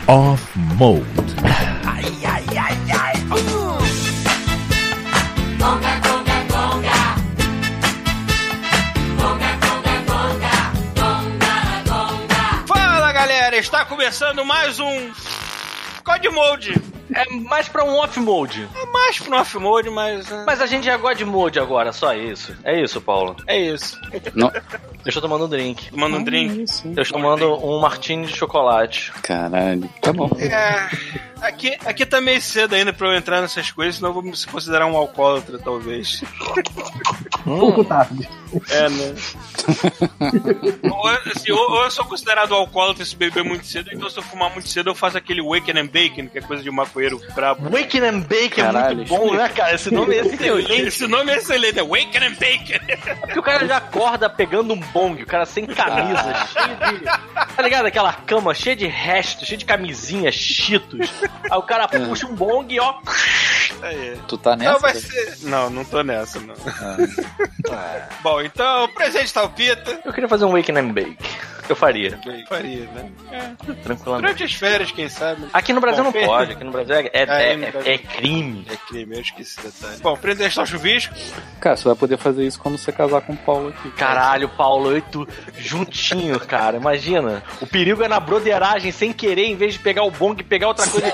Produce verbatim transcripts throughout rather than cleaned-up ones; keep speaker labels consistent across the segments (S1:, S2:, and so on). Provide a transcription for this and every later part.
S1: Off Mode.
S2: Ai, ai, ai, ai. Uh. Conga, conga, conga. Conga, conga, conga. Conga, conga.
S3: Fala, galera, está começando mais um God Mode.
S4: É mais pra um off-mode.
S3: É mais pra um off-mode, mas...
S4: Mas a gente é God Mode agora, só isso. É isso, Paulo.
S3: É isso.
S4: Não. Eu estou tomando um drink.
S3: Tomando um drink?
S4: Ah, eu estou tomando um martini de chocolate.
S5: Caralho, tá bom.
S3: É... Aqui, aqui tá meio cedo ainda pra eu entrar nessas coisas, senão eu vou me considerar um alcoólatra, talvez.
S6: Um pouco tarde.
S3: É, né? ou, assim, ou, ou eu sou considerado alcoólatra se beber muito cedo, então se eu fumar muito cedo eu faço aquele Waken and Bacon, que é coisa de maconheiro brabo.
S4: Waken and Bacon é muito bom, né, cara? Esse nome é excelente.
S3: Esse nome é excelente, é Waken and Bacon.
S4: É porque o cara já acorda pegando um bong, o cara sem camisa, cheio de... Tá ligado? Aquela cama cheia de restos, cheia de camisinha, cheetos. Aí o cara puxa um bong e ó...
S3: Aí.
S5: Tu tá nessa?
S3: Não, vai ser... não, não tô nessa, não. Ah. Bom, então, o presente tá o Pita.
S4: Eu queria fazer um Waken and Bake. Eu faria.
S3: Faria, né? É.
S4: Tranquilamente.
S3: Durante as férias, quem sabe.
S4: Aqui no Brasil
S3: Bom,
S4: não
S3: fer...
S4: pode. Aqui no Brasil é, é,
S3: é,
S4: é, é, é crime.
S3: É crime, eu esqueci esse detalhe. Bom, prender o chuvisco.
S5: Cara, você vai poder fazer isso quando você casar com o Paulo aqui.
S4: Caralho, Paulo, eu e tu juntinho, cara. Imagina. O perigo é na broderagem, sem querer, em vez de pegar o bong e pegar outra coisa.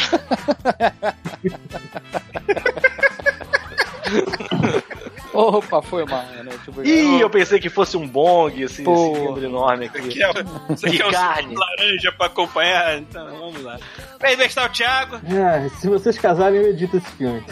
S5: Opa, foi mal, né? Tipo,
S4: Ih, eu pensei que fosse um bong, assim,
S5: Pô.
S4: esse cilindro enorme aqui.
S3: Isso aqui é, isso aqui é um
S4: carne.
S3: laranja pra acompanhar, então vamos lá. Pra investir o Thiago.
S6: É, se vocês casarem, eu edito esse filme.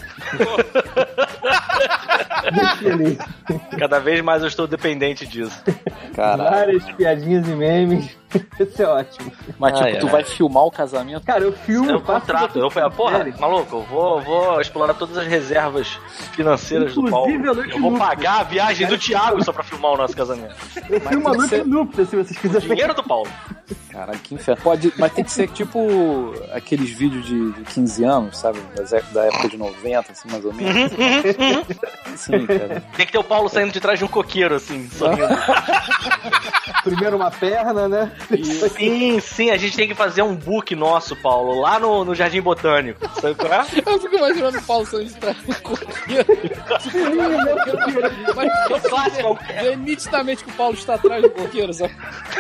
S6: Muito feliz.
S4: Cada vez mais eu estou dependente disso.
S5: Caralho.
S6: Várias piadinhas e memes. Isso é ótimo.
S5: Mas tipo,
S4: Ai,
S5: tu
S4: ai.
S5: vai filmar o casamento?
S6: Cara, eu filmo,
S4: Eu
S6: faço
S4: contrato, eu falei, porra, maluco, eu vou, vou explorar todas as reservas financeiras do Paulo.
S6: Inclusive a noite
S4: Eu vou
S6: núpcias.
S4: pagar a viagem do Thiago só pra filmar o nosso casamento.
S6: Eu filmo a
S5: tem que
S6: noite
S5: ser-
S6: núpcia, se vocês quiserem.
S4: Dinheiro do Paulo.
S5: Caralho, que inferno. Pode, mas tem que ser tipo aqueles vídeos de, de quinze anos, sabe? Das ép- Da época de noventa, assim, mais ou menos. Sim, cara.
S4: Tem que ter o Paulo saindo de trás de um coqueiro, assim, sorrindo.
S6: Primeiro uma perna, né?
S4: Sim, sim, a gente tem que fazer um book nosso, Paulo, lá no, no Jardim Botânico. Sabe qual é?
S5: Eu fico imaginando o Paulo saindo de trás do coqueiro. Mas
S4: É o clássico.
S5: é nitidamente que o Paulo está atrás do coqueiro, sabe?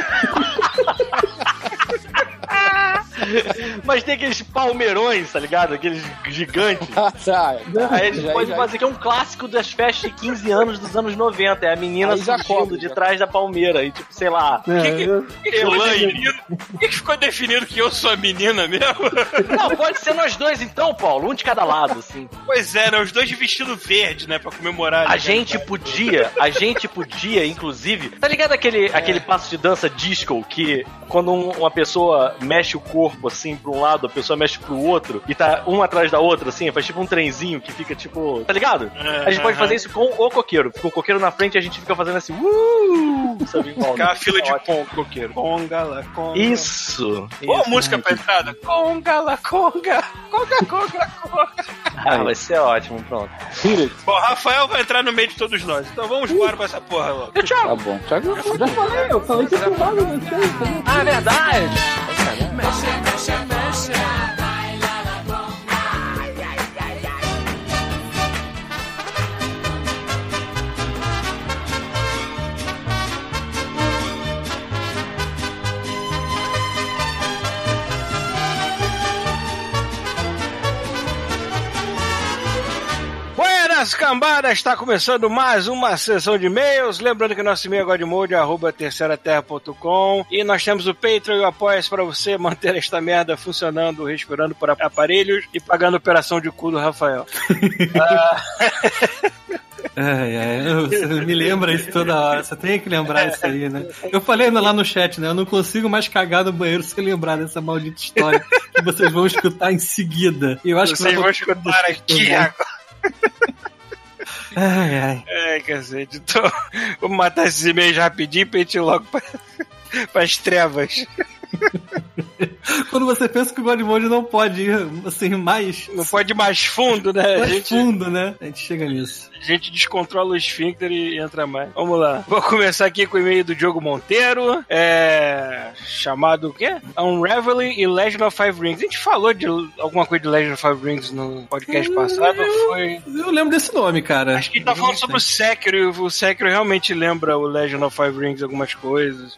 S4: Mas tem aqueles palmeirões, tá ligado? Aqueles gigantes.
S5: Ah, tá.
S4: Aí a gente
S5: Já-
S4: pode
S5: já-
S4: fazer que é um clássico das festas de quinze anos dos anos noventa. É a menina
S5: Aí já
S4: surgindo
S5: cobre,
S4: de
S5: já.
S4: trás da palmeira. E tipo, sei lá.
S6: É,
S3: Que que-
S6: eu-
S3: Por que, que, ficou definido, por que que ficou definido que eu sou a menina mesmo?
S4: Não, pode ser nós dois então, Paulo. Um de cada lado, assim.
S3: Pois é, né? Os dois de vestido verde, né? Pra comemorar.
S4: A
S3: né?
S4: gente podia, a gente podia, inclusive... Tá ligado aquele, aquele passo de dança disco que quando um- uma pessoa mexe o corpo, assim, pra um lado, a pessoa mexe pro outro e tá um atrás da outra, assim, faz tipo um trenzinho que fica tipo... Tá ligado? A gente pode fazer isso com o coqueiro. Fica o coqueiro na frente e a gente fica fazendo assim... Uh, sabe, igual,
S3: Aquela
S4: né?
S3: fila de
S4: Ótimo.
S3: conga, coqueiro. Conga, lá, conga.
S4: Isso!
S3: Boa
S4: isso.
S3: música pra entrada. Conga, lá, conga. Conga, conga, conga.
S4: Ah, vai ser ótimo, pronto.
S3: Bom, Rafael vai entrar no meio de todos nós. Então vamos embora pra essa porra logo.
S4: E o Thiago?
S5: Tá bom. Thiago,
S6: Eu já falei, eu falei que eu filmava vocês. entendeu?
S4: Ah, é verdade!
S2: mexe, mexe, mexe.
S3: Buenas cambadas, está começando mais uma sessão de e-mails. Lembrando que nosso e-mail é godmode arroba terceira terra ponto com e nós temos o Patreon e o Apoia-se para você manter esta merda funcionando, respirando por aparelhos e pagando a operação de cu do Rafael. ah...
S7: Ai, ai, eu- você me lembra isso toda hora, você tem que lembrar isso aí, né? Eu falei lá no chat, né? Eu não consigo mais cagar no banheiro sem lembrar dessa maldita história que vocês vão escutar em seguida. E eu acho
S3: Vocês
S7: que
S3: vão escutar aqui agora.
S7: Ai, ai.
S3: Ai, cacete. Então, vamos matar esses e-mails rapidinho pra gente ir logo pra, pras trevas.
S7: Quando você pensa que o Godmode não pode ir, assim, mais...
S3: Não pode ir mais fundo, né?
S7: mais
S3: a gente,
S7: fundo, né? A gente chega nisso.
S3: A gente descontrola o esfíncter e entra mais. Vamos lá. Vou começar aqui com o e-mail do Diogo Monteiro. É... Chamado o quê? Unraveling e Legend of Five Rings. A gente falou de alguma coisa de Legend of Five Rings no podcast passado?
S7: Eu,
S3: foi...
S7: eu lembro desse nome, cara.
S3: Acho que ele tá falando sobre o Sekiro, e o Sekiro realmente lembra o Legend of Five Rings, algumas coisas.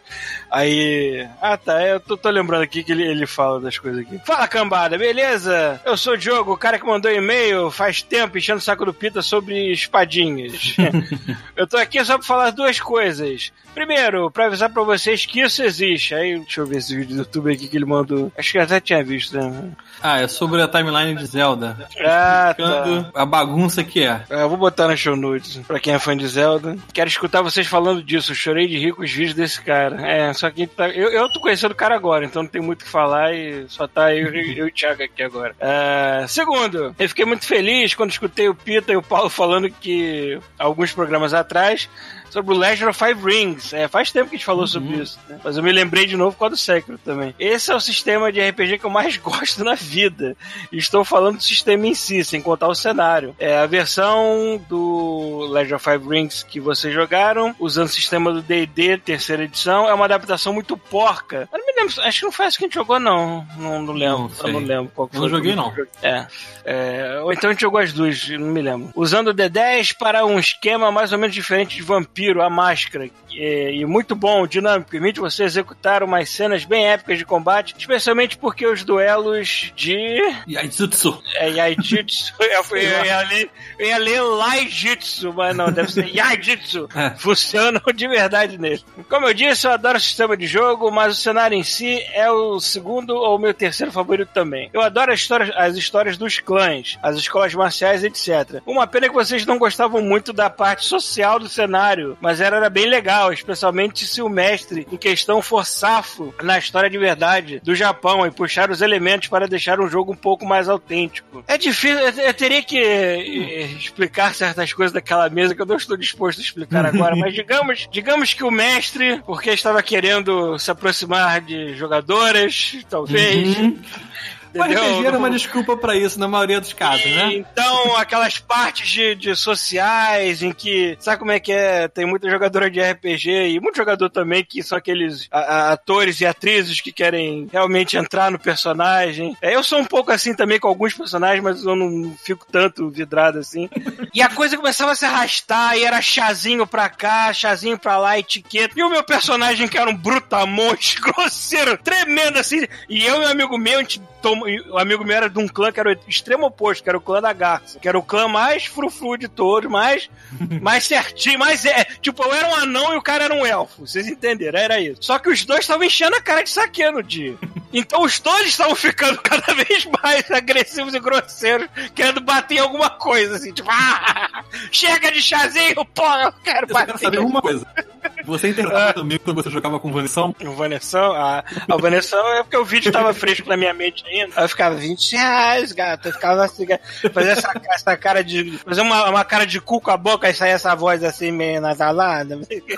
S3: Aí... Ah, tá, eu tô, tô lembrando aqui que ele, ele fala das coisas aqui. Fala, cambada, beleza? Eu sou o Diogo, o cara que mandou e-mail faz tempo enchendo o saco do Pita sobre espadinhas. Eu tô aqui só pra falar duas coisas. Primeiro, pra avisar pra vocês que isso existe. Aí, deixa eu ver esse vídeo do YouTube aqui que ele mandou. Acho que eu até tinha visto, né?
S7: Ah, é sobre a timeline de Zelda.
S3: Ah, tá.
S7: A bagunça que é.
S3: Eu vou botar na show notes, pra quem é fã de Zelda. Quero escutar vocês falando disso. Eu chorei de rir com os vídeos desse cara. É, só que tá... eu, eu tô conhecendo o cara agora, então não tem muito o que falar e só tá eu, eu e o Thiago aqui agora. Uh, segundo, eu fiquei muito feliz quando escutei o Pita e o Paulo falando que alguns programas atrás sobre o Legend of Five Rings. É, faz tempo que a gente falou uhum. sobre isso, né? Mas eu me lembrei de novo por causa do Sekiro também. Esse é o sistema de R P G que eu mais gosto na vida. E estou falando do sistema em si, sem contar o cenário. É a versão do Legend of Five Rings que vocês jogaram, usando o sistema do D e D, terceira edição, é uma adaptação muito porca. Eu não me lembro, acho que não foi essa que a gente jogou, não. Não, não lembro. Não, eu não lembro qual que
S7: eu
S3: foi.
S7: Não joguei, não.
S3: É. é. Ou então a gente jogou as duas, não me lembro. Usando o D dez para um esquema mais ou menos diferente de Vampiro, a máscara, e, e muito bom, dinâmico, permite você executar umas cenas bem épicas de combate, especialmente porque os duelos de...
S7: Yaijutsu.
S3: É, Yaijutsu. Eu, eu, eu, ia ler, eu ia ler Laijutsu, mas não, deve ser Yaijutsu. É. Funcionam de verdade nele. Como eu disse, eu adoro o sistema de jogo, mas o cenário em si é o segundo ou o meu terceiro favorito também. Eu adoro as histórias, as histórias dos clãs, as escolas marciais, etcétera. Uma pena que vocês não gostavam muito da parte social do cenário, mas era, era bem legal, especialmente se o mestre em questão for safo na história de verdade do Japão e puxar os elementos para deixar um jogo um pouco mais autêntico. É difícil, eu, eu teria que hum. explicar certas coisas daquela mesa que eu não estou disposto a explicar agora, mas digamos, digamos que o mestre, porque estava querendo se aproximar de jogadoras, talvez...
S7: Uhum. O R P G era uma desculpa pra isso, na maioria dos casos, né?
S3: Então, aquelas partes de, de sociais em que... Sabe como é que é? Tem muita jogadora de R P G e muito jogador também que são aqueles a, a, atores e atrizes que querem realmente entrar no personagem. É, eu sou um pouco assim também com alguns personagens, mas eu não fico tanto vidrado assim. E a coisa começava a se arrastar e era chazinho pra cá, chazinho pra lá, etiqueta. E o meu personagem que era um brutamonte, grosseiro, tremendo assim. E eu e um amigo meu, a gente tomou... O amigo meu era de um clã que era o extremo oposto, que era o clã da Garça, que era o clã mais frufru de todos, mais, mais certinho, mais é. Tipo, eu era um anão e o cara era um elfo, vocês entenderam? Era isso. Só que os dois estavam enchendo a cara de saque no dia. Então os dois estavam ficando cada vez mais agressivos e grosseiros, querendo bater em alguma coisa, assim, tipo, ah, chega de chazinho, porra, eu quero
S7: eu
S3: bater.
S7: Quero saber uma coisa. Você interagava comigo quando você jogava com o Vanessão?
S3: O Vanessão? Ah, o Vanessão é porque o vídeo tava fresco na minha mente ainda. Aí eu ficava vinte reais, gato. Eu ficava assim, fazer essa, essa cara de... Fazer uma, uma cara de cu com a boca e sair essa voz assim meio nasalada.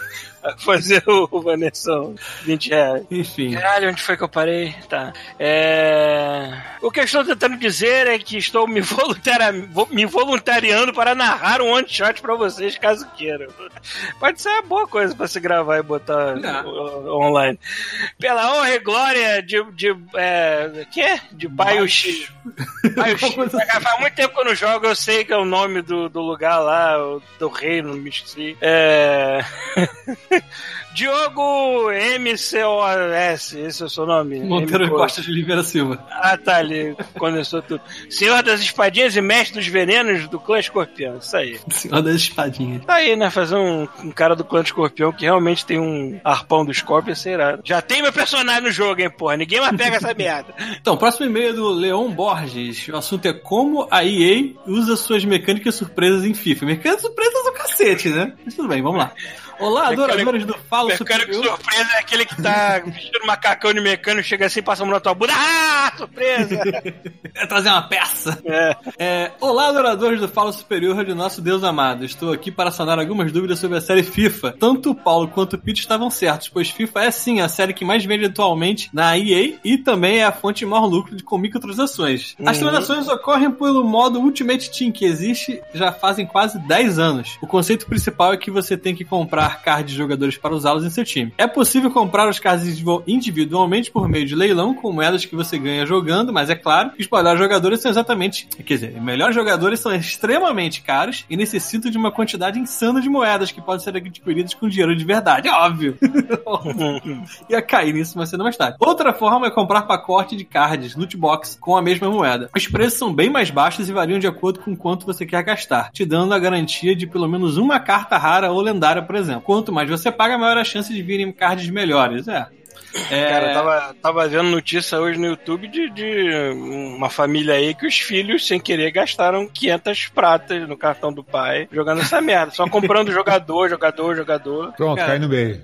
S3: Fazer o, o Vanessão, vinte reais.
S7: Enfim.
S3: Caralho, onde foi que eu parei? Tá. É... O que eu estou tentando dizer é que estou me, voluntari... me voluntariando para narrar um one-shot pra vocês, caso queiram. Pode ser uma boa coisa pra se gravar e botar o, online. Pela honra e glória de... de é... Quê? De Baio X. Baio X. Faz muito tempo que eu não jogo, eu sei que é o nome do, do lugar lá, do reino, não me esqueci. É... Diogo M C O S, esse é o seu nome?
S7: Monteiro Costa de Oliveira Silva.
S3: Ah, tá, ali, condensou tudo. Senhor das Espadinhas e Mestre dos Venenos do Clã Escorpião, isso aí.
S7: Senhor das Espadinhas.
S3: Tá aí, né, fazer um, um cara do Clã Escorpião que realmente tem um arpão do Scorpion, sei lá. Já tem meu personagem no jogo, hein, porra, ninguém mais pega essa merda.
S7: Então, próximo e-mail é do Leon Borges. O assunto é como a E A usa suas mecânicas surpresas em FIFA. Mecânicas surpresas do cacete. cacete, né? Mas tudo bem, vamos lá. Olá, adoradores do Falo
S3: Mecânico
S7: Superior.
S3: surpresa é aquele que tá vestindo macacão de mecânico, chega assim, passa a mão na tua bunda. Ah, surpresa!
S7: É trazer uma peça.
S3: É.
S7: É, olá, adoradores do Falo Superior de nosso Deus amado. Estou aqui para sanar algumas dúvidas sobre a série FIFA. Tanto o Paulo quanto o Pete estavam certos, pois FIFA é sim a série que mais vende atualmente na E A e também é a fonte de maior lucro de com microtransações. As
S3: Uhum.
S7: transações ocorrem pelo modo Ultimate Team, que existe já fazem quase dez anos. O conceito principal é que você tem que comprar cards de jogadores para usá-los em seu time. É possível comprar os cards individualmente por meio de leilão com moedas que você ganha jogando, mas é claro que os melhores jogadores são exatamente... Quer dizer, os melhores jogadores são extremamente caros e necessitam de uma quantidade insana de moedas que podem ser adquiridas com dinheiro de verdade. É óbvio. Ia cair nisso mais cedo ou mais tarde. Outra forma é comprar pacote de cards, loot box, com a mesma moeda. Os preços são bem mais baixos e variam de acordo com quanto você quer gastar, te dando a garantia de pelo menos uma carta rara ou lendária, por exemplo. Quanto mais você paga, maior a chance de virem cards melhores. É. É...
S3: Cara, eu tava, tava vendo notícia hoje no YouTube de, de uma família aí que os filhos, sem querer, gastaram quinhentas pratas no cartão do pai jogando essa merda. Só comprando jogador, jogador, jogador.
S1: Pronto,
S7: Cara.
S1: cai no meio.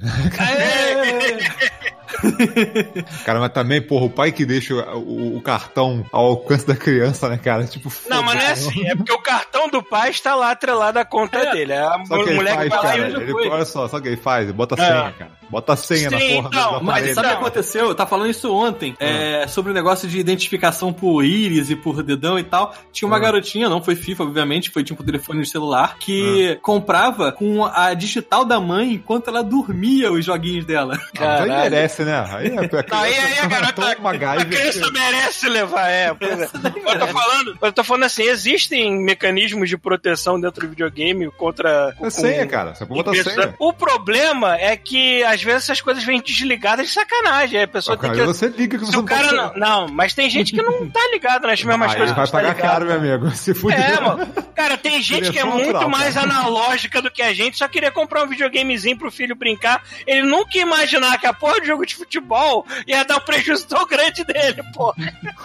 S7: Aê!
S1: Cara, mas também, porra, o pai que deixa o, o cartão ao alcance da criança, né, cara? Tipo,
S3: Não, mas não é assim. É porque o cartão do pai está lá atrelado à conta
S7: É.
S3: dele. A
S1: Só que ele
S3: mulher
S1: faz,
S3: que vai lá
S1: cara,
S3: e
S1: ele,
S7: foi.
S1: olha só, sabe o que ele faz? Ele bota a
S3: É.
S1: senha, cara. Bota a senha na
S3: Sim,
S1: porra
S3: então,
S1: do
S7: Mas
S1: aparelho.
S7: sabe o que
S3: Não.
S7: aconteceu? Eu tava falando isso ontem, é, sobre o negócio de identificação por íris e por dedão e tal. Tinha uma
S1: Ah.
S7: garotinha, não foi FIFA, obviamente, foi tipo um telefone de celular, que comprava com a digital da mãe enquanto ela dormia os joguinhos dela.
S1: Ah, mas aí
S3: Caralho.
S1: merece, né? Aí é a
S3: Não, aí, aí a garota,
S1: tão
S3: a
S1: MacGyver
S3: criança
S1: que-
S3: merece levar, é. Pois é. Eu tô falando, eu tô falando assim, existem mecanismos de proteção dentro do videogame contra...
S1: É senha, cara. Você pode botar senha.
S3: O problema é que, às vezes, essas coisas vêm desligadas de sacanagem. A pessoa
S1: Ah,
S3: tem
S1: cara,
S3: que...
S1: você liga que
S3: Se
S1: você
S3: o
S1: não
S3: cara
S1: pode...
S3: não... Não, mas tem gente que não tá ligado nas mesmas
S1: Aí
S3: coisas
S1: vai
S3: que você tá
S1: pagar
S3: ligado.
S1: caro, meu amigo. Se fuder.
S3: É, mano. Cara, tem gente que é
S1: Direção
S3: muito
S1: natural,
S3: mais
S1: cara.
S3: analógica do que a gente, só queria comprar um videogamezinho pro filho brincar. Ele nunca ia imaginar que a porra de jogo de futebol ia dar um prejuízo tão grande dele, porra.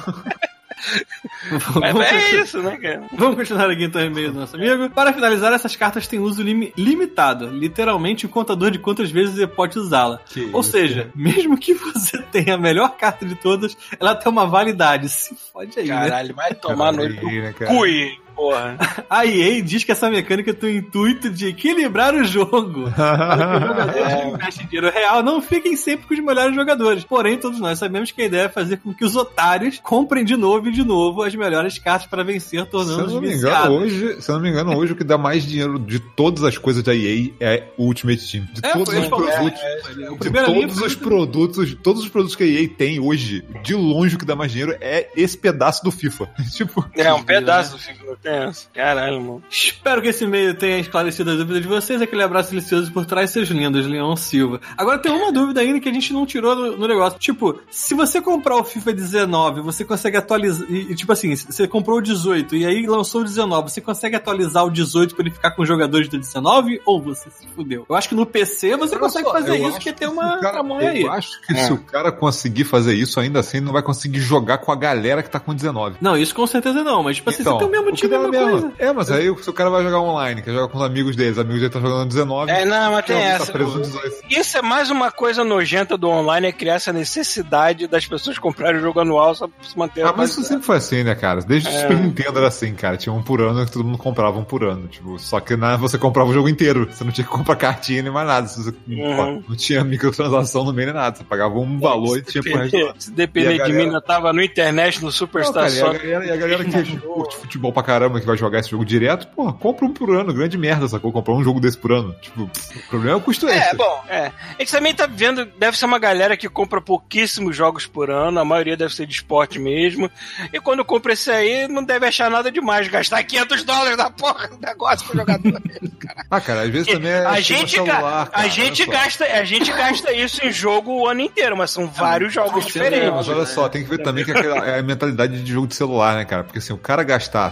S3: Mas
S7: Vamos
S3: é
S7: continuar-
S3: isso, né, cara?
S7: Vamos continuar aqui então o e-mail do nosso amigo. Para finalizar, essas cartas têm uso lim- limitado. Literalmente, o contador de quantas vezes você pode usá-la.
S1: Que
S7: Ou
S1: isso,
S7: seja, mesmo que você tenha a melhor carta de todas, ela tem uma validade. Se fode aí, né?
S3: Caralho, vai tomar no
S1: Aí, né, cara?
S3: cui, porra.
S7: A E A diz que essa mecânica tem o intuito de equilibrar o jogo. Para que os jogadores que investem dinheiro real não fiquem sempre com os melhores jogadores. Porém, todos nós sabemos que a ideia é fazer com que os otários comprem de novo e de novo as melhores cartas para vencer,
S1: Se
S7: tornando
S1: eu
S7: os
S1: não me
S7: viciados.
S1: engano, hoje, se eu não me engano, hoje o que dá mais dinheiro de todas as coisas da E A é o Ultimate Team. De
S7: É,
S1: todos
S7: foi,
S1: os
S7: ele falou,
S1: produtos.
S7: é, o
S1: De
S7: primeiro linha
S1: todos
S7: foi-
S1: os produtos, todos os produtos que a E A tem hoje, de longe o que dá mais dinheiro é esse pedaço do FIFA. Tipo,
S3: É, um pedaço do filme, não tem essa. Caralho, mano.
S7: Espero que esse e-mail tenha esclarecido as dúvidas de vocês. Aquele abraço delicioso por trás, seus lindos, Leão Silva. Agora tem uma dúvida ainda que a gente não tirou no, no negócio. Tipo, se você comprar o FIFA dezenove, você consegue atualizar. E, e, tipo assim, você comprou o dezoito e aí lançou o dezenove, você consegue atualizar o dezoito pra ele ficar com os jogadores do dezenove? Ou você se fudeu? Eu acho que no P C você
S1: olha
S7: consegue
S1: só,
S7: fazer
S1: eu
S7: isso,
S1: acho
S7: porque
S1: que
S7: tem
S1: se
S7: uma
S1: o cara-
S7: tamanha aí.
S1: Eu acho que se o cara conseguir fazer isso, ainda assim, ele não vai conseguir jogar com a galera que tá com dezenove.
S7: Não, isso com certeza não, mas tipo assim, você tem o mesmo
S1: o que
S7: time,
S1: dá
S7: a mesma
S1: mesmo.
S7: coisa.
S1: É, mas aí se o cara vai jogar online, quer jogar com os amigos dele, os amigos dele estão jogando dezenove.
S3: É, não, mas tem
S1: alguém
S3: essa.
S1: Tá preso no dezoito.
S3: Isso é mais uma coisa nojenta do online, é criar essa necessidade das pessoas comprarem o jogo anual só pra se manter
S1: Ah,
S3: a
S1: mas isso
S3: qualidade.
S1: sempre foi assim, né, cara? Desde o
S3: É.
S1: Super Nintendo era assim, cara. Tinha um por ano que todo mundo comprava um por ano. Tipo, só que na, você comprava o jogo inteiro. Você não tinha que comprar cartinha nem mais nada. Você,
S3: Uhum.
S1: Não tinha microtransação no meio nem nada. Você pagava um valor e tinha pro resto do ano.
S3: Se depender
S1: E a
S3: de
S1: galera-
S3: mim, eu tava no internet, no
S1: Não,
S3: Superstar
S1: cara, e a
S3: Soccer.
S1: galera, e a galera que curte futebol pra caramba, que vai jogar esse jogo direto, pô, compra um por ano. Grande merda, sacou? Comprar um jogo desse por ano. Tipo, o problema é o custo
S3: É,
S1: extra.
S3: bom, é. A gente também tá vendo, deve ser uma galera que compra pouquíssimos jogos por ano, a maioria deve ser de esporte mesmo, e quando compra esse aí, não deve achar nada demais, gastar quinhentos dólares na porra do negócio pro jogador.
S1: Ah, cara, às vezes também é
S3: a
S1: tipo
S3: gente,
S1: celular,
S3: ga-
S1: cara,
S3: a, gente
S1: olha só.
S3: gasta, a gente gasta isso em jogo o ano inteiro, mas são vários jogos diferentes.
S1: Mas olha só, tem que ver também que aquela- é a mentalidade de jogo de celular, né, cara? Porque assim, o cara gastar sessenta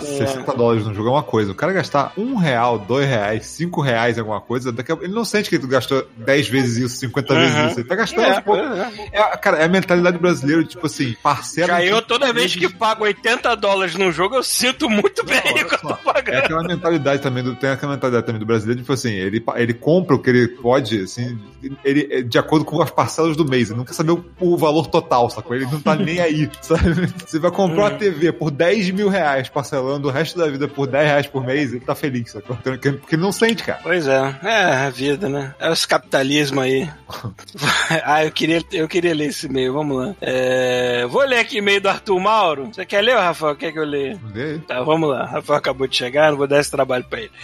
S1: cinquenta dólares no jogo é uma coisa. O cara gastar um real, dois reais, cinco reais em alguma coisa, daqui a... ele não sente que ele gastou dez vezes isso, cinquenta
S3: Uhum.
S1: vezes isso. Ele tá gastando,
S3: É,
S1: tipo...
S3: é.
S1: É, cara, é a mentalidade brasileira, tipo assim, parcela...
S3: Já eu, toda vez
S1: vezes-
S3: que pago oitenta dólares num jogo, eu sinto muito bem
S1: Olha
S3: que eu
S1: só,
S3: tô
S1: É
S3: pagando.
S1: aquela mentalidade também do, tem aquela mentalidade também do brasileiro, tipo assim, ele, ele compra o que ele pode, assim, ele, de acordo com as parcelas do mês, ele não quer saber o, o valor total, sacou? Ele não tá nem aí, sabe? Você vai comprar uma T V por dez mil reais, parcelando o resto da vida por dez reais por mês, ele tá feliz, sacou? Porque ele não sente, cara.
S3: Pois é, é a vida, né? É esse capitalismo aí. Ah, eu queria, eu queria ler esse e-mail, vamos lá. É, vou ler aqui e-mail do Arthur Mauro. Você quer ler, Rafael? Quer que eu leia?
S1: Vê aí.
S3: Tá, vamos lá. Rafael acabou de chegar, não vou dar esse trabalho pra ele.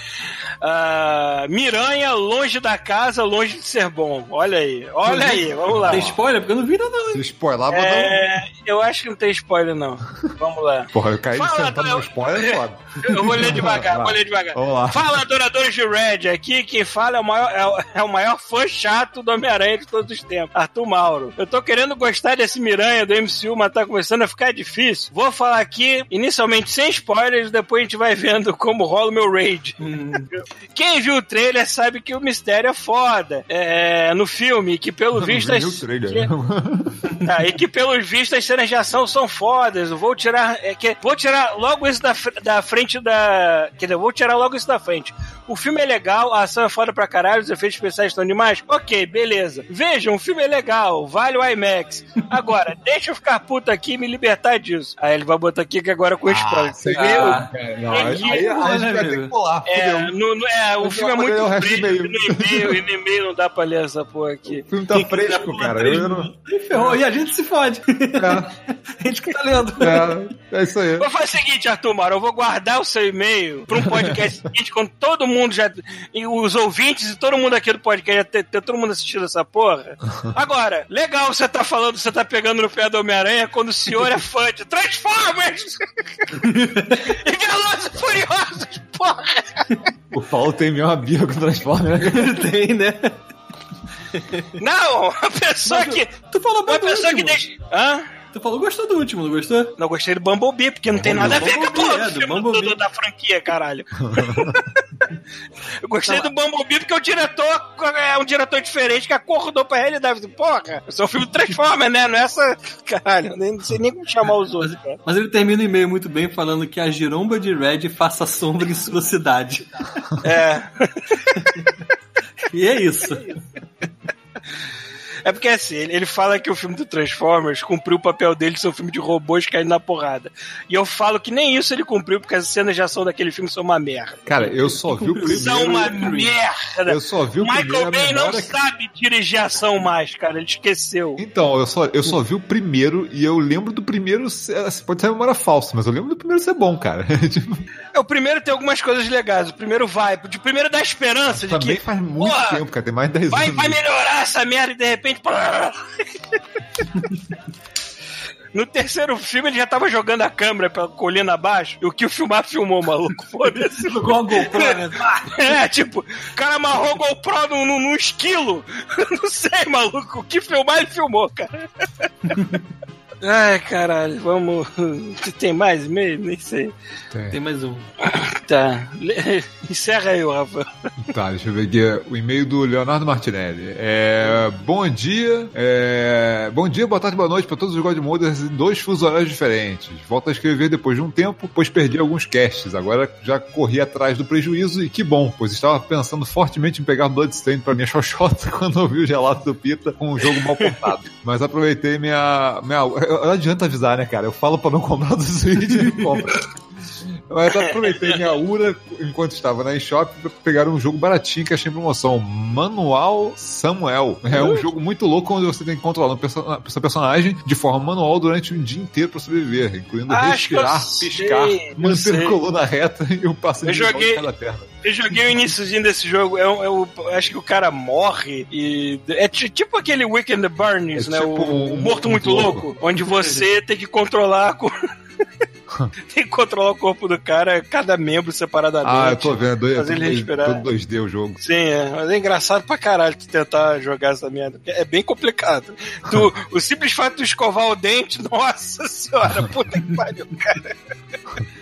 S3: Ah, Miranha, longe da casa, longe de ser bom. Olha aí, olha aí, vamos lá.
S7: Tem spoiler? Porque eu não vi nada, não.
S1: Se spoiler, vou dar
S3: É, eu acho que não tem spoiler, não. Vamos lá.
S1: um... Porra, eu caí
S3: Fala,
S1: sentado
S3: eu-
S1: no spoiler, foda.
S3: Eu vou ler devagar,
S1: Vai.
S3: vou ler devagar.
S1: Vamos lá.
S3: Fala, adoradores de Red, aqui quem fala é o maior, é o, é o maior fã chato do Homem-Aranha de todos os tempos, Arthur Mauro. Eu tô querendo gostar desse Miranha do M C U, mas tá começando a ficar difícil. Vou falar aqui, inicialmente sem spoilers, depois a gente vai vendo como rola o meu raid. Quem viu o trailer sabe que o mistério é foda é, no filme, que pelo
S1: Eu não
S3: visto...
S1: vi
S3: as-
S1: nem o trailer.
S3: que- Ah, e que pelos vistos as cenas de ação são fodas. Eu vou tirar. É que, vou tirar logo isso da, fr- da frente da. Quer dizer, eu vou tirar logo isso da frente. O filme é legal, a ação é foda pra caralho, os efeitos especiais estão demais. Ok, beleza. Vejam, o filme é legal, vale o IMAX. Agora, deixa eu ficar puto aqui e me libertar disso. Aí ele vai botar aqui que agora com spoiler.
S1: Sei
S3: Entendeu?
S1: lá, cara. Não, aí,
S3: Aqui,
S1: aí a
S7: porra,
S1: gente
S7: né,
S1: vai ter
S7: amigo?
S1: que pular.
S3: É,
S1: fudeu.
S3: no, no- é, o
S1: Eu
S3: filme é
S1: vou ler
S3: muito
S1: o resto do
S3: fresco.
S1: e-mail.
S3: No e-mail, e no e-mail não dá pra ler essa porra aqui.
S1: O filme tá fresco, cara. Eu não...
S7: Aí ferrou. E a gente se fode. A gente que tá lendo.
S1: É, é isso aí.
S3: Vou fazer o seguinte, Arthur Mauro, eu vou guardar o seu e-mail para um podcast seguinte, quando todo mundo já. E os ouvintes e todo mundo aqui do podcast já ter, ter todo mundo assistido essa porra. Agora, legal você tá falando, você tá pegando no pé do Homem-Aranha quando o senhor é fã de Transformers e Velozes e Furiosos, porra!
S1: O Paulo tem meio uma birra com o Transformer, né?
S7: Tem, né?
S3: Não, a pessoa que.
S7: Tu falou bem
S3: Uma
S7: do
S3: pessoa que
S7: último.
S3: deixa. Hã?
S7: Tu falou gostou do último, não gostou?
S3: Não gostei do Bumblebee, porque não tem nada a ver com a
S7: Bumblebee,
S3: porra
S7: é,
S3: do
S7: do
S3: filme
S7: Bumblebee.
S3: do- da franquia, caralho. Eu gostei do Bumblebee porque o diretor é um diretor diferente que acordou pra realidade. Porra, esse é um filme de Transformers, né? Não é essa... Caralho, nem, não sei nem como chamar os outros, cara.
S7: Mas ele termina o e-mail muito bem falando que a giromba de Red faça sombra em sua cidade.
S3: É.
S7: E é isso.
S3: É porque assim, ele, ele fala que o filme do Transformers cumpriu o papel dele de ser um filme de robôs caindo na porrada. E eu falo que nem isso ele cumpriu, porque as cenas de ação daquele filme são uma merda.
S1: Cara, eu só vi o primeiro.
S3: São uma merda.
S1: Eu só vi o
S3: Michael
S1: primeiro. a
S3: Bay não
S1: memória que-
S3: sabe dirigir ação mais, cara. Ele esqueceu.
S1: Então, eu só, eu só vi o primeiro e eu lembro do primeiro. ser- assim, Pode ser uma memória falsa, mas eu lembro do primeiro ser bom, cara. Tipo,
S3: É, o primeiro tem algumas coisas legais. O primeiro vai. O primeiro dá esperança de
S1: também
S3: que
S1: faz muito
S3: porra,
S1: tempo, cara. Tem mais de dez
S3: vai,
S1: anos.
S3: vai melhorar essa merda e de repente. No terceiro filme ele já tava jogando a câmera pela colina abaixo e o que o filmar filmou, maluco. Foda-se.
S7: Igual a GoPro, né?
S3: É, tipo, o cara amarrou o GoPro num, num, num esquilo. Não sei, maluco. O que filmar ele filmou, cara. Ai, caralho, vamos. Tem mais e-mail? Nem sei.
S7: Tem mais um.
S3: Tá. Le- Encerra aí, Rafa.
S1: Tá, deixa eu ver aqui. O e-mail do Leonardo Martinelli. É, bom dia. É, bom dia, boa tarde, boa noite para todos os Godmoders em dois fusos horários diferentes. Volto a escrever depois de um tempo, pois perdi alguns casts. Agora já corri atrás do prejuízo e que bom, pois estava pensando fortemente em pegar Bloodstained para minha xoxota quando ouvi o relato do Pita com um jogo mal contado. Mas aproveitei minha... minha não adianta avisar, né, cara? Eu falo pra não comprar do Switch e compro. Mas eu aproveitei minha ura enquanto estava na eShop pra pegar um jogo baratinho que achei em promoção. Manual Samuel. É um jogo muito louco onde você tem que controlar o seu personagem de forma manual durante um dia inteiro pra sobreviver, incluindo
S3: Acho que eu
S1: respirar,
S3: sei,
S1: piscar,
S3: eu
S1: manter
S3: sei.
S1: a coluna reta e o passo
S3: Eu
S1: de volta
S3: joguei-
S1: em cada perna.
S3: Eu joguei o iniciozinho desse jogo, é, um- é o- acho que o cara morre e. É ti- tipo aquele Weekend at Bernie's,
S1: É
S3: né?
S1: tipo
S3: o,
S1: um-
S3: o Morto
S1: um
S3: Muito
S1: louco.
S3: Louco, onde você tem que controlar a co- tem que controlar o corpo do cara, cada membro separadamente.
S1: Ah, eu tô vendo. É
S3: Fazer
S1: todo,
S3: ele respirar.
S1: todo dois D o jogo.
S3: Sim, é. Mas é engraçado pra caralho tu tentar jogar essa merda. É bem complicado. Tu, o simples fato de tu escovar o dente, nossa senhora, puta que pariu, cara.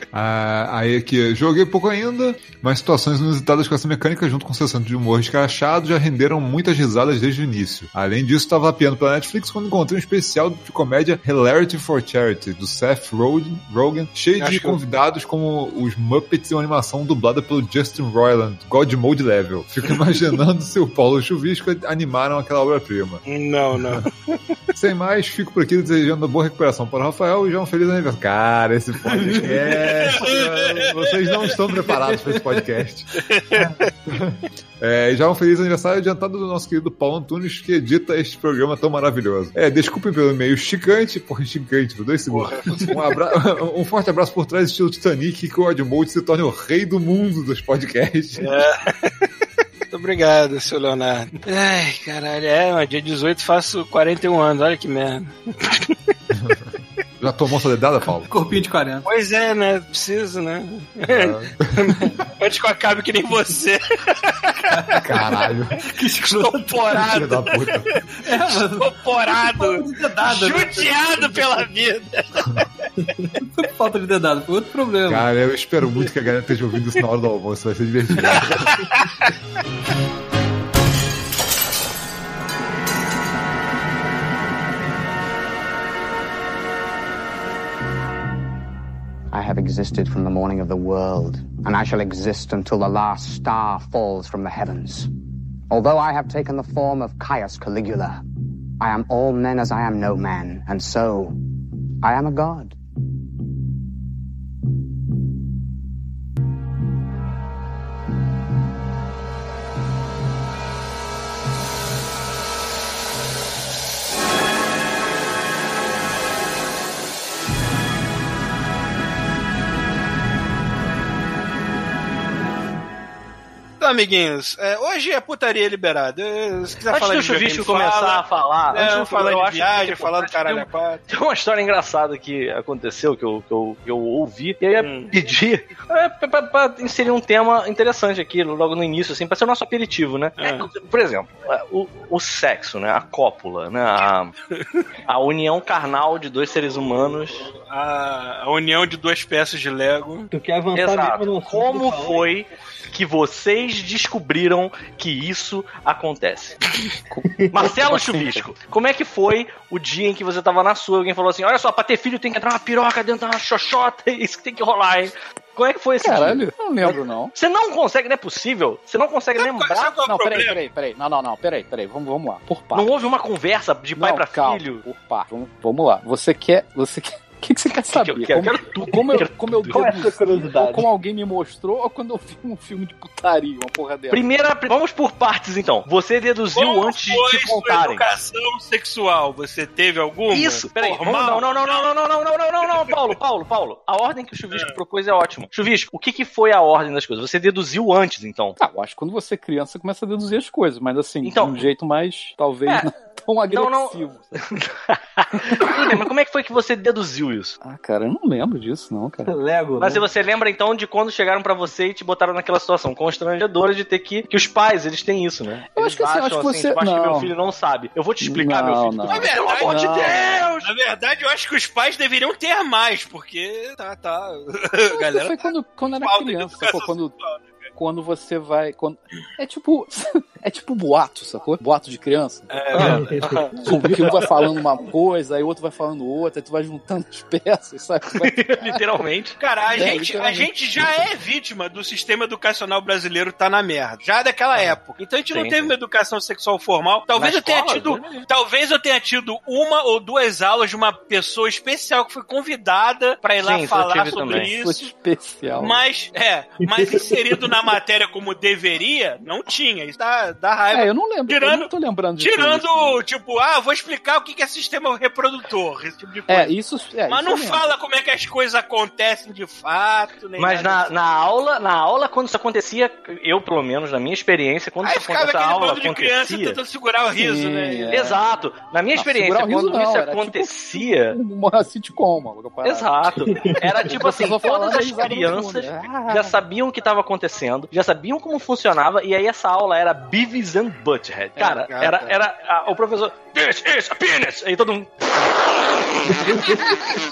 S1: Ah, aí que joguei pouco ainda, mas situações inusitadas com essa mecânica junto com sessão de humor escrachado já renderam muitas risadas desde o início. Além disso, estava apiando pela Netflix quando encontrei um especial de comédia Hilarity for Charity, do Seth Rogen, Rogen cheio
S3: Acho
S1: de
S3: que eu-
S1: convidados como os Muppets em uma animação dublada pelo Justin Roiland, God Mode Level. Fico imaginando se o Paulo e o Chuvisco animaram aquela obra-prima.
S3: Não, não.
S1: Sem mais, fico por aqui desejando boa recuperação para o Rafael e já um feliz aniversário. Cara, esse podcast... vocês não estão preparados para esse podcast. É, e já um feliz aniversário adiantado do nosso querido Paulo Antunes, que edita este programa tão maravilhoso. É, desculpem pelo e-mail esticante, porra, esticante, por dois segundos. Um, abra... um forte abraço por trás, estilo Titanic, que o Godmode se torne o rei do mundo dos podcasts.
S3: Muito obrigado, seu Leonardo. Ai, caralho, é, mas dia dezoito faço quarenta e um anos, olha que merda.
S1: Já tomou sua dedada, Paulo?
S7: Corpinho de quarenta.
S3: Pois é, né? Preciso, né? Antes que eu acabe que nem você,
S1: Caralho.
S7: Que escroto.
S1: Filho
S3: estoporado,
S1: da puta.
S7: É, mano.
S3: estoporado,
S7: Dedada, né?
S3: judiado pela vida.
S7: Falta de dedado, foi outro problema.
S1: Cara, eu espero muito que a galera esteja ouvindo isso na hora do almoço, vai ser divertido.
S8: I have existed from the morning of the world, and I shall exist until the last star falls from the heavens. Although I have taken the form of Caius Caligula, I am all men as I am no man, and so I am a god.
S3: Então, amiguinhos, é, hoje é putaria liberada. É, se quiser
S4: Antes
S3: falar
S4: do
S3: de
S4: Chuvisco
S3: videogame,
S4: começar
S3: fala.
S4: a falar,
S3: É,
S4: antes
S3: vamos
S4: do-
S3: falar
S4: eu
S3: de
S4: acho que
S3: viagem,
S4: é
S3: falar do
S4: importante,
S3: caralho
S4: tem
S3: a quatro.
S4: Tem uma história engraçada que aconteceu, que eu, que eu, que eu ouvi, e eu ia
S3: Hum.
S4: pedir é, pra, pra- pra inserir um tema interessante aqui, logo no início, assim, pra ser o nosso aperitivo, né?
S3: É.
S4: Por exemplo, o, o sexo, né? A cópula, né? A, a união carnal de dois seres humanos.
S3: A, a união de duas peças de Lego.
S6: Tu quer avançar
S4: Exato.
S6: mesmo no assunto
S4: Como
S6: do Paulo?
S4: foi que vocês descobriram que isso acontece? Marcelo Chuvisco, como é que foi o dia em que você tava na sua e alguém falou assim, olha só, pra ter filho tem que entrar uma piroca dentro de uma xoxota, isso que tem que rolar, hein? Como é que foi esse dia?
S5: Caralho, eu não lembro, não.
S4: Você não consegue, não é possível? Você não consegue lembrar?
S3: Sabe qual é o
S5: Não, peraí,
S3: problema?
S5: peraí, peraí. Não, não, não, peraí, peraí. Vamos, vamos lá. Por parte.
S4: Não houve uma conversa de pai
S5: Não,
S4: pra
S5: calma,
S4: filho?
S5: Por parte. Vamos, vamos lá. Você quer. Você quer. O que, que você quer saber?
S4: eu quero-
S5: como,
S4: quero tudo,
S5: como eu,
S4: quero
S5: como eu
S6: Qual é a sua
S5: deduzi,
S6: curiosidade?
S5: ou como alguém me mostrou, ou quando eu vi um filme de putaria, uma porra dela.
S4: Primeira, vamos por partes então. Você deduziu
S3: Como
S4: antes de
S3: foi
S4: te
S3: sua
S4: contarem.
S3: educação sexual? Você teve alguma?
S4: Isso, peraí, vamos,
S3: Formal?
S4: não, não, não, não, não, não, não, não, não, não, não, Paulo, Paulo, Paulo. A ordem que o Chuvisco propôs é ótima. Chuvisco, o que que foi a ordem das coisas? Você deduziu antes, então.
S5: Ah, eu acho que quando você é criança, você começa a deduzir as coisas, mas assim,
S4: Então-
S5: de um jeito mais, talvez,
S4: É.
S5: não tão agressivo.
S4: Tudo bem, mas como é que foi que você deduziu isso?
S5: Ah, cara, eu não lembro disso, não, cara.
S6: Lego,
S4: Mas
S6: né?
S4: você lembra então de quando chegaram pra você e te botaram naquela situação constrangedora de ter que. Que os pais, eles têm isso, né?
S5: Eu
S4: Eles
S5: acho que assim, eu
S4: acham
S5: acho que você-
S4: tipo, acho que meu
S5: não.
S4: filho não sabe. Eu vou te explicar, meu
S5: Não,
S4: filho.
S5: não.
S3: Na verdade,
S4: Pelo amor de
S5: não.
S4: Deus!
S3: Na verdade, eu acho que os pais deveriam ter mais, porque tá, tá.
S5: Acho que
S3: Galera,
S5: foi quando, quando era
S3: falta de
S5: criança,
S3: educação
S5: sacou? Quando,
S3: sexual, né?
S5: quando você vai. Quando... É tipo. É tipo boato, sacou? Boato de criança.
S3: É,
S5: Porque um vai falando uma coisa, aí o outro vai falando outra, aí tu vai juntando as peças, sabe? Vai-
S4: Literalmente.
S3: Cara, a,
S5: É,
S3: gente, a
S5: literalmente.
S3: gente já é vítima do sistema educacional brasileiro tá na merda. Já daquela época. Então a gente não
S4: Sim,
S3: teve
S4: sim.
S3: uma educação sexual formal. Talvez
S4: Na
S3: eu tenha
S4: escola,
S3: tido.
S4: né?
S3: Talvez eu tenha tido uma ou duas aulas de uma pessoa especial que foi convidada pra ir lá
S4: Sim, isso eu
S3: falar
S4: tive
S3: sobre
S4: também.
S5: Foi
S3: isso.
S5: especial.
S3: Mas, é, mas inserido na matéria como deveria, não tinha. Isso dá, dá raiva.
S5: É, eu não lembro.
S3: Tirando-
S5: eu não tô lembrando disso.
S3: Tirando, tipo, ah, vou explicar o que é sistema reprodutor, esse tipo de coisa.
S5: É, isso. É,
S3: Mas
S5: isso
S3: não
S5: eu lembro.
S3: fala como é que as coisas acontecem de fato, nem
S4: Mas
S3: nada.
S4: na, na aula, na aula, quando isso acontecia, eu, pelo menos, na minha experiência, quando
S3: Aí
S4: isso
S3: ficava
S4: acontecia,
S3: aquele
S4: aula
S3: bando de criança
S4: acontecia.
S3: tentando segurar o riso,
S5: Sim,
S3: né?
S5: é.
S4: Exato. Na minha
S5: Não,
S4: experiência,
S5: segurar o riso
S4: quando
S5: não,
S4: isso
S5: era tipo-
S4: acontecia.
S5: Uma sitcom, maluco. parada.
S4: Exato. Era tipo assim,
S5: Você só falando
S4: todas as
S5: a risada do
S4: crianças
S5: fundo, né? Ah.
S4: já sabiam o que estava acontecendo, já sabiam como funcionava, e aí essa aula era Beavis and Butthead. Cara,
S3: cara,
S4: era,
S3: cara.
S4: era a- o professor, this is a penis! Aí todo mundo...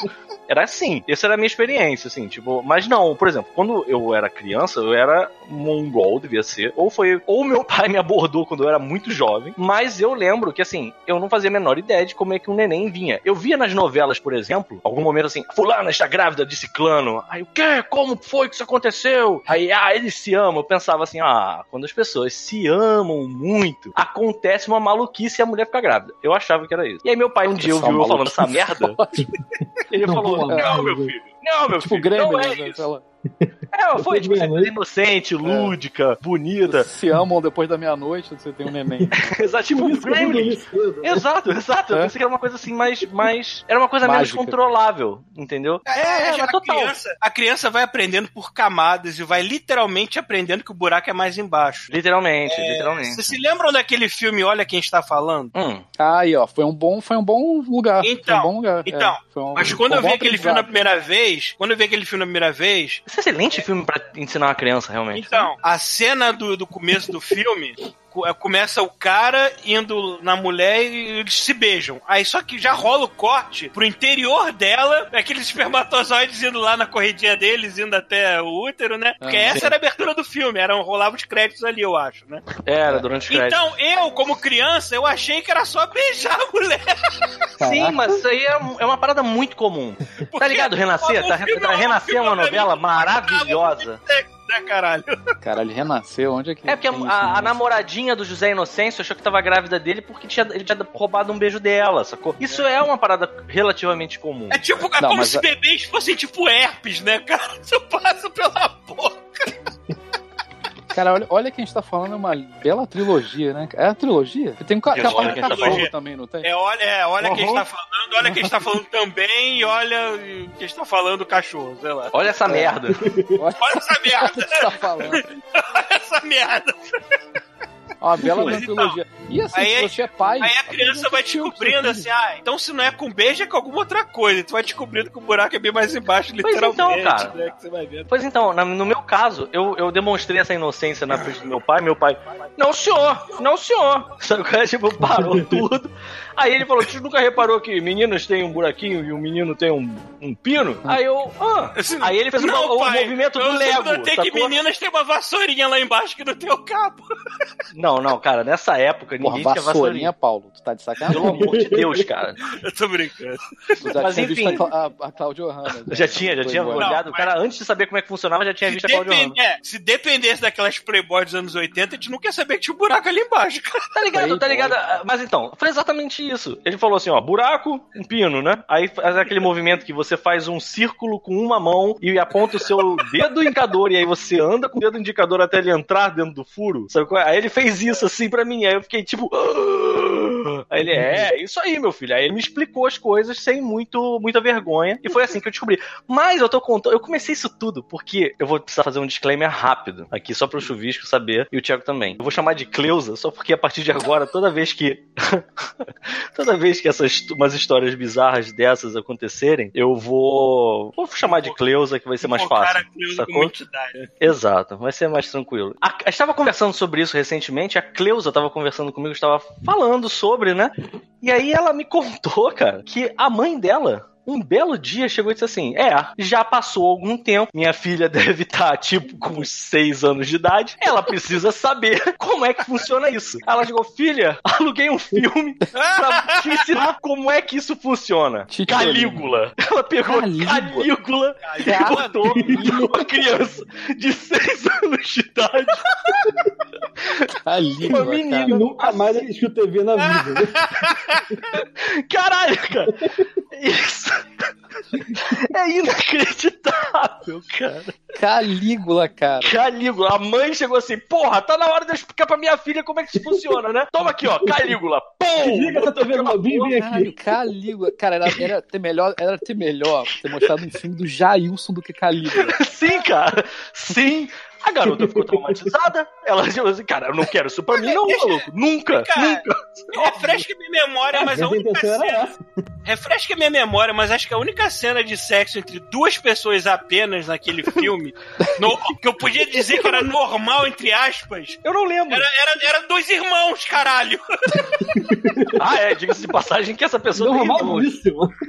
S4: Era assim. Essa era a minha experiência, assim, tipo... Mas não, por exemplo, quando eu era criança, eu era mongol, devia ser. Ou foi... Ou meu pai me abordou quando eu era muito jovem. Mas eu lembro que, assim, eu não fazia a menor ideia de como é que um neném vinha. Eu via nas novelas, por exemplo, algum momento assim, fulana está grávida de ciclano. Aí, o quê? Como foi que isso aconteceu? Aí, ah, eles se amam. Eu pensava assim, ah, quando as pessoas se amam muito, acontece uma maluquice e a mulher fica grávida. Eu achava que era isso. E aí meu pai um dia ouviu eu falando essa merda. Ele falou, não, meu filho. Não, meu
S5: Tipo
S4: filho,
S5: Grêmio,
S4: não é
S5: né?
S4: isso.
S5: Ela-
S4: É, foi tipo, assim, inocente, lúdica, bonita.
S5: Se amam depois da meia-noite, você tem um neném.
S4: Exato, tipo um Gremlin.
S6: né?
S4: Exato, exato. Eu
S5: É.
S4: pensei que era uma coisa assim, mais, mais... Era uma coisa menos
S5: Mágica.
S4: controlável, entendeu?
S3: É,
S4: mas
S3: a,
S4: total.
S3: criança, a criança vai aprendendo por camadas e vai literalmente aprendendo que o buraco é mais embaixo.
S4: Literalmente,
S3: É,
S4: literalmente.
S3: Vocês se lembram daquele filme Olha Quem Está Falando?
S4: Hum.
S5: Aí, ó, foi um bom, foi um bom lugar. foi
S3: Então,
S5: um bom lugar.
S3: então,
S5: é, foi um-
S3: Mas quando
S5: foi
S3: eu
S5: um
S3: vi
S5: bom
S3: aquele filme na
S5: aprendizado.
S3: primeira vez, quando eu vi aquele filme na primeira vez,
S4: Esse é um excelente filme pra ensinar uma criança, realmente.
S3: então, a cena do, do começo do filme co- é, começa o cara indo na mulher e eles se beijam. Aí só que já rola o corte pro interior dela, aqueles espermatozoides indo lá na corridinha deles, indo até o útero, né? Porque
S5: Ah,
S3: essa
S5: sim.
S3: era a abertura do filme, era, rolava os créditos ali, eu acho, né?
S4: Era, durante os créditos.
S3: Então, eu, como criança, eu achei que era só beijar a mulher.
S4: Sim, mas isso aí é, é uma parada muito comum. Tá ligado, Renascer?
S3: o
S4: Tá,
S3: filme-
S4: tá,
S3: o
S4: Renascer é uma
S3: filme,
S4: novela
S3: pra mim,
S4: maravilhosa.
S3: Né, caralho?
S5: Caralho, renasceu, onde é que
S4: É porque a,
S5: tem isso,
S4: a- a
S5: né?
S4: namoradinha do José Inocêncio achou que tava grávida dele porque tinha, ele tinha roubado um beijo dela, sacou? Isso é uma parada relativamente comum.
S3: É tipo, é
S5: Não,
S3: como
S5: mas
S3: se
S5: a-
S3: bebês fossem tipo herpes, né, cara? Isso passa pela boca.
S5: Cara, olha, olha que a gente tá falando, é uma bela trilogia, né? É a trilogia? Tem um ca-
S4: Eu
S5: capa
S4: olha
S5: de
S4: que a gente tá
S5: cachorro
S3: falando.
S5: também, não tem?
S3: É, olha, é, olha quem
S5: Uhum.
S3: está falando, olha quem está falando também e olha quem está falando cachorro, sei lá.
S4: Olha essa merda.
S5: Olha
S3: Olha essa
S5: o que
S3: merda.
S5: você tá falando.
S3: Olha essa merda.
S5: Uma bela
S3: Mas então,
S5: trilogia. E assim,
S3: aí-
S5: se você é pai...
S3: Aí a criança vai
S5: assiste o seu
S3: descobrindo
S5: filho.
S3: assim, ah, então se não é com beijo é com alguma outra coisa. Tu vai descobrindo que o buraco é bem mais embaixo,
S4: Pois
S3: literalmente,
S4: então, cara.
S3: né? Que você vai vendo.
S4: Pois então, na- no meu caso, eu, eu demonstrei essa inocência na frente do meu pai. Meu pai, não senhor, não senhor. Sabe qual é? Tipo, parou tudo. Aí ele falou, tu nunca reparou que meninas têm um buraquinho e o menino tem um, um pino? Aí eu, ah.
S3: Assim,
S4: Aí ele fez o,
S3: não,
S4: o
S3: pai,
S4: movimento do
S3: eu
S4: Lego,
S3: notei que
S4: sacou?
S3: meninas têm uma vassourinha lá embaixo que não tem o cabo.
S4: Não, não, cara, nessa época
S5: Porra,
S4: ninguém tinha
S5: vassourinha,
S4: vassourinha.
S5: Paulo. Tu tá de sacanagem.
S4: Pelo amor de Deus, cara.
S3: Eu tô brincando.
S5: Tu já
S4: Mas
S5: tinha
S4: enfim.
S5: visto a, Cla- a, a Cláudia Hanna.
S4: Já tinha, já tinha
S5: Playboy.
S4: olhado. O cara, antes de saber como é que funcionava, já tinha
S3: Se,
S4: visto a Claudio Hanna.
S3: depend- é, se dependesse daquelas Playboy dos anos oitenta, a gente não quer saber que tinha um buraco ali embaixo, cara.
S4: Tá ligado, tá ligado? Mas então, foi exatamente isso. Ele falou assim, ó, buraco, um pino, né? Aí faz aquele movimento que você faz um círculo com uma mão e aponta o seu dedo indicador e aí você anda com o dedo indicador até ele entrar dentro do furo, sabe qual é? Aí ele fez isso assim pra mim, aí eu fiquei tipo... "Ah". Aí ele, é, isso aí, meu filho. Aí ele me explicou as coisas sem muito, muita vergonha e foi assim que eu descobri. Mas eu tô contando, eu comecei isso tudo porque eu vou precisar fazer um disclaimer rápido aqui, só pro Chuvisco saber e o Thiago também. Eu vou chamar de Cleusa, só porque a partir de agora, toda vez que toda vez que essas umas histórias bizarras dessas acontecerem, eu vou vou chamar de Cleusa, que vai ser mais
S3: Invocar
S4: fácil.
S3: a Cleusa
S4: Sacou?
S3: como entidade.
S4: Exato, vai ser mais tranquilo. A, a estava conversando sobre isso recentemente, a Cleusa estava conversando comigo, estava falando sobre, né? E aí ela me contou, cara, que a mãe dela um belo dia chegou e disse assim, é, já passou algum tempo, minha filha deve estar, tipo, com uns seis anos de idade, ela precisa saber como é que funciona isso. Ela chegou, filha, aluguei um filme pra te ensinar como é que isso funciona.
S5: Titiolina.
S4: Calígula. Ela pegou
S5: Calígula.
S4: Calígula e botou uma criança de seis anos de idade.
S5: A língua,
S4: Uma menina.
S6: E nunca mais assistiu T V na vida. né?
S4: Caralho, cara. Isso é inacreditável, cara.
S5: Calígula, cara.
S4: Calígula. A mãe chegou assim, porra, tá na hora de eu explicar pra minha filha como é que isso funciona, né? Toma aqui, ó, Calígula. Pum!
S6: Liga essa T V Globinho e vem
S5: Caralho,
S6: aqui.
S5: Calígula. Cara, era, era, ter melhor, era ter melhor ter mostrado um filme do Jailson do que Calígula.
S4: Sim, cara. Sim. A garota ficou traumatizada. Ela falou assim, cara, eu não quero isso pra mim, não, maluco. Nunca,
S3: Cara,
S4: nunca.
S3: refresca minha memória, mas a
S6: A
S3: única
S6: intenção era
S3: cena...
S6: essa.
S3: Refresca minha memória, mas acho que a única cena de sexo entre duas pessoas apenas naquele filme, no- que eu podia dizer que era normal, entre aspas,
S4: Eu não lembro.
S3: era, era, era dois irmãos, caralho.
S4: Ah, é, diga-se de passagem que essa pessoa tem irmãos.
S6: Normalíssimo.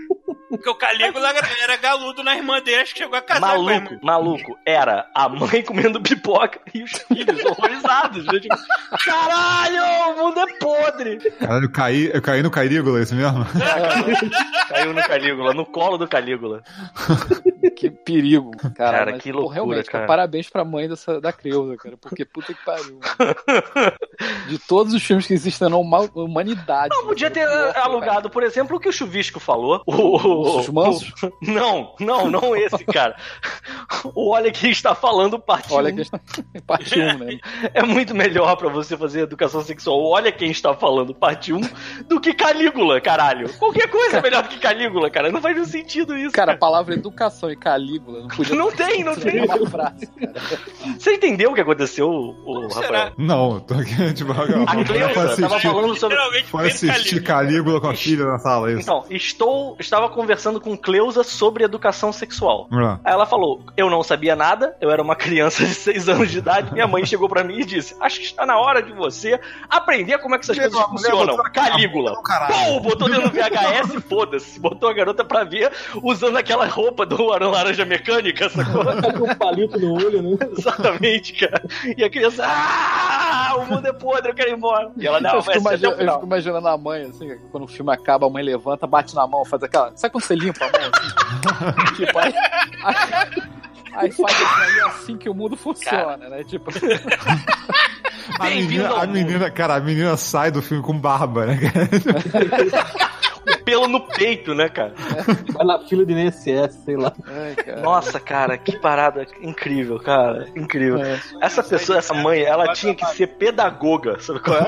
S3: Porque o Calígula era, era galudo na irmã dele, acho que chegou a casar com a irmã.
S4: Maluco, maluco. Era a mãe comendo pipoca e os filhos horrorizados. Eu digo, caralho, o mundo é podre.
S1: Caralho, eu caí, eu caí no Calígula, é isso mesmo?
S4: Caiu no Calígula, no colo do Calígula.
S5: Que perigo, cara.
S4: Cara,
S5: mas,
S4: que
S5: pô,
S4: loucura,
S5: realmente,
S4: cara.
S5: Parabéns pra mãe dessa, da Creuza, cara. Porque puta que pariu. Mano. De todos os filmes que existem na huma- humanidade.
S4: Não, podia ter
S5: cara, pior,
S4: alugado, por exemplo, o que o Chuvisco falou. O,
S5: Os Mansos?
S4: o- não, não, não esse, cara. O Olha Quem Está Falando, parte
S5: Olha
S4: um.
S5: que parte um, né?
S4: É muito melhor pra você fazer educação sexual. Olha Quem Está Falando, parte um, do que Calígula, caralho. Qualquer coisa é melhor do que Calígula, cara. Não faz nenhum sentido isso.
S5: Cara, a palavra educação e Calígula não podia
S4: Não tem, não tem.
S5: uma frase, cara.
S4: Você entendeu o que aconteceu, o Rafael?
S1: Não, eu tô aqui, tipo,
S4: A
S1: foi
S4: Cleusa tava
S1: assistir,
S4: falando sobre...
S3: Literalmente
S1: foi
S3: fez
S1: assistir Calígula com a filha na sala, isso.
S4: Então, estou, estava conversando com Cleusa sobre educação sexual.
S1: Ah.
S4: Aí ela falou, eu não sabia nada, eu era uma criança de seis anos de idade, minha mãe chegou pra mim e disse, acho que está na hora de você aprender como é que essas
S1: Mulher,
S4: coisas
S1: mulher
S4: funcionam.
S1: botou na
S4: Calígula.
S1: boca, caralho.
S4: Pô, botou dentro do V H S, foda-se. Botou a garota pra ver usando aquela roupa do Arão Laranja Mecânica, sacou?
S6: Tá com um palito no olho, né?
S4: Exatamente, cara. E a criança, ah, o mundo é podre, eu quero ir embora. E ela, não,
S5: eu,
S4: vai
S5: fico
S4: ser até
S5: imagi-
S4: o
S5: eu
S4: final.
S5: fico imaginando a mãe, assim, quando o filme acaba, a mãe levanta, bate na mão, faz aquela. Sabe quando você limpa a mão? Assim? Tipo, aí, aí, aí faz assim, aí é assim que o mundo funciona, né? Tipo.
S1: A
S4: Bem-vindo
S1: menina,
S4: ao
S1: a menina, cara, a menina sai do filme com barba, né, cara?
S4: Pelo no peito, né, cara?
S6: Vai na fila de I N S S, sei lá.
S5: Ai, cara.
S4: Nossa, cara, que parada incrível, cara. Incrível.
S5: É.
S4: Essa pessoa, essa mãe, ela tinha que ser pedagoga, sabe qual é?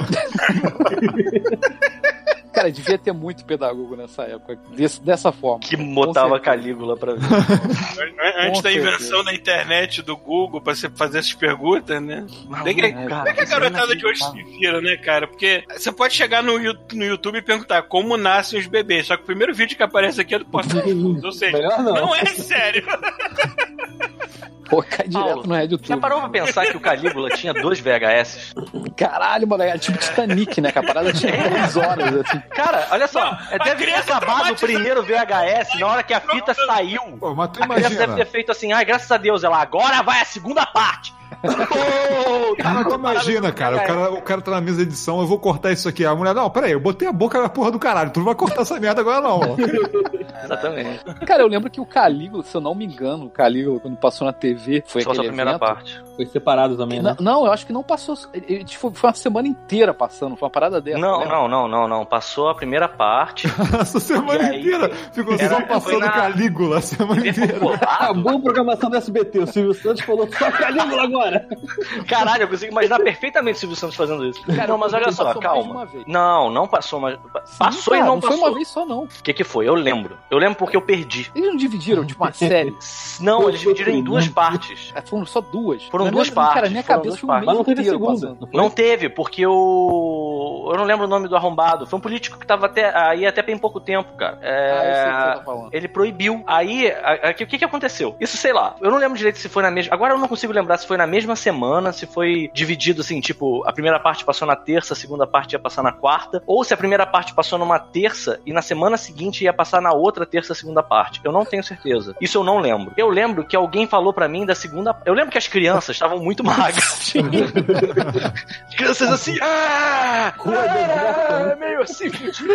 S5: Cara, devia ter muito pedagogo nessa época, desse, dessa forma.
S4: Que
S5: Com
S4: botava
S5: certeza.
S4: Calígula pra ver.
S3: Antes
S5: Com
S3: da
S5: certeza.
S3: invenção da internet, do Google, pra você fazer essas perguntas, né? Tem que-
S4: Maluco,
S3: Como é que a
S4: isso é
S3: garotada de hoje se vira, né, cara? Porque você pode chegar no, Yu- no YouTube e perguntar como nascem os bebês, só que o primeiro vídeo que aparece aqui é do Porta dos Fundos, ou seja,
S6: Melhor não.
S3: não é sério.
S5: Pô, cai direto
S4: Paulo,
S5: no Red
S4: já
S5: YouTube.
S4: parou pra pensar que o Calígula tinha dois V H S?
S5: Caralho, mano, é tipo Titanic, né? Que a parada tinha três horas, assim.
S4: Cara, olha só,
S3: Não,
S4: é,
S3: a
S4: deve ter
S3: criança
S4: acabado o
S3: traumatizada.
S4: primeiro V H S na hora que a fita saiu.
S1: Pô, mas tu
S4: A criança deve
S1: imagina.
S4: ter feito assim, ai, graças a Deus, ela agora vai a segunda parte. Pô,
S1: Cara, tu imagina, cara, o cara, o cara tá na mesa de edição, eu vou cortar isso aqui. A mulher, não, peraí, eu botei a boca na porra do caralho, tu não vai cortar essa merda agora não.
S4: Exatamente.
S5: Cara, eu lembro que o Calígula, se eu não me engano, o Calígula, quando passou na T V, foi
S4: Só a
S5: aquele
S4: primeira
S5: evento.
S4: parte.
S6: Foi separado também, né?
S5: Não, não, eu acho que não passou. ele- Tipo, foi uma semana inteira passando, foi uma parada dessa.
S4: Não,
S5: lembra?
S4: não, não, não, não. Passou a primeira parte.
S1: Essa semana
S4: E aí,
S1: inteira ficou
S4: era-
S1: só
S4: foi
S1: passando
S4: na-
S1: Calígula a semana inteira.
S6: Acabou a programação do S B T. O Silvio Santos falou só Calígula agora.
S4: Caralho, eu consigo imaginar perfeitamente o Silvio Santos fazendo isso. não, mas olha só,
S5: Passou mais de
S4: calma.
S5: uma vez.
S4: Não, não passou, mas. Passou
S5: Sim,
S4: e
S5: cara,
S4: não
S5: foi
S4: passou.
S5: uma vez só, não.
S4: O que que foi? Eu lembro. Eu lembro porque eu perdi.
S5: Eles não dividiram, tipo, uma série.
S4: Não, eles dividiram em duas partes.
S5: É, foram só duas.
S4: Foram
S5: Na
S4: duas
S5: minha-
S4: partes,
S5: Cara, na minha
S4: foram
S5: cabeça
S4: duas
S5: foi um
S4: partes.
S6: Mas
S5: mês
S6: não teve
S5: inteiro
S6: segunda.
S5: passando.
S6: Não foi?
S4: Não teve, porque o. Eu não lembro o nome do arrombado. Foi um político que tava até aí até bem pouco tempo, cara. É...
S5: Ah, eu sei o que você tá falando.
S4: Ele proibiu. Aí, a- a- o que, que aconteceu? Isso, sei lá. Eu não lembro direito se foi na mesma. Agora eu não consigo lembrar se foi na mesma semana, se foi dividido assim, tipo, a primeira parte passou na terça, a segunda parte ia passar na quarta, ou se a primeira parte passou numa terça e na semana seguinte ia passar na outra terça, segunda parte. Eu não tenho certeza. Isso eu não lembro. Eu lembro que alguém falou pra mim da segunda. Eu lembro que as crianças estavam muito magras. As crianças assim, ah, ah, meio assim, fudido.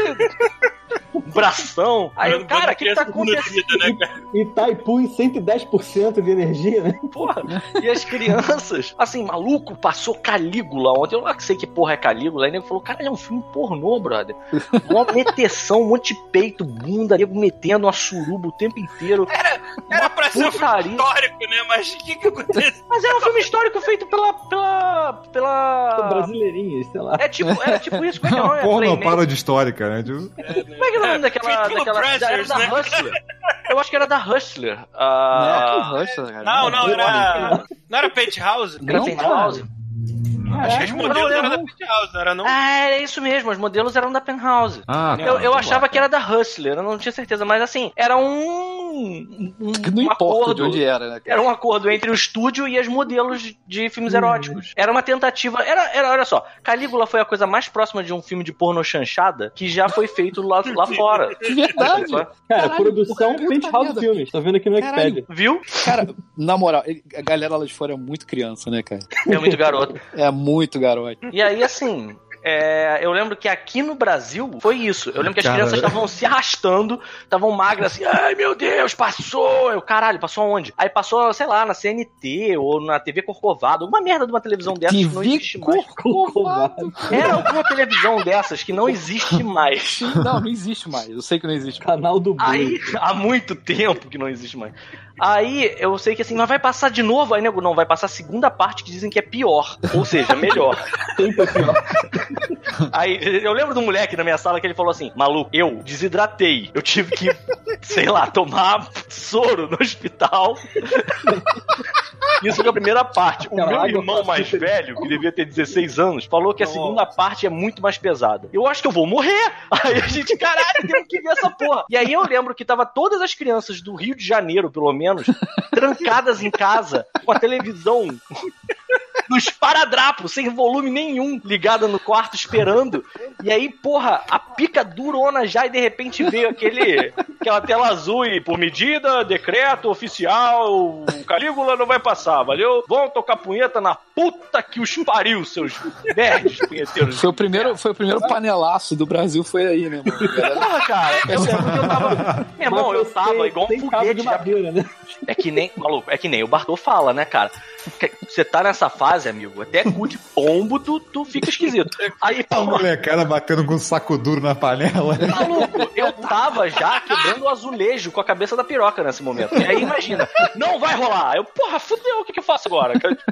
S4: Bração. Aí, eu, cara, o que, que tá acontecendo?
S3: Né, cara?
S6: Itaipu em cento e dez por cento de energia, né?
S4: Porra. E as crianças, assim, maluco, passou Calígula ontem. Eu não sei que porra é Calígula. Aí o nego falou, cara, é um filme pornô, brother. Uma meteção, um monte de peito, bunda, nego metendo uma suruba o tempo inteiro.
S3: Era, era pra ser um filme
S4: putaria.
S3: histórico, né? Mas o que que acontece?
S4: Mas era um filme histórico feito pela. pela. pela.
S6: Brasileirinhas, sei lá.
S4: É tipo, é tipo isso, como é que é o nome?
S1: Porra, não,
S4: Playmates.
S1: para de histórica, né? Tipo,
S4: Como é que é o nome daquela.
S3: Feito pelo
S4: daquela
S3: Brazzers,
S4: da, era da
S3: né?
S4: Hustler. Eu acho que era da Hustler.
S5: Não,
S4: Ah,
S5: que rocha, cara.
S3: Não, não, era. Não era Penthouse?
S4: era
S5: Não,
S4: Penthouse.
S3: Acho que as
S4: eu
S3: modelos
S4: não
S3: eram da
S4: lembro.
S3: Penthouse, não era não?
S4: Ah, é isso mesmo, os modelos eram da Penthouse.
S1: ah,
S4: Eu,
S1: tá,
S4: eu
S1: tá
S4: achava
S1: bom,
S4: que era da Hustler, eu não tinha certeza, mas assim, era um um, um,
S5: Não
S4: um
S5: importa
S4: acordo.
S5: de onde era, né, cara?
S4: Era um acordo entre o estúdio e as modelos de filmes eróticos. Era uma tentativa. Era, era, olha só, Calígula foi a coisa mais próxima de um filme de porno chanchada que já foi feito lá, lá fora.
S5: De verdade.
S6: Cara,
S5: Caralho,
S6: produção
S5: puta
S6: Penthouse
S5: merda.
S6: Filmes. Tá vendo aqui no
S5: Caralho.
S6: Wikipedia.
S4: Viu?
S5: Cara, na moral, a galera lá de fora é muito criança, né, cara?
S4: É muito garoto.
S5: É muito garoto.
S4: E aí, assim. É, eu lembro que aqui no Brasil foi isso. Eu lembro que as
S1: Cara,
S4: crianças estavam se arrastando, estavam magras assim, ai meu Deus, passou! Eu, caralho, passou aonde? Aí passou, sei lá, na C N T ou na T V Corcovado, alguma merda de uma televisão dessas que não existe mais.
S5: Corcovado.
S4: Era alguma televisão dessas que não existe mais.
S5: Não, não existe mais. Eu sei que não existe mais.
S6: Canal do Boi.
S4: Aí, há muito tempo que não existe mais. Aí, eu sei que assim, mas vai passar de novo? Aí, nego, não, vai passar a segunda parte que dizem que é pior. Ou seja, melhor.
S6: Sempre é pior.
S4: Aí, eu lembro do moleque na minha sala que ele falou assim, maluco, eu desidratei. Eu tive que, sei lá, tomar soro no hospital. Isso foi a primeira parte. O
S6: Aquela
S4: meu
S6: água
S4: irmão
S6: faz
S4: mais
S6: diferença.
S4: velho, que devia ter dezesseis anos, falou que a segunda parte é muito mais pesada. Eu acho que eu vou morrer. Aí a gente, caralho, temos que ver essa porra. E aí eu lembro que tava todas as crianças do Rio de Janeiro, pelo menos, trancadas em casa, com a televisão no esparadrapo, sem volume nenhum, ligada no quarto, esperando. E aí, porra, a pica durona já, e de repente veio aquele, aquela tela azul e, por medida, decreto oficial, Calígula não vai passar, valeu? Vão tocar punheta na puta que os pariu, seus nerds punheteiros.
S5: Foi o primeiro, foi o primeiro panelaço do Brasil, foi aí, né, mano?
S4: Porra, cara, eu lembro que eu tava... Meu irmão, eu tava igual um
S6: Tem cabo
S4: foguete
S6: de
S4: já.
S6: madeira, né?
S4: É que nem, maluco, é que nem o Bartô fala, né, cara? Você tá nessa fase, amigo, até cu de pombo, tu, tu fica esquisito. Aí,
S1: A
S4: pô,
S1: molecada batendo com um saco duro na panela.
S4: maluco, eu tava já quebrando o azulejo com a cabeça da piroca nesse momento. E aí, imagina, não vai rolar. Eu, porra, fudeu, o que que eu faço agora?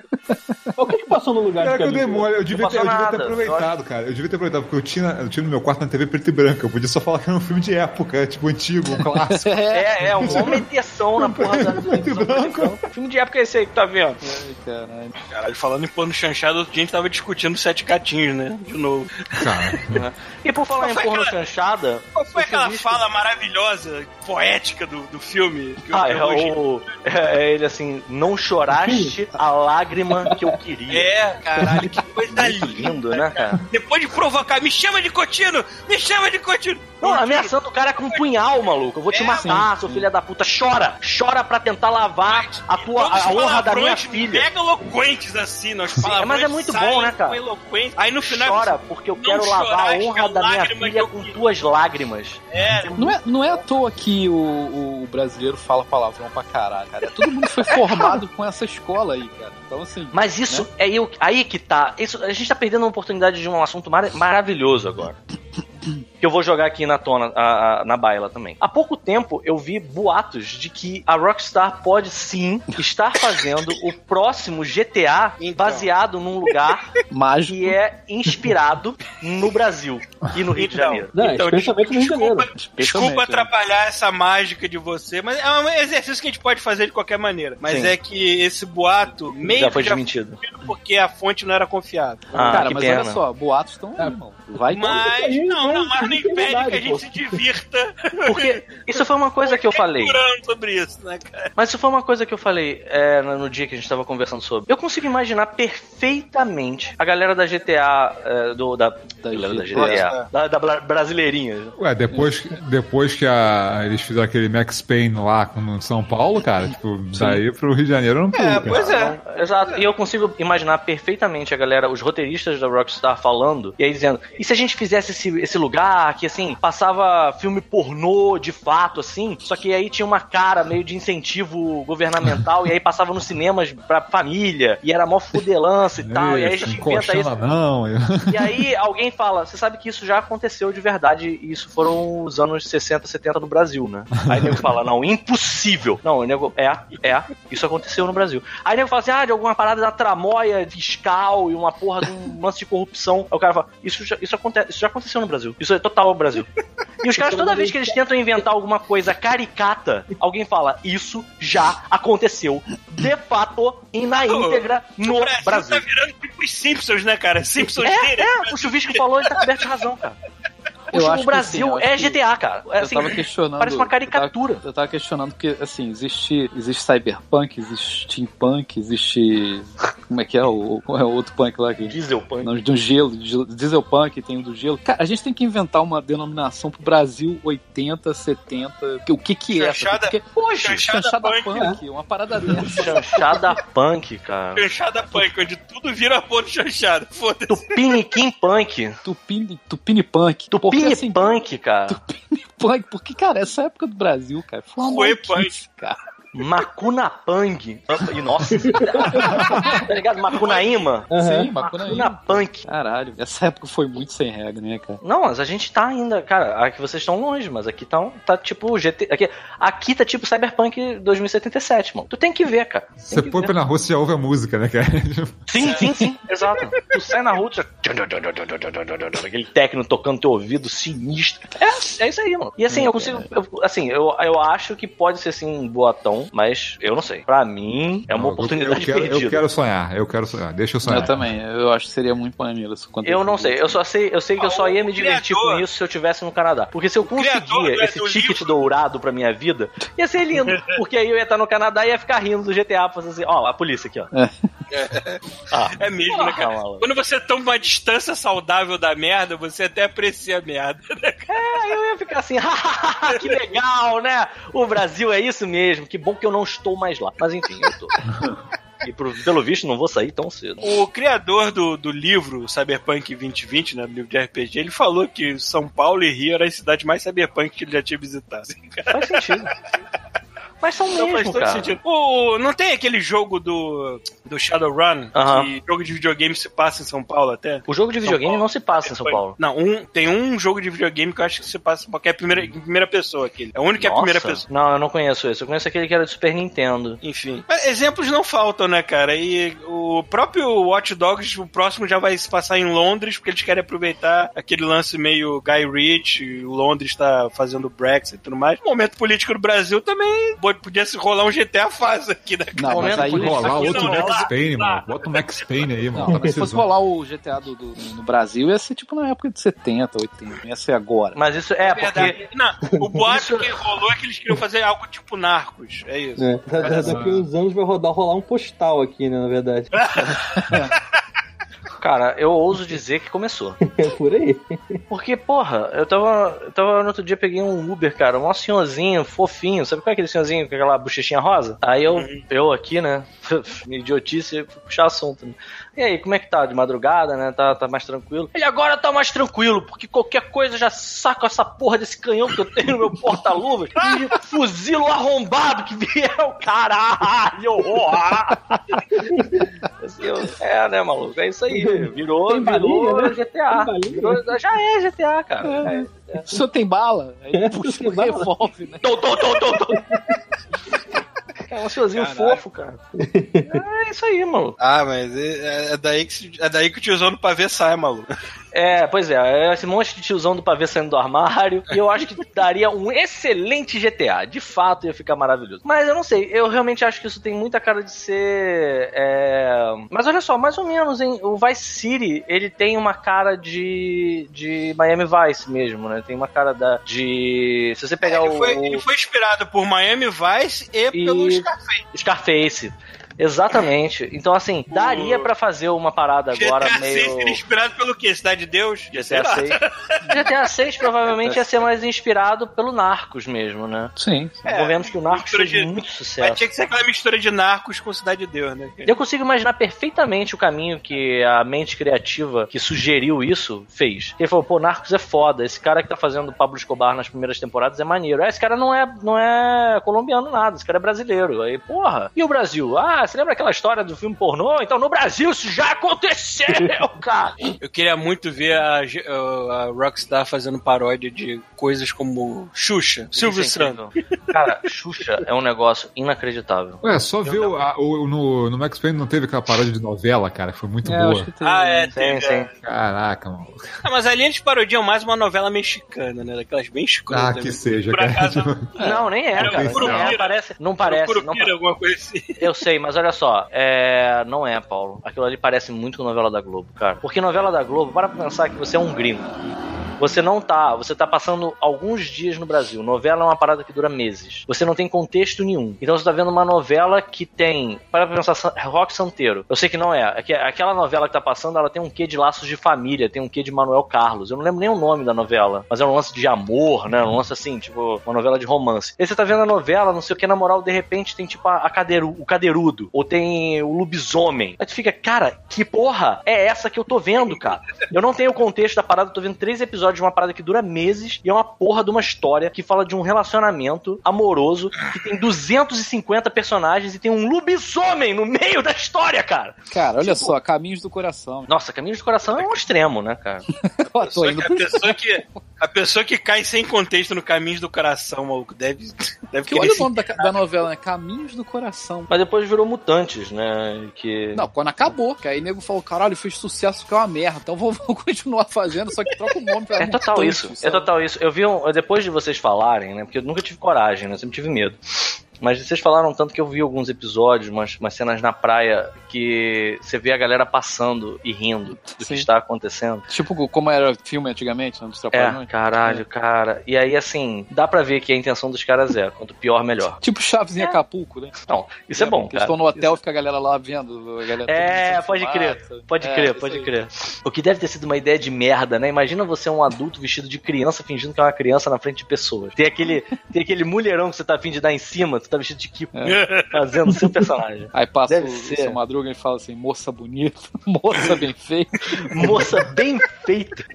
S6: O que que passou no lugar
S1: Cara,
S6: de
S1: que eu
S6: Calígula?
S1: demônio, eu devia,
S4: Não
S1: ter, eu
S4: passou
S1: devia ter
S4: nada,
S1: aproveitado, cara. Eu devia ter aproveitado, porque eu tinha, eu tinha no meu quarto na T V preto e branco. Eu podia só falar que era um filme de época, tipo antigo, um clássico.
S4: É, é, uma meteção na porra da
S1: Preto e branco.
S4: filme de época é esse aí que tá vendo.
S5: Ai, caralho.
S3: Caralho, falando em porno chanchado, outro dia a gente tava discutindo Sete Gatinhos, né? De novo.
S1: Cara,
S4: E por falar em
S3: Qual foi
S4: porno
S3: aquela-
S4: chanchada...
S3: Qual foi
S4: eu tinha
S3: aquela
S4: visto-
S3: fala maravilhosa, poética do, do filme? Que eu-
S4: Ah,
S3: que
S4: é,
S3: eu hoje-
S4: o, é, é ele assim, não choraste a lágrima que eu queria.
S3: É, caralho, que coisa
S4: Muito lindo, né, cara?
S3: Depois de provocar, me chama de Cotino! Me chama de Cotino!
S4: Não, ameaçando o cara com um punhal, maluco. Eu vou te
S3: É,
S4: matar, seu filho da puta. Chora! Chora pra tentar lavar a tua
S3: Todos
S4: a honra da minha
S3: palavrões
S4: filha.
S3: mega eloquentes assim, nós palavrões
S4: mas é muito bom,
S3: saem
S4: né, cara?
S3: com eloquência. Aí no final
S4: Chora, porque eu
S3: não
S4: quero lavar a
S3: choraste
S4: honra
S3: a
S4: da minha
S3: lágrima que
S4: filha
S3: eu
S4: com
S3: queria.
S4: tuas lágrimas.
S3: É,
S5: Não é, não é à toa que o, o brasileiro fala palavrão pra caralho, cara. Todo mundo foi formado com essa escola aí, cara. Então, assim...
S4: Mas isso é aí, aí que tá. Isso, a gente tá perdendo uma oportunidade de um assunto mar- maravilhoso agora. Que eu vou jogar aqui na tona, a- a- na baila também. Há pouco tempo eu vi boatos de que a Rockstar pode sim estar fazendo o próximo G T A
S3: Então.
S4: baseado num lugar
S5: Mágico.
S4: que é inspirado no Brasil e no Rio de
S3: Então.
S4: Janeiro.
S6: Não,
S3: Então,
S6: especialmente no Rio de
S3: desculpa,
S6: Janeiro.
S3: desculpa
S5: Especialmente,
S3: atrapalhar essa mágica de você, mas é um exercício que a gente pode fazer de qualquer maneira. Mas
S4: Sim.
S3: é que esse boato meio
S4: Já foi
S3: que
S4: desmentido.
S3: porque a fonte não era confiável.
S4: Ah,
S5: cara,
S4: que
S5: mas
S4: pena.
S5: olha só, boatos estão aí, irmão. Vai
S3: Mas
S6: aí,
S3: não,
S6: né?
S3: não, mas não
S6: Isso é
S3: impede
S6: verdade,
S3: que a gente
S6: pô.
S3: se divirta
S4: Porque isso foi uma coisa que eu falei.
S3: curando sobre isso, né, cara?
S4: Mas isso foi uma coisa que eu falei é, no no dia que a gente tava conversando sobre. Eu consigo imaginar perfeitamente a galera da G T A, é, do, da, galera da G T A, da, da bra- brasileirinha.
S1: ué, depois, depois que a, eles fizeram aquele Max Payne lá no São Paulo, cara, tipo, daí pro Rio de Janeiro não pulo,
S3: É,
S1: cara.
S3: pois é.
S4: Exato. E eu consigo imaginar perfeitamente a galera, os roteiristas da Rockstar falando, e aí dizendo, e se a gente fizesse esse, esse lugar que, assim, passava filme pornô de fato, assim, só que aí tinha uma cara meio de incentivo governamental, e aí passava nos cinemas pra família, e era mó fudelança e tal, e aí a gente inventa isso.
S1: Não,
S4: E aí alguém fala, você sabe que isso já aconteceu de verdade, e isso foram os anos sessenta, setenta no Brasil, né? Aí o nego fala, não, impossível. Não, o nego, é, é, isso aconteceu no Brasil. Aí o nego fala assim, ah, de alguma parada da tramóia fiscal e uma porra de um lance de corrupção. Aí o cara fala, isso já, isso, acontece, isso já aconteceu no Brasil. Isso é total o Brasil. E os caras, toda vez que eles tentam inventar alguma coisa caricata, alguém fala, isso já aconteceu de fato e na íntegra no
S3: O Brasil,
S4: Brasil.
S3: tá virando tipo os Simpsons, né, cara? Simpsons
S4: É,
S3: dele.
S4: é, o Chuvisco falou, ele tá coberto de razão, cara.
S5: Eu
S4: Poxa,
S5: acho
S4: o Brasil
S5: que sim, eu
S4: é
S5: acho
S4: G T A, cara. É,
S5: Eu
S4: assim,
S5: tava questionando.
S4: parece uma caricatura.
S5: Eu tava, eu tava questionando porque, assim, existe, existe cyberpunk, existe steampunk, existe. Como é que é o, qual é o outro punk lá? Que,
S4: Dieselpunk.
S5: não, do gelo, dieselpunk, tem o do gelo. Cara, a gente tem que inventar uma denominação pro Brasil oitenta, setenta. O que que é?
S3: Chanchada-
S5: Porque, poxa,
S3: chanchada
S5: chanchada
S3: punk,
S5: punk, uma parada dessa.
S4: Chanchada punk, cara.
S3: Chanchada punk, onde tudo vira porno chanchada. Foda-se.
S4: Tupiniquim punk.
S5: Tupini, tupini punk. Porque,
S4: Tupini
S5: assim,
S4: punk, cara.
S5: Tupini punk. Porque, cara, essa época do Brasil, cara, foi uma
S3: Foi
S5: maluquice, cara.
S4: Macunapang. E nossa. Tá ligado? Macunaíma?
S5: Sim, Macunaíma.
S4: Macunapunk.
S5: Caralho, essa época foi muito sem regra, né, cara?
S4: Não, mas a gente tá ainda, cara, aqui vocês estão longe, mas aqui tá, tá tipo G T... Aqui, aqui tá tipo Cyberpunk dois mil e setenta e sete, mano. Tu tem que ver, cara. Tem
S1: Você
S4: que
S1: põe
S4: ver.
S1: pela rua, você ouve a música, né, cara?
S4: Sim, sim, sim, exato. Tu sai na rua, tu já... aquele técnico tocando teu ouvido sinistro. É, é isso aí, mano. E assim, eu consigo... Eu, assim, eu, eu acho que pode ser, assim, um boatão, mas eu não sei. Pra mim, é uma
S1: Eu-
S4: oportunidade
S1: eu, quero,
S4: perdida.
S1: eu quero sonhar, eu quero sonhar. Deixa eu sonhar.
S5: Eu também, eu acho que seria muito maneiro isso acontecer.
S4: Eu não sei, eu só sei, eu sei que eu só ia me
S3: O
S4: divertir
S3: criador-
S4: com isso se eu tivesse no Canadá. Porque se eu
S3: criador
S4: conseguia
S3: do-
S4: esse
S3: do
S4: ticket
S3: livro-
S4: dourado pra minha vida, ia ser lindo. Porque aí eu ia estar no Canadá e ia ficar rindo do G T A, fazendo assim, ó, a polícia aqui, ó. Ah,
S3: É mesmo, né, cara?
S4: maluco.
S3: Quando você toma uma distância saudável da merda, você até aprecia a merda, né, cara?
S4: É, eu ia ficar assim, hahaha, que legal, né? O Brasil é isso mesmo, que bom que eu não estou mais lá. Mas enfim, eu tô. E pro- pelo visto não vou sair tão cedo.
S3: O criador do, do livro Cyberpunk vinte vinte, né, do livro de R P G, ele falou que São Paulo e Rio eram as cidades mais cyberpunk que ele já tinha visitado. Assim, cara.
S4: Faz sentido. Mas são
S3: Então faz
S4: mesmo,
S3: todo
S4: cara.
S3: sentido. O, não tem aquele jogo do, do Shadowrun,
S4: Aham.
S3: que jogo de videogame se passa em São Paulo até?
S4: O jogo de
S3: São
S4: videogame
S3: Paulo.
S4: não se passa em São Paulo.
S3: Não, um, tem um jogo de videogame que eu acho que se passa porque é a primeira, em primeira pessoa aquele. É o único que é a primeira
S4: Nossa.
S3: pessoa.
S4: Não, eu não conheço esse. Eu conheço aquele que era de Super Nintendo.
S3: Enfim. Mas exemplos não faltam, né, cara? E o próprio Watch Dogs, o próximo já vai se passar em Londres, porque eles querem aproveitar aquele lance meio Guy Ritchie, o Londres tá fazendo Brexit e tudo mais. No momento político do Brasil também podia se rolar um G T A fase aqui, né?
S5: Não, mas
S4: Momento
S5: aí
S4: político.
S1: Rolar
S3: Aqui
S1: outro
S3: não,
S1: Max
S3: lá-
S1: Payne, mano. Bota o Max Payne aí, mano.
S5: Não,
S1: Tá
S5: mas se fosse
S1: precisando.
S5: rolar o G T A do, do- no Brasil, ia ser tipo na época de setenta, oitenta. Não ia ser agora.
S4: Mas isso é,
S3: É
S4: porque...
S3: verdade. Não, o boato
S4: Isso-
S3: que rolou é que eles queriam fazer algo tipo Narcos. É isso.
S6: É, da- da- daqui a uns anos vai rodar, rolar um postal aqui, né, na verdade.
S4: Cara, eu ouso dizer que começou.
S6: É por aí.
S4: Porque, porra, eu tava, eu tava no outro dia, peguei um Uber, cara, um senhorzinho fofinho, sabe qual é aquele senhorzinho com aquela bochechinha rosa? Aí eu, eu aqui, né, minha idiotice, fui puxar assunto, né? E aí, como é que tá? De madrugada, né? Tá, tá mais tranquilo? Ele agora tá mais tranquilo, porque qualquer coisa eu já saco essa porra desse canhão que eu tenho no meu porta-luvas e fuzilo arrombado que vier o caralho! Assim, eu, é, né, maluco? É isso aí. Virou,
S6: Tem balinha,
S4: virou
S6: né?
S4: G T A.
S6: Tem balinha.
S4: Virou- já é G T A, cara. É.
S5: O senhor tem bala? Aí puxa
S6: Tem
S5: o
S6: bala?
S5: revólver, né?
S4: Tô, tô, tô, tô, tô. É um senhorzinho
S3: Caralho.
S4: fofo, cara. É isso aí, maluco.
S3: Ah, mas é, é daí que, se- é daí que o tiozão do pavê sai, maluco.
S4: É, pois é, é esse monte de tiozão do pavê saindo do armário. E eu acho que daria um excelente G T A. De fato, ia ficar maravilhoso. Mas eu não sei, eu realmente acho que isso tem muita cara de ser. É... Mas olha só, mais ou menos, hein? O Vice City, ele tem uma cara de. de Miami Vice mesmo, né? Tem uma cara da. de. Se você pegar
S3: Ele
S4: o.
S3: foi, ele foi inspirado por Miami Vice e,
S4: E-
S3: pelo Scarface.
S4: Scarface. Exatamente. Então, assim, daria pra fazer uma parada agora
S3: G T A
S4: meio.
S3: seis seria inspirado pelo quê? Cidade de Deus?
S4: G T A seis. G T A seis provavelmente ia ser mais inspirado pelo Narcos mesmo, né?
S5: Sim.
S3: É,
S4: Convenhamos que o Narcos
S3: mistura
S4: fez
S3: de-
S4: muito
S3: Mas
S4: sucesso.
S3: tinha que ser aquela mistura de Narcos com Cidade de Deus, né?
S4: Eu consigo imaginar perfeitamente o caminho que a mente criativa que sugeriu isso fez. Ele falou, pô, Narcos é foda. Esse cara que tá fazendo o Pablo Escobar nas primeiras temporadas é maneiro. Ah, esse cara não é, não é colombiano nada, esse cara é brasileiro. Aí, porra. E o Brasil? Ah, você lembra aquela história do filme pornô? Então no Brasil isso já aconteceu, cara.
S3: Eu queria muito ver a, G- a Rockstar fazendo paródia de coisas como Xuxa, Silvio
S4: Isso é
S3: Santos.
S4: incrível. Cara, Xuxa é um negócio inacreditável.
S1: Ué, só ver o, a- o- no, no Max Payne não teve aquela paródia de novela, cara, que foi muito
S5: É,
S1: boa.
S5: acho que tem.
S3: Ah, é,
S4: Sim,
S3: teve.
S4: sim.
S1: Caraca, mano.
S3: Ah, mas ali eles parodiam mais uma novela mexicana, né? Daquelas bem escrotas.
S1: Ah, que
S3: né?
S1: seja,
S3: Por
S1: cara.
S3: acaso,
S4: Não, nem é,
S3: Era
S4: cara.
S3: um Curupira.
S4: Nem é, parece, não parece. Não
S3: Curupira,
S4: pa-
S3: alguma coisa assim.
S4: Eu sei, mas olha só, é... não é, Paulo. Aquilo ali parece muito com novela da Globo, cara. Porque novela da Globo, para pra pensar que você é um gringo. Você não tá, você tá passando alguns dias no Brasil. Novela é uma parada que dura meses. Você não tem contexto nenhum. Então você tá vendo uma novela que tem, para pra pensar, Rock Santeiro. Eu sei que não é. Aquela novela que tá passando, ela tem um quê de Laços de Família, tem um quê de Manuel Carlos. Eu não lembro nem o nome da novela, mas é um lance de amor, né? Um lance assim, tipo, uma novela de romance. E você tá vendo a novela, não sei o que, na moral, de repente tem tipo a, a cadeiru, o cadeirudo, ou tem o lobisomem. Aí tu fica, cara, que porra é essa que eu tô vendo, cara? Eu não tenho o contexto da parada, eu tô vendo três episódios de uma parada que dura meses e é uma porra de uma história que fala de um relacionamento amoroso que tem duzentos e cinquenta personagens e tem um lobisomem no meio da história, cara.
S5: Cara, olha
S4: Tipo,
S5: só, Caminhos do Coração.
S4: Nossa, Caminhos do Coração é um extremo, né, cara?
S5: Eu tô indo
S3: A
S5: pro...
S3: pessoa que, a pessoa que cai sem contexto no Caminhos do Coração, maluco, deve, deve
S5: Porque
S3: querer
S5: olha o
S3: se
S5: nome da, da novela, né? Caminhos do Coração.
S4: Mas depois virou Mutantes, né? Que...
S5: Não, quando acabou, que aí o nego falou, caralho, fez sucesso que é uma merda, então vou, vou continuar fazendo, só que troca o nome pra
S4: É total
S5: Mutante,
S4: isso,
S5: sabe?
S4: é total isso. Eu vi um, depois de vocês falarem, né? Porque eu nunca tive coragem, né? Eu sempre tive medo. Mas vocês falaram tanto que eu vi alguns episódios, umas, umas cenas na praia que você vê a galera passando e rindo do
S5: Sim.
S4: que está acontecendo.
S5: Tipo como era filme antigamente, né, dos
S4: É,
S5: Trapalhões.
S4: caralho, cara. E aí, assim, dá pra ver que a intenção dos caras é, quanto pior, melhor.
S5: Tipo Chaves em Acapulco, né?
S4: Não, isso é bom,
S5: Eles
S4: cara.
S5: estão no hotel, fica a galera lá vendo. A galera
S4: É,
S5: toda
S4: pode crer,
S5: fumaça.
S4: pode
S5: É,
S4: crer,
S5: isso
S4: pode
S5: aí.
S4: crer. O que deve ter sido uma ideia de merda, né? Imagina você um adulto vestido de criança, fingindo que é uma criança na frente de pessoas. Tem aquele, tem aquele mulherão que você tá afim de dar em cima, tu tá vestido de Kiko, fazendo o seu personagem.
S5: Aí passa
S4: Deve
S5: o
S4: ser.
S5: seu Madruga e fala assim, moça bonita, moça bem feita.
S4: Moça bem feita.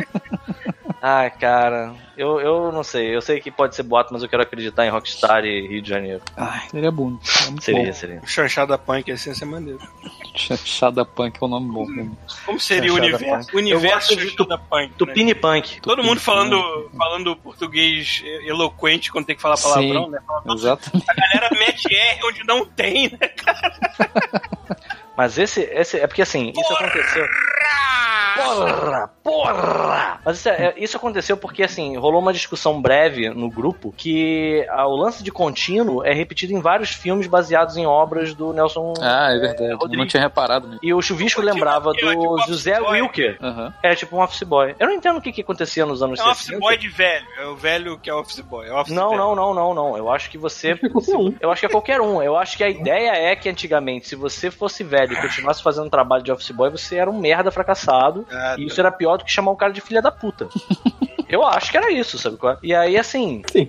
S4: Ah, cara, eu, eu não sei. Eu sei que pode ser boato, mas eu quero acreditar em Rockstar e Rio de Janeiro.
S5: Ai, seria bom. É muito
S4: Seria,
S5: bom.
S4: seria.
S3: chanchada punk, assim, ia ser maneiro.
S5: Chada Punk é um nome bom. Né?
S3: Como seria o
S4: Chanchada
S3: universo,
S4: punk.
S3: o universo
S4: Eu gosto de
S3: chanchada punk? Né?
S4: Tupini Punk.
S3: Todo mundo falando, falando português eloquente quando tem que falar palavrão,
S5: Sim,
S3: né? Fala,
S5: exatamente.
S3: a galera mete R onde não tem, né?
S4: Mas esse, esse é porque assim, isso aconteceu. Porra! Porra! Mas isso, é- isso aconteceu porque, assim, rolou uma discussão breve no grupo que ah, o lance de contínuo é repetido em vários filmes baseados em obras do Nelson.
S5: Ah, é verdade. Eu
S4: Rodrigues.
S5: não tinha reparado mesmo.
S4: E o Chuvisco lembrava
S3: Tipo, tipo
S4: do
S3: office
S4: José
S3: boy.
S4: Wilker.
S5: Aham.
S4: Era tipo um office boy. Eu não entendo o que, que acontecia nos anos
S3: É um office
S4: sessenta.
S3: boy de velho. É o velho que é office boy. É o office
S4: Não,
S3: velho.
S4: não, não, não, não. Eu acho que você.
S6: Acho que é qualquer um.
S4: Eu acho que é qualquer um. Eu acho que a ideia é que antigamente, se você fosse velho e continuasse fazendo um trabalho de office boy, você era um merda fracassado.
S3: Ah,
S4: E
S3: tá.
S4: isso era pior do que chamar um cara de filha da puta. Eu acho que era isso, sabe qual é? E aí, assim.
S6: Sim.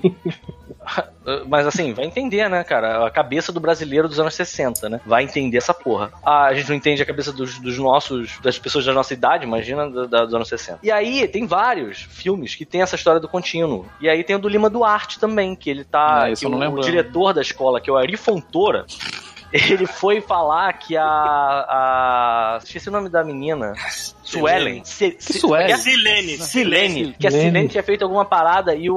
S4: Mas assim, vai entender, né, cara? A cabeça do brasileiro dos anos sessenta, né? Vai entender essa porra. Ah, a gente não entende a cabeça dos, dos nossos, das pessoas da nossa idade, imagina, da, da- dos anos sessenta. E aí, tem vários filmes que tem essa história do contínuo. E aí tem o do Lima Duarte também, que ele tá.
S5: Ah, esse
S4: que
S5: eu não
S4: o,
S5: lembro.
S4: o diretor da escola, que é o Ari Fontoura. Ele foi falar que a. a esqueci o nome da menina. Suelen. Se- se-
S5: Suelen?
S3: É a Silene.
S4: Silene, que a
S6: Silene.
S4: Silene tinha feito alguma parada e o,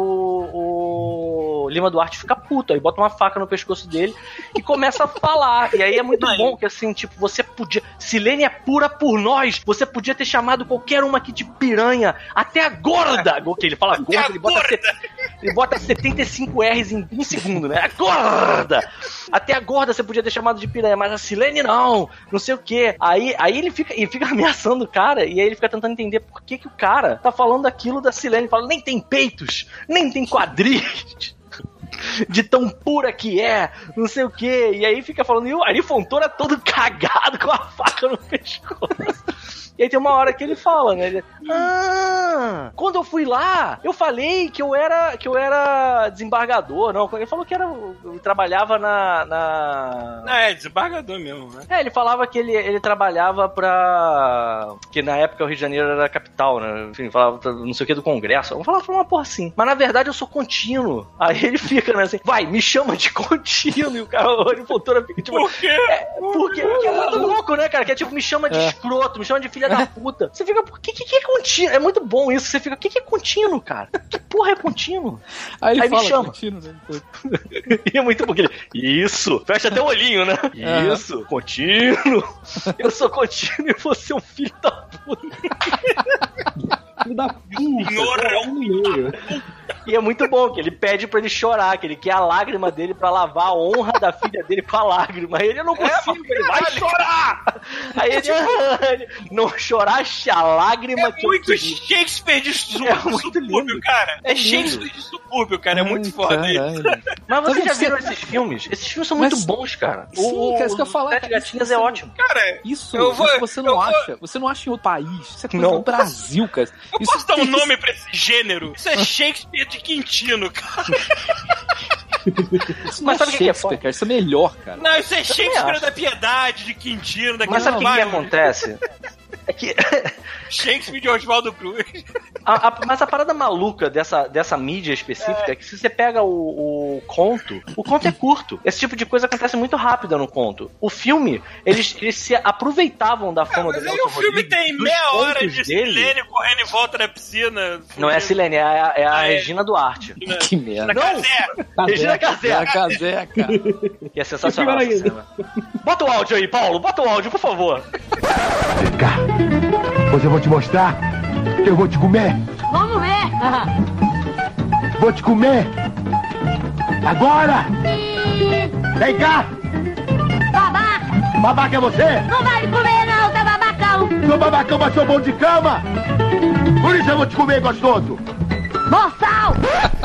S4: o Lima Duarte fica puto, aí bota uma faca no pescoço dele e começa a falar. E aí é muito bom que assim, tipo, você podia. Silene é pura por nós, você podia ter chamado qualquer uma aqui de piranha, até a gorda. Que ele fala gorda, ele bota, set- ele bota setenta e cinco R's em um segundo, né? A gorda! Até a gorda você podia ter chamado de piranha, mas a Silene não, não sei o que. Aí, aí ele fica, ele fica ameaçando o cara, e aí ele fica tentando entender por que, que o cara tá falando aquilo da Silene. Fala, nem tem peitos, nem tem quadris. De tão pura que é, não sei o que. E aí fica falando, e o Ari Fontoura todo cagado com a faca no pescoço. E aí tem uma hora que ele fala, né? Ele, ah, quando eu fui lá, eu falei que eu era, que eu era desembargador, não. Ele falou que era, eu trabalhava na... na...
S3: Não, é desembargador mesmo, né?
S4: É, ele falava que ele, ele trabalhava pra... Que na época o Rio de Janeiro era a capital, né? Enfim, falava não sei o que do Congresso. Eu falava uma porra assim. Mas na verdade eu sou contínuo. Aí ele fica, né, assim, vai, me chama de contínuo. E o cara, o Ari Fontoura fica tipo...
S3: Por quê?
S4: É, porque, porque é muito louco, né, cara? Que é tipo, me chama de
S5: É.
S4: escroto, me chama de filha da puta. Você fica, por que, que, que é contínuo? É muito bom isso. Você fica, o que, que é contínuo, cara? Que porra é contínuo?
S5: Aí ele
S4: Aí me
S5: fala,
S4: chama.
S5: contínuo, né?
S4: E é muito bom que ele, isso, fecha até o olhinho, né?
S5: Aham.
S4: Isso, contínuo. Eu sou contínuo e você é um filho da puta.
S6: Filho da puta.
S3: Senhor,
S6: cara,
S3: é um
S6: no meio.
S4: E é muito bom que ele pede pra ele chorar, que ele quer a lágrima dele pra lavar a honra da filha dele com a lágrima. Aí ele não consigo, ele vai chorar! Aí ele, ele não chorar a lágrima
S3: É
S4: que eu
S3: muito
S4: queria.
S3: Shakespeare de su-
S4: É muito
S3: subúrbio,
S4: lindo.
S3: cara. É
S4: É lindo.
S3: Shakespeare de subúrbio, cara. É muito
S5: Ai,
S3: foda isso.
S5: caralho.
S4: Mas vocês
S5: Sabe
S4: já
S5: você-
S4: viram esses filmes? Esses filmes são
S5: Mas-
S4: muito bons, cara.
S5: Sim, cara, isso que eu ia falar,
S4: Sete
S5: cara.
S4: Gatinhas
S5: Isso
S4: é
S5: você-
S4: ótimo.
S3: Cara,
S5: Isso,
S3: Eu vou-
S5: isso você não
S3: eu vou-
S5: acha. Você não acha em outro país. Isso é coisa
S4: Não.
S5: do Brasil, cara.
S3: eu
S5: Isso
S3: posso dar um
S5: tem-
S3: nome pra esse gênero? Isso é Shakespeare de Quintino, cara.
S5: Isso não
S4: Mas
S5: é
S4: sabe o que que é
S5: Shakespeare,
S4: foda?
S5: cara. Isso é melhor, cara.
S3: Não, isso é Shakespeare
S4: acho.
S3: da Piedade, de Quintino, daquele
S4: Mas sabe o que, que
S3: vários-
S4: acontece? É que
S3: Shakespeare de Oswaldo Cruz.
S4: A- a- mas a parada maluca dessa, dessa mídia específica é. que se você pega o, o conto, o conto é curto. Esse tipo de coisa acontece muito rápido no conto. O filme, eles, eles se aproveitavam da fama
S3: Mas
S4: do
S3: aí
S4: Nelson
S3: o filme
S4: Rodrigues,
S3: tem
S4: dos
S3: meia hora
S4: contos
S3: de
S4: dele.
S3: Silene correndo em volta da piscina.
S4: Não é a Silene, é a, é a
S3: Ah, é.
S4: Regina Duarte.
S5: Que merda.
S4: Não! Regina Casé,
S5: Era Casé, cara.
S4: que é sensacional essa cena. Bota o áudio aí, Paulo, bota o áudio, por favor.
S9: Vem cá. Hoje eu vou te mostrar que eu vou te comer.
S10: Vamos ver.
S9: Vou te comer. Agora. Vem cá.
S10: Babaca.
S9: Babaca é você?
S10: Não vai me comer não, tá babacão.
S9: Sou babacão, mas sou bom de cama. Por isso eu vou te comer, gostoso.
S10: Boçal.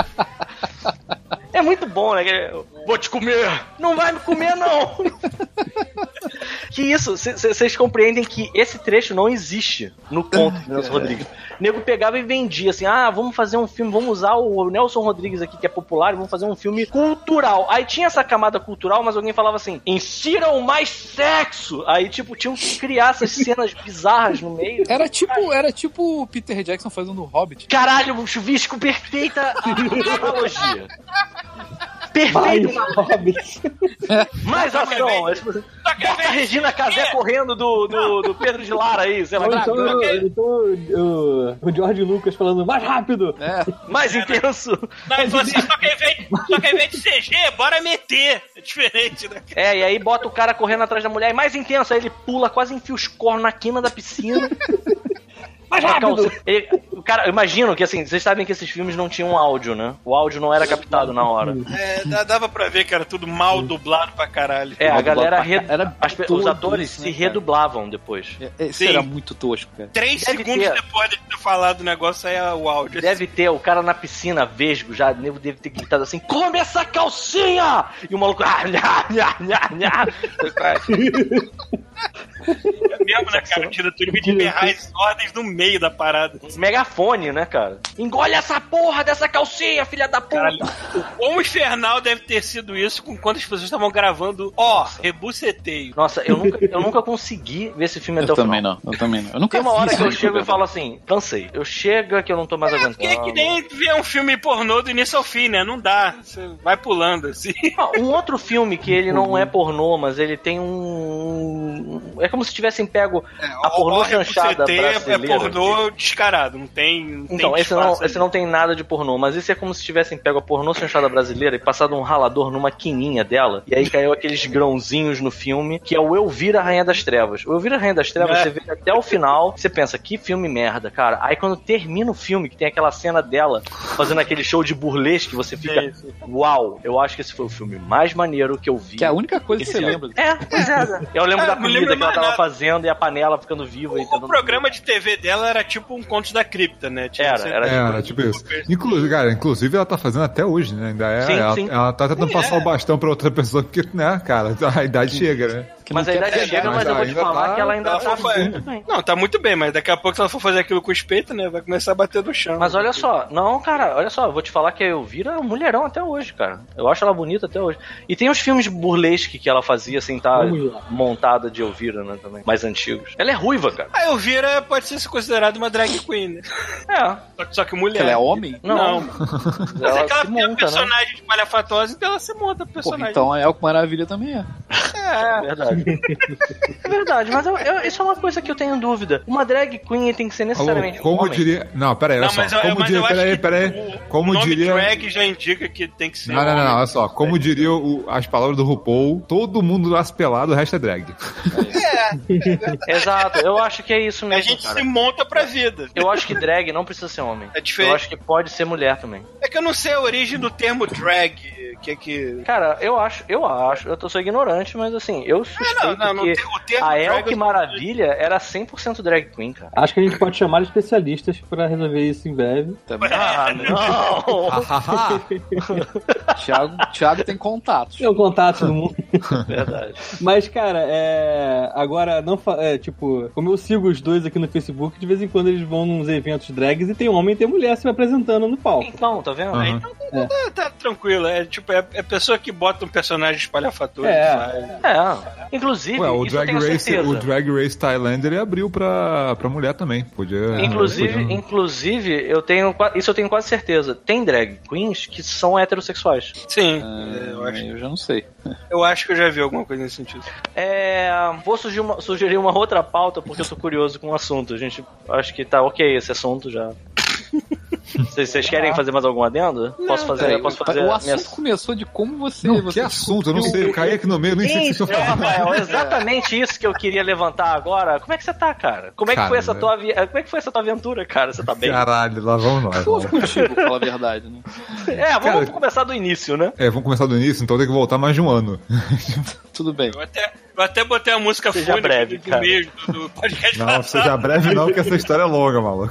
S4: É muito bom, né? que- Vou te comer! Não vai me comer, não! Que isso, vocês compreendem que esse trecho não existe no conto do Nelson Rodrigues. O nego pegava e vendia assim, ah, vamos fazer um filme, vamos usar o Nelson Rodrigues aqui, que é popular, e vamos fazer um filme cultural. Aí tinha essa camada cultural, mas alguém falava assim, insiram mais sexo! Aí, tipo, tinham que criar essas cenas bizarras no meio.
S5: Era tipo, era tipo o Peter Jackson fazendo o Hobbit.
S4: Caralho, Chuvisco, perfeita a- analogia.
S6: Vai,
S4: Perfeito!
S6: Hobbit.
S4: Mais ação!
S3: Só que
S4: Bota a Regina Casé correndo do, do, do Pedro de Lara aí, sei lá.
S6: Ou então, eu- então o, o George Lucas falando mais rápido.
S5: É.
S4: Mais intenso!
S3: Não, e você, só, que ao invés, só que ao invés de C G, bora meter. É diferente, né?
S4: É, e aí bota o cara correndo atrás da mulher, e mais intenso, aí ele pula, quase enfia os cornos na quina da piscina.
S6: Mais
S4: Uma
S6: rápido.
S4: calça- ele- o cara, eu imagino que assim, vocês sabem que esses filmes não tinham áudio, né? O áudio não era captado na hora.
S3: É, dá- dava pra ver que era tudo mal dublado pra caralho.
S4: É, a
S5: Mal dublado
S4: galera.
S5: pra
S4: Re...
S5: ca- era
S4: as pe- os
S5: todo
S4: atores
S5: isso,
S4: se
S5: né, cara?
S4: redublavam depois.
S5: Isso
S3: Sim.
S5: era muito tosco, cara.
S3: Três
S4: Deve
S3: segundos
S4: ter.
S3: depois de ter falado o negócio, aí é o áudio.
S4: Deve ter o cara na piscina, vesgo, já nego deve ter gritado assim: come essa calcinha! E o maluco. Ah, nha, nha, nha, nha.
S3: É mesmo, né, cara? Tira tudo de berrar as ordens no meio da parada.
S4: Megafone, né, cara? Engole essa porra dessa calcinha, filha da puta!
S3: Caralho, o quão infernal deve ter sido isso com quando as pessoas estavam gravando. Ó, rebuceteio.
S4: Nossa, eu nunca, eu nunca consegui ver esse filme até
S5: Eu
S4: o
S5: também
S4: final.
S5: não, eu também não. Eu nunca
S4: Tem uma
S5: vi
S4: hora
S5: isso
S4: que eu
S5: aí,
S4: chego e
S5: cara.
S4: falo assim, cansei. Eu chego que eu não tô mais
S3: É,
S4: aguentando.
S3: porque é que nem ver um filme pornô do início ao fim, né? Não dá. Você vai pulando, assim.
S4: Ah, um outro filme que ele não é pornô, mas ele tem um... É como se tivessem pego a pornô
S3: Ó,
S4: chanchada
S3: rebuceteio é-
S4: brasileira.
S3: É pornô descarado, não tem. Não
S4: Então,
S3: tem
S4: esse não,
S3: disfarce
S4: esse
S3: ali.
S4: não tem nada de pornô, mas esse é como se tivessem pego a pornô chanchada brasileira e passado um ralador numa quininha dela, e aí caiu aqueles grãozinhos no filme, que é o Elvira Rainha das Trevas. O Elvira Rainha das Trevas,
S3: É.
S4: você vê até o final, você pensa, que filme merda, cara. Aí quando termina o filme, que tem aquela cena dela fazendo aquele show de burlesque, você fica,
S3: É isso.
S4: uau, eu acho que esse foi o filme mais maneiro que eu vi.
S5: Que é a única coisa que você
S4: Esse
S5: lembra.
S4: É, pois é. né? Eu lembro
S3: É,
S4: da
S3: não
S4: comida
S3: lembro
S4: que ela
S3: mais
S4: tava
S3: nada.
S4: fazendo e a panela ficando viva. e
S3: O
S4: tentando-
S3: programa de T V dela era tipo um Contos da Cripta, né? Tinha
S4: Era,
S3: sempre-
S4: era
S1: É, era tipo isso. Inclusive, cara, inclusive ela tá fazendo até hoje, né? Ainda é,
S4: Sim,
S1: ela,
S4: sim.
S1: ela tá tentando
S3: É.
S1: passar o bastão pra outra pessoa, porque, né, cara, a idade chega, né?
S5: Que
S4: Mas
S5: não
S4: a
S5: quer
S4: idade
S5: pegar,
S4: chega,
S1: mas
S4: mas eu vou te
S1: ainda
S4: falar
S1: tá-
S4: que ela ainda
S3: ela
S4: tá
S3: foi-
S4: muito bem.
S3: Não, tá muito bem, mas daqui a pouco se ela for fazer aquilo com os peitos, né? Vai começar a bater no chão.
S4: Mas olha só, não, cara, olha só, eu vou te falar que a Elvira é um mulherão até hoje, cara. Eu acho ela bonita até hoje. E tem os filmes burlesque que ela fazia, assim, tá
S6: Vamos lá.
S4: montada de Elvira, né, também, mais antigos. Ela é ruiva, cara.
S3: A Elvira pode ser considerada uma drag queen, né?
S4: É.
S3: Só que, só que mulher.
S5: Ela é homem?
S3: Não.
S4: Não.
S3: Mas
S4: Ela
S3: é que ela
S4: se
S3: tem um
S4: monta, né?
S3: personagem de palhafatosa, então ela se monta
S5: Pô,
S3: personagem.
S5: então a Elco Maravilha também é.
S3: É,
S4: Verdade. É verdade, mas eu- eu- isso é uma coisa que eu tenho dúvida. Uma drag queen tem que ser necessariamente
S1: Como
S4: um homem.
S1: diria. Não, peraí, olha
S3: Não,
S1: só.
S3: mas eu-
S1: Como
S3: mas
S1: diria.
S3: eu acho
S1: Peraí,
S3: que
S1: peraí. Como
S3: o nome
S1: diria.
S3: drag já indica que tem que ser
S1: Não, não, não,
S3: homem.
S1: olha só. Como diria o- as palavras do RuPaul, todo mundo nasce pelado, o resto é drag.
S4: Exato, eu acho que é isso
S3: A
S4: mesmo,
S3: gente
S4: cara.
S3: se monta pra vida.
S4: Eu acho que drag não precisa ser homem.
S3: É diferente.
S4: Eu acho que pode ser mulher também.
S3: É que eu não sei a origem do termo drag, que é que...
S4: Cara, eu acho, eu acho, eu tô, sou ignorante, mas assim, eu suspeito
S3: não, não, não,
S4: que
S3: o termo
S4: a
S3: drag
S4: Elke
S3: eu-
S4: Maravilha era cem por cento drag queen, cara.
S6: Acho que a gente pode chamar especialistas pra resolver isso em breve.
S5: Também.
S4: Ah, não!
S5: Thiago, Thiago tem contatos.
S6: Tem um contato no mundo.
S4: Verdade.
S6: Mas, cara, é... agora, não fa... é, tipo, como eu sigo os dois aqui no Facebook, de vez em quando eles vão nos eventos drags e tem homem e tem mulher se apresentando no palco.
S4: Então, tá vendo?
S1: Aham.
S3: Então, tá, tá tranquilo. É tipo, é, é pessoa que bota um personagem espalhafatoso.
S6: É.
S3: faz.
S4: É. Inclusive,
S1: Ué, o
S4: isso eu
S1: Drag,
S4: tenho
S1: Race,
S4: certeza.
S1: o Drag Race Thailand ele abriu pra, pra mulher também. Podia.
S4: Inclusive,
S1: podia-
S4: inclusive, eu tenho qua- isso eu tenho quase certeza. Tem drag queens que são heterossexuais.
S3: Sim,
S5: Ah,
S3: é, eu, acho,
S5: eu já não sei.
S3: eu acho que eu já vi alguma coisa nesse sentido.
S4: É, vou sugerir uma, sugerir uma outra pauta porque eu tô curioso com o assunto. A gente acho que tá ok esse assunto já. Vocês, vocês querem fazer mais algum adendo? Posso fazer?
S5: Peraí,
S4: posso
S5: o-
S4: fazer
S5: o
S4: a
S5: assunto
S4: minha...
S5: começou de como você.
S1: Não,
S5: você
S1: que assunto? Eu não sei. Eu caí aqui no meio, nem sei o que vocês
S4: Então,
S1: estão falando.
S4: Rafael, exatamente isso que eu queria levantar agora. Como é que você tá, cara? Como é que
S1: Cara,
S4: foi essa
S1: né?
S4: tua vi... Como é que foi essa tua aventura, cara? Você tá bem?
S1: Caralho, lá vamos nós.
S5: Tô
S1: vamos.
S5: contigo, fala a verdade, né?
S4: É, vamos
S1: Cara-
S4: começar do início, né?
S1: É, vamos começar do início, então tem que voltar mais de um ano.
S5: Tudo bem.
S3: Eu até, eu até botei a música
S4: Seja
S3: fúnebre
S4: breve,
S3: do
S4: cara.
S3: meio do, do podcast
S1: Não,
S3: passado.
S1: seja breve não, porque essa história é longa, maluco.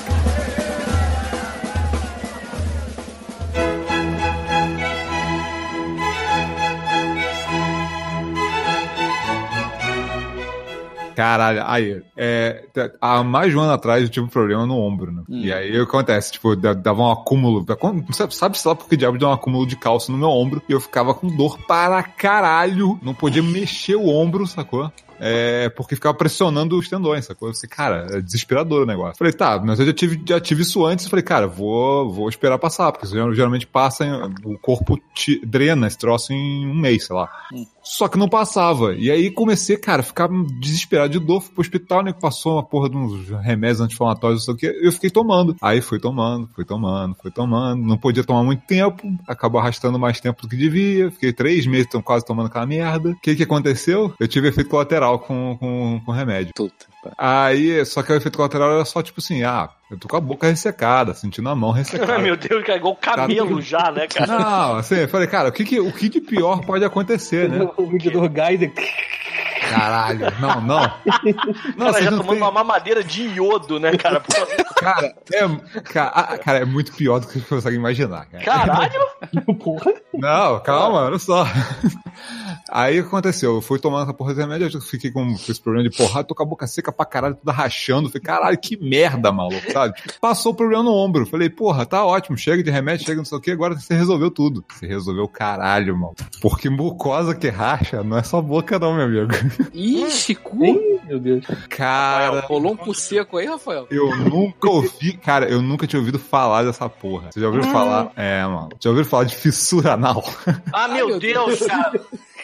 S1: Caralho, aí, é, t- há mais de um ano atrás eu tive um problema no ombro, né?
S5: Hum.
S1: E aí o que acontece? Tipo, da- dava um acúmulo, sabe, sabe-se lá porque diabo deu um acúmulo de cálcio no meu ombro e eu ficava com dor para caralho, não podia mexer o ombro, sacou? É, porque ficava pressionando os tendões, sacou? Eu falei, cara, é desesperador o negócio. Falei, tá, mas eu já tive, já tive isso antes. Falei, cara, vou, vou esperar passar, porque isso geralmente passa, em- o corpo te, drena esse troço em um mês, sei lá.
S5: Hum.
S1: Só que não passava. E aí comecei, cara, a ficar desesperado de dor, fui pro hospital, né? Passou uma porra de uns remédios anti-inflamatórios, não sei o que, eu fiquei tomando. Aí fui tomando, fui tomando, fui tomando. Não podia tomar muito tempo, acabou arrastando mais tempo do que devia. Fiquei três meses tão quase tomando aquela merda. O que que aconteceu? Eu tive efeito colateral com, com, com remédio.
S5: Puta, pá.
S1: Aí, só que o efeito colateral era só tipo assim, ah, eu tô com a boca ressecada, sentindo a mão ressecada.
S4: Meu Deus, cara, igual camelo
S1: tudo-
S4: já, né, cara?
S1: Não, assim, eu falei, cara, o que, que, o que de pior pode acontecer, né?
S6: O medidor Geyser.
S1: Caralho, não, não. Não,
S4: Cara,
S1: vocês
S4: já
S1: não
S4: tomando
S1: têm-
S4: uma mamadeira de iodo, né, cara? Pô,
S1: Cara, é, cara, ah, cara, é muito pior do que você consegue imaginar, cara.
S4: caralho!
S6: Porra.
S1: Não, calma, olha só. Aí o que aconteceu? Eu fui tomando essa porra de remédio, eu fiquei com esse problema de porrada, tô com a boca seca pra caralho, toda rachando. Falei, caralho, que merda, maluco, sabe? Passou o problema no ombro. Falei, porra, tá ótimo, chega de remédio, chega não sei o que, agora você resolveu tudo. Você resolveu o caralho, maluco. Porque mucosa que racha não é só boca não, meu amigo.
S5: Ixi, cu.
S6: Ih, meu Deus.
S1: Cara,
S5: Rolou um cu seco aí, Rafael?
S1: eu nunca ouvi, cara, eu nunca tinha ouvido falar dessa porra. Vocês já ouviram falar? É, mano. Já ouviram falar de fissura anal?
S4: Ah, meu,
S5: meu
S4: Deus, cara!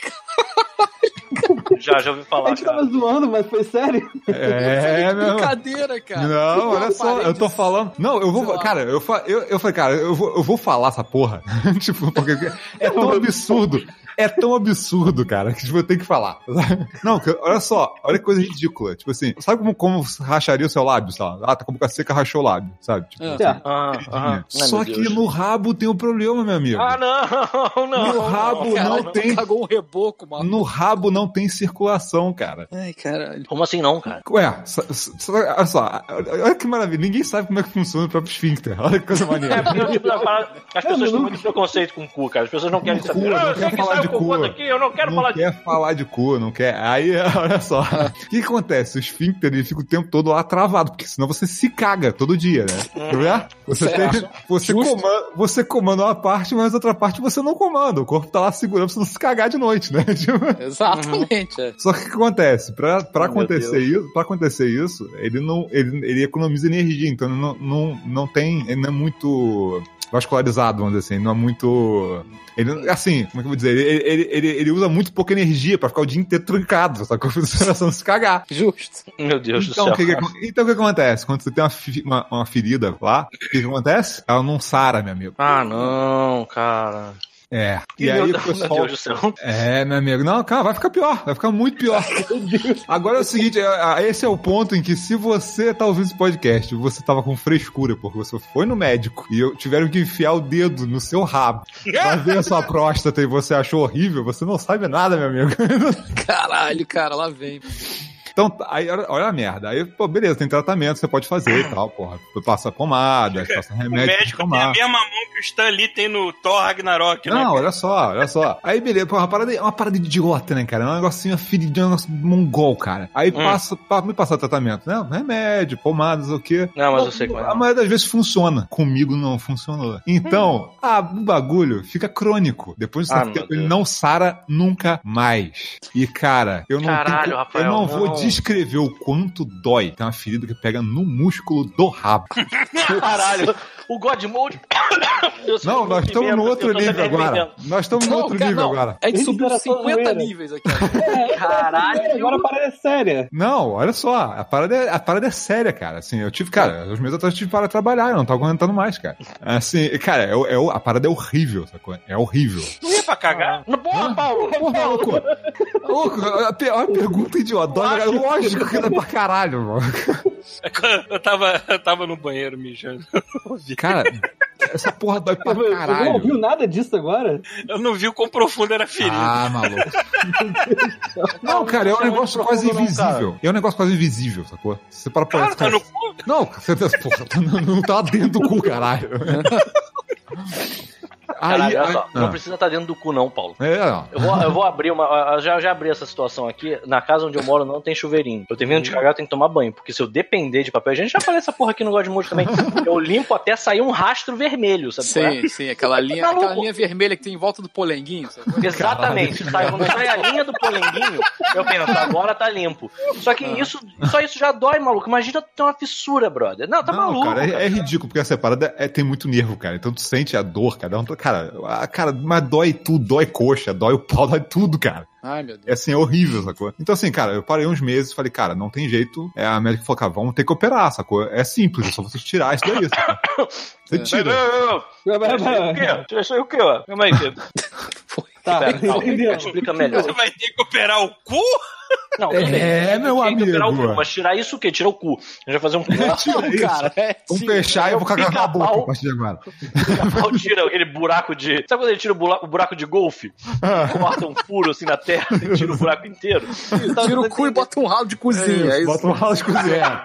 S4: já, já ouvi
S6: A
S4: falar,
S6: gente
S4: cara.
S6: tava zoando, mas foi sério.
S1: É, meu irmão.
S5: Brincadeira, cara.
S1: Não, olha só, eu tô falando. Não, eu vou. Cara, eu, fa- eu, eu falei, cara, eu vou, eu vou falar essa porra. Tipo, porque é tão absurdo. É tão absurdo, cara, que tipo, eu tenho que falar. Não, que- olha só, olha que coisa ridícula. Tipo assim, sabe como, como racharia o seu lábio, sabe? Ah, tá com a boca seca, rachou o lábio, sabe? Tipo,
S5: Ah.
S1: assim,
S6: Tá.
S4: Ah, ah, ai,
S1: Só
S4: meu
S1: que
S4: Deus.
S1: no rabo tem um problema, meu amigo.
S4: Ah, não, não.
S1: No rabo
S4: não.
S1: não
S5: Caralho, tu
S1: tem.
S5: cagou um reboco, mano.
S1: No rabo não tem circulação, cara.
S5: Ai, caralho.
S4: Como assim não, cara?
S1: Ué, só- só- olha só, olha que maravilha. Ninguém sabe como é que funciona o próprio esfíncter. Olha que coisa
S4: É,
S1: maneira.
S4: porque as pessoas têm muito preconceito com o cu, cara. As pessoas não querem
S1: Cu,
S4: saber.
S1: não
S4: Ah, eu
S1: quer
S4: sei que
S1: falar
S4: sai
S1: de
S4: o cocô
S1: cu.
S4: daqui, eu não quero
S1: Não
S4: falar de
S1: quer falar de cu, não quer. Aí, olha só. O que acontece? O esfíncter ele fica o tempo todo lá travado, porque senão você se caga todo dia, né? Quer ver? Você, tem,
S5: Certo.
S1: você,
S5: Justo.
S1: comanda, você comanda uma parte, mas outra parte você não comanda. O corpo tá lá segurando pra você não se cagar de noite, né? Tipo,
S5: Exatamente, é.
S1: só que o que acontece? Pra, pra,
S4: Oh, meu
S1: acontecer isso, pra acontecer isso, ele não. Ele, ele economiza energia, então ele não, não, não tem. Ele não é muito. vascularizado, vamos dizer assim. Não é muito... Ele, assim, como é que eu vou dizer? Ele, ele, ele, ele usa muito pouca energia pra ficar o dia inteiro trancado, só que a se cagar.
S5: Justo.
S4: Meu Deus
S1: Então,
S4: do
S1: o que
S4: céu.
S1: que, então o que acontece? Quando você tem uma, fi- uma, uma ferida lá, o que, que acontece? Ela não sara, meu amigo.
S4: Ah, não, cara.
S1: É. E
S4: Meu
S1: aí o
S4: Deus,
S1: pessoal...
S4: meu Deus do céu.
S1: É, meu amigo. Não, cara, vai ficar pior. Vai ficar muito pior. Agora é o seguinte, é- é- esse é o ponto em que se você tá ouvindo esse podcast, você tava com frescura, porque você foi no médico e eu- tiveram que enfiar o dedo no seu rabo pra ver a sua próstata e você achou horrível, você não sabe nada, meu amigo.
S5: Caralho, cara, lá vem.
S1: Então, aí, olha, olha a merda. Aí, pô, beleza, tem tratamento, você pode fazer e tal, porra. Passa pomada, passa
S3: O
S1: remédio pra
S3: médico tem
S1: tomar.
S3: a mesma mão que o Stan Lee tem no Thor Ragnarok, né?
S1: Não, olha só, olha só. Aí, beleza, pô, uma parada, é uma parada idiota, né, cara? É um negocinho, uma feridinha, um negócio mongol, cara. Aí passa, pa- me passa tratamento, né? Remédio, pomadas, o quê?
S4: Não, mas eu sei como é.
S1: A maioria das vezes funciona. Comigo não funcionou. Então, ah, o bagulho fica crônico. Depois de
S4: Ah,
S1: certo
S4: meu
S1: tempo, ele
S4: Deus.
S1: não sara nunca mais. E, cara, eu não
S4: Caralho,
S1: tenho,
S4: Rafael,
S1: eu não, vou
S4: não.
S1: descrever o quanto dói. Tem uma ferida que pega no músculo do rabo.
S4: Caralho. O God Mode. Eu sou
S1: Não,
S4: muito
S1: nós estamos
S4: membro,
S1: no
S4: eu
S1: outro
S4: tô me
S1: nível agora.
S4: arrependendo.
S1: Nós estamos no
S5: Não,
S1: outro
S5: cara,
S1: nível
S5: não.
S1: agora.
S5: A gente subiu
S6: Era só
S5: cinquenta
S6: zoeira.
S5: níveis aqui.
S4: Caralho.
S6: Agora a parada é séria.
S1: Não, olha só, a parada, é, a parada é séria, cara. Assim, eu tive, cara, os meses atrás eu tive para trabalhar, eu não tava aguentando mais, cara. Assim, cara, é, o- é, o- a parada é horrível, sacou? É horrível.
S3: Não ia pra cagar.
S4: Não, Porra, Paulo.
S1: Porra, louco! Louco, a, pe- a pergunta idiota. Lógico que é pra caralho, mano.
S3: Eu tava, eu tava no banheiro mijando.
S1: Cara, essa porra dói pra
S6: Você não
S1: caralho.
S6: ouviu nada disso agora?
S3: Eu não vi o quão profundo era a ferida.
S1: Ah, maluco. Não, cara, é um negócio quase invisível. É um negócio quase invisível, sacou? Você para pra
S3: Cara, tá no cu.
S1: Não, você porra, não, não tá dentro do cu, caralho.
S4: Caralho,
S1: Aí,
S4: olha
S1: aí-
S4: só, não
S1: ah.
S4: precisa estar dentro do cu, não, Paulo.
S1: É, não.
S4: Eu vou, eu vou abrir uma. eu Já, já abri essa situação aqui. Na casa onde eu moro não tem chuveirinho. Eu termino de cagar, eu tenho que tomar banho. Porque se eu depender de papel, a gente já falou essa porra aqui no Godmode também. Eu limpo até sair um rastro vermelho, sabe? qual é?
S5: Sim, sim, aquela linha,
S4: Tá louco.
S5: aquela linha vermelha que tem em volta do polenguinho. Sabe?
S4: Exatamente. Sai, quando sai a linha do polenguinho, eu penso, agora tá limpo. Só que isso, só isso já dói, maluco. Imagina tu ter uma fissura, brother. Não, tá
S1: Não,
S4: maluco.
S1: cara, é,
S4: cara.
S1: é ridículo, porque essa parada é, tem muito nervo, cara. Então tu sente a dor, cara. É um- Cara, a, cara, mas dói tudo, dói coxa, dói o pau, dói tudo, cara.
S5: Ai, meu Deus.
S1: É assim, é horrível, sacou? Então, assim, cara, eu parei uns meses e falei, cara, não tem jeito. É, a médica falou, cara, vamos ter que operar, sacou? É simples, é só você tirar isso daí, sacou? Você tira.
S3: O quê? Tira isso aí o quê, ó? Calma aí, Pedro.
S6: Tá,
S4: Pera, calma,
S6: entendeu?
S4: explica melhor.
S3: Você vai ter que operar o cu?
S4: Não, tudo bem.
S1: É, meu
S4: Tem que operar o
S1: amigo.
S4: cu, mas tirar isso o quê? Tirar o cu. A gente vai fazer um
S1: Tira isso.
S5: Cara, é.
S1: Vamos
S5: sim,
S1: fechar e eu vou cagar na boca
S4: pica-pau.
S1: a partir de agora.
S4: Pica-pau tira aquele buraco de. Sabe quando ele tira o bula- o buraco de golfe? Corta um furo assim na terra e tira o buraco inteiro.
S5: Tira o cu e bota um ralo de cozinha. É isso.
S1: Bota um ralo de cozinha.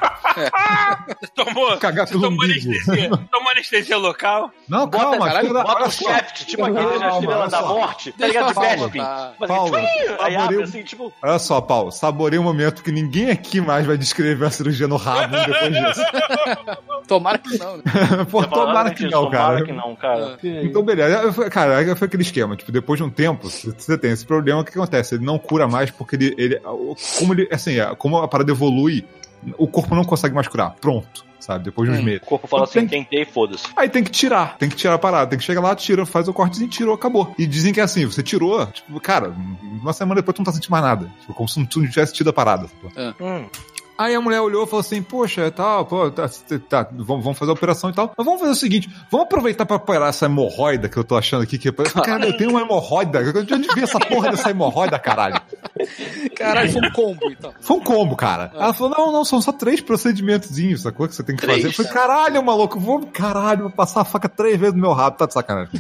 S3: Tomou?
S1: Cagar
S3: Você
S1: pelo
S3: tomou
S1: umbigo.
S3: anestesia? Tomou anestesia local?
S1: Não,
S4: Bota,
S1: calma,
S4: caralho,
S1: filha da-
S4: bota
S1: olha
S4: um
S1: só.
S4: shaft, tipo aquele da
S1: Calma,
S4: Estrela
S1: olha
S4: da
S1: só.
S4: Morte. Tá
S5: Deixa
S4: ligado? De
S5: eu falar,
S4: Bespin.
S5: tá.
S4: Mas
S1: Paulo,
S4: aí
S1: saboreia
S4: abre
S1: o-
S4: assim, tipo.
S1: Olha só, Paulo, saborei um momento que ninguém aqui mais vai descrever a cirurgia no rabo depois disso.
S5: Tomara que não, né?
S1: Pô, tomara que não,
S4: Tomara
S1: cara.
S4: que não, cara.
S1: Então, beleza. Aí foi- Cara, aí foi aquele esquema. Tipo, depois de um tempo, você tem esse problema, o que acontece? Ele não cura mais porque ele. ele como ele. Assim, como a parada evolui, o corpo não consegue mais curar. Pronto. Sabe? Depois de uns meses.
S4: O corpo fala
S1: Então,
S4: assim,
S1: tem-
S4: tentei, foda-se.
S1: Aí tem que tirar, tem que tirar a parada, tem que chegar lá, tira, faz o cortezinho, tirou, acabou. E dizem que é assim, você tirou, tipo, cara, uma semana depois tu não tá sentindo mais nada. Tipo, como se tu não tivesse tido a parada. Tipo.
S4: Hum.
S1: Aí a mulher olhou e falou assim, poxa, tal, pô, tá, tá, vamos, vamos fazer a operação e tal. Mas vamos fazer o seguinte, vamos aproveitar pra operar essa hemorroida que eu tô achando aqui. Que, cara, eu tenho uma hemorroida. De onde veio essa porra dessa hemorroida, caralho?
S5: Caralho, foi um combo, então.
S1: Foi um combo, cara. Ela falou, não, não, são só três procedimentozinhos, sacou? Que você tem que fazer. Eu falei, caralho, maluco, vou, caralho, vou passar a faca três vezes no meu rabo, tá de sacanagem.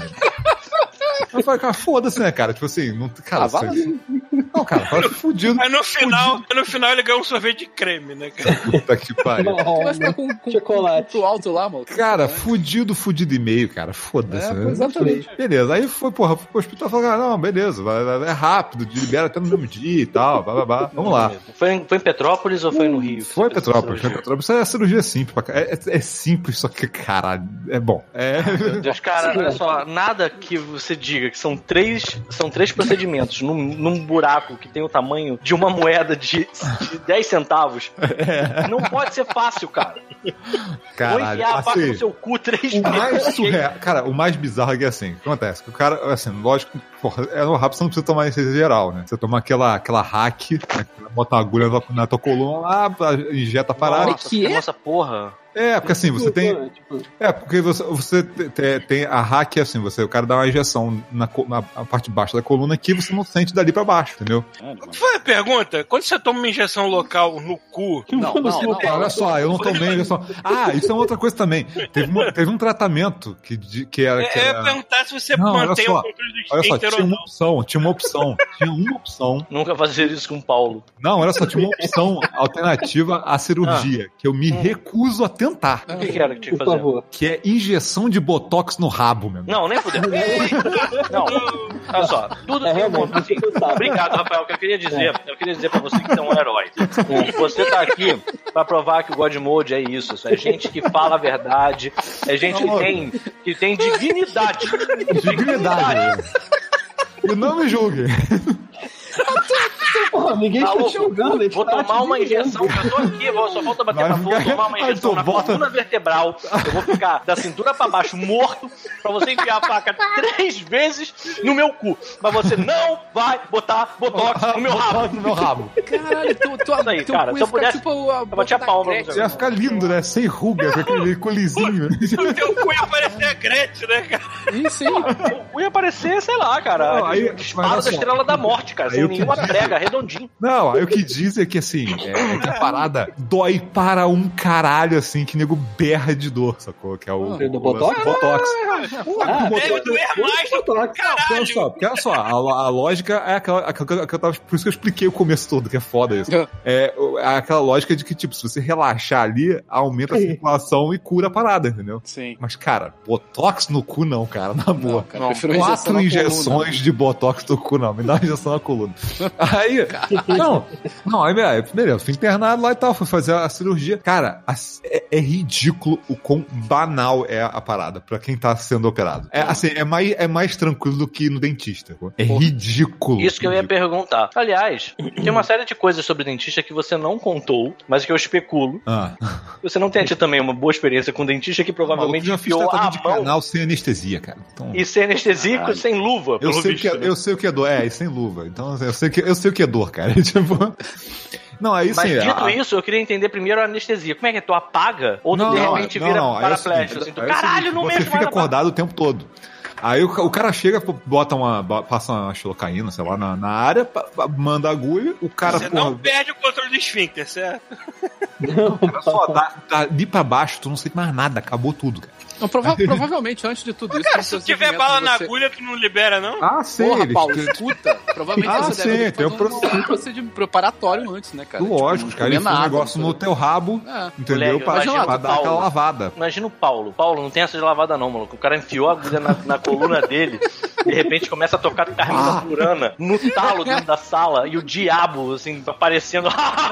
S1: Eu falei, cara, foda-se, né, cara? Tipo assim, não, cara,
S5: Ah, vai
S1: você- não, cara, tá fudido.
S3: Aí no final, no final ele ganhou um sorvete de creme, né, cara?
S1: Puta que pariu.
S5: Tu vai ficar com, com
S6: Chocolate.
S5: com alto lá, mano.
S1: Cara, fudido, fudido e meio, cara. Foda-se.
S5: É,
S1: né?
S5: exatamente.
S1: Beleza, aí foi, porra, fui pro hospital e falei, ah, não, beleza, vai- vai- é rápido, libera até no mesmo dia e tal, blá, blá, blá. Vamos lá.
S4: Foi, em- foi em Petrópolis ou foi no Rio?
S1: Foi
S4: Você fez
S1: Petrópolis,
S4: essa
S1: foi
S4: cirurgia?
S1: Petrópolis. Isso é cirurgia simples, pra ca- é, é, é simples, só que, caralho, é bom. É.
S4: Mas, cara, olha só, nada que você diga que são três, são três procedimentos num, num buraco buraco que tem o tamanho de uma moeda de, de dez centavos.
S1: É.
S4: Não pode ser fácil, cara. Vou
S1: Caralho,
S4: enfiar a faca
S1: assim,
S4: no seu cu três
S1: o mais
S4: vezes.
S1: surreal, cara, o mais bizarro é que assim, o que acontece? Que o cara, assim, lógico, porra, é no rápido você não precisa tomar anestesia geral, né? Você toma aquela, aquela hack, né, bota uma agulha na, na tua coluna lá, injeta a parada.
S4: Nossa, que? Essa porra.
S1: É, porque assim, você tem.
S6: Tipo,
S1: É, porque você, você te- te- tem a hack, assim, você, o cara dá uma injeção na, co- na a parte de baixo da coluna que você não sente dali pra baixo, entendeu?
S3: Foi a pergunta? Quando você toma uma injeção local no cu,
S5: Não, não, não.
S1: Olha só, eu não tomei a injeção. Ah, isso é outra coisa também. Teve, uma- teve um tratamento que, de- que era. Que
S3: eu ia
S1: era...
S3: perguntar se você
S1: Não, olha
S3: mantém
S1: só,
S3: o controle do
S1: Olha só,
S3: esfíncter
S1: tinha
S3: ou
S1: uma
S3: não.
S1: opção, tinha uma opção, tinha uma opção.
S4: Nunca fazer isso com o Paulo.
S1: Não, olha só, tinha uma opção alternativa à cirurgia, que eu me recuso a tentar.
S4: O que, que era que tinha que
S6: por
S4: fazer?
S6: favor.
S1: Que é injeção de botox no rabo, meu.
S4: Não, nem fudeu. Não, olha só, tudo
S6: É,
S4: tem um
S6: realmente,
S4: ponto. Assim,
S6: você sabe.
S4: obrigado, Rafael. O que eu queria dizer, eu queria dizer pra você que você é um herói. Você tá aqui pra provar que o God Mode é isso. É gente que fala a verdade, é gente que tem, que tem dignidade.
S1: Dignidade. E não me julguem.
S6: Porra, ninguém
S4: Tá
S6: tá
S4: louco?
S6: julgando, a gente
S4: Vou
S6: tá
S4: tomar
S6: te
S4: uma
S6: dizendo.
S4: injeção, eu tô aqui, vou, só falta bater
S1: Vai
S4: na boca,
S1: ficar-
S4: tomar uma
S1: Ai,
S4: injeção
S1: tu
S4: na
S1: bota-
S4: coluna vertebral. Eu vou ficar da cintura pra baixo morto pra você enfiar a faca três vezes no meu cu. Mas você não vai botar botox no meu rabo.
S1: No meu rabo.
S5: Caralho, tu, tu,
S4: Isso aí,
S5: teu
S4: cara,
S5: cu
S4: se eu
S5: ia ficar
S4: pudesse,
S5: tipo a
S4: eu batia
S5: boca da
S4: palma pra
S5: Gretchen.
S1: Você ia ficar lindo, né? Sem ruga, com aquele colizinho.
S3: O teu cu ia parecer a Gretchen, né, cara?
S5: Ih, sim.
S4: O cu ia aparecer, sei lá, cara,
S1: Não, aí-
S4: espada
S1: mas olha
S4: da
S1: só.
S4: Estrela da Morte, cara,
S1: Aí
S4: sem
S1: o que
S4: nenhuma
S1: diz-
S4: prega, redondinho.
S1: Não, aí o que diz é que assim, é, é que a parada dói para um caralho, assim, que nego berra de dor, sacou? Que é o.
S6: Do
S1: o-
S6: Botox?
S1: Botox.
S6: Ah,
S3: Deve doer mais do que
S1: Olha
S3: caralho.
S1: só, porque olha só, a, a lógica é aquela, aquela que eu tava. Por isso que eu expliquei o começo todo, que é foda isso. É o- é aquela lógica de que, tipo, se você relaxar ali, aumenta a circulação e cura a parada, entendeu?
S5: Sim.
S1: Mas, cara, botox no cu não, cara, na boa.
S5: cara, prefiro injeção
S1: Quatro
S5: na
S1: injeções
S5: coluna.
S1: de botox no cu, não. Me dá uma injeção na coluna. Aí, não, não, aí, aí, beleza, fui internado lá e tal, fui fazer a cirurgia. Cara, a- é, é ridículo o quão banal é a parada pra quem tá sendo operado. É, assim, é mais, é mais tranquilo do que no dentista. É ridículo.
S4: Isso que eu ia
S1: ridículo.
S4: perguntar. Aliás, tem uma série de coisas sobre dentista que você não contou, mas que eu especulo.
S1: Ah.
S4: Você não tem tido também uma boa experiência com dentista que provavelmente
S1: Eu já fiz
S4: enfiou a
S1: tratamento de
S4: mão
S1: canal sem anestesia, cara. Então,
S4: e sem anestesia,
S5: Caralho.
S4: sem luva,
S1: eu
S4: pelo
S1: sei, o
S4: visto,
S1: que é,
S4: né?
S1: eu sei o que é dor. É, e sem luva. Então, eu sei, que, eu sei o que é dor, cara. Tipo. Não, aí
S4: Mas
S1: sim.
S4: dito
S1: a-
S4: isso, eu queria entender primeiro a anestesia. Como é que é? Tu apaga? Ou tu
S1: Não,
S4: de
S1: não,
S4: repente
S1: não,
S4: vira
S1: não, aí é o
S4: paraplégico?
S1: seguinte,
S4: Assim, tu,
S1: aí é o
S4: caralho,
S1: seguinte,
S4: não
S1: você
S4: mexo
S1: fica
S4: mais na
S1: acordado o tempo todo. Aí o, ca- o cara chega, bota uma, ba- passa uma xilocaína, sei lá, na, na área, pa- pa- manda a agulha, o cara,
S3: Você
S1: porra,
S3: não perde o controle do esfíncter, certo?
S1: olha só, dá, dá ali pra baixo, tu não sente mais nada, acabou tudo, cara.
S5: Não, prova- provavelmente, antes de tudo isso...
S3: Cara,
S5: no
S3: se tiver
S5: procedimento
S3: bala na
S5: você-
S3: agulha, tu não libera, não?
S1: Ah, sim,
S5: Porra,
S1: eles-
S5: Paulo, escuta. Provavelmente
S1: Ah,
S5: você
S1: sim,
S5: deve
S1: tem o
S5: fazer um,
S1: processo.
S5: um procedimento preparatório antes, né, cara?
S1: Lógico,
S5: Tipo,
S1: os caras
S5: não comer
S1: enfiam um
S5: nada,
S1: negócio
S5: não
S1: no
S5: sei.
S1: teu rabo,
S5: É.
S1: entendeu?
S4: Moleque,
S1: Pra,
S4: imagina
S1: pra
S4: o
S1: dar
S4: Paulo.
S1: aquela lavada.
S4: Imagina o Paulo. Paulo, não tem essa de lavada não, maluco. O cara enfiou a agulha na, na coluna dele, de repente começa a tocar Carmina
S1: Ah.
S4: Burana no talo dentro da sala e o diabo, assim, aparecendo.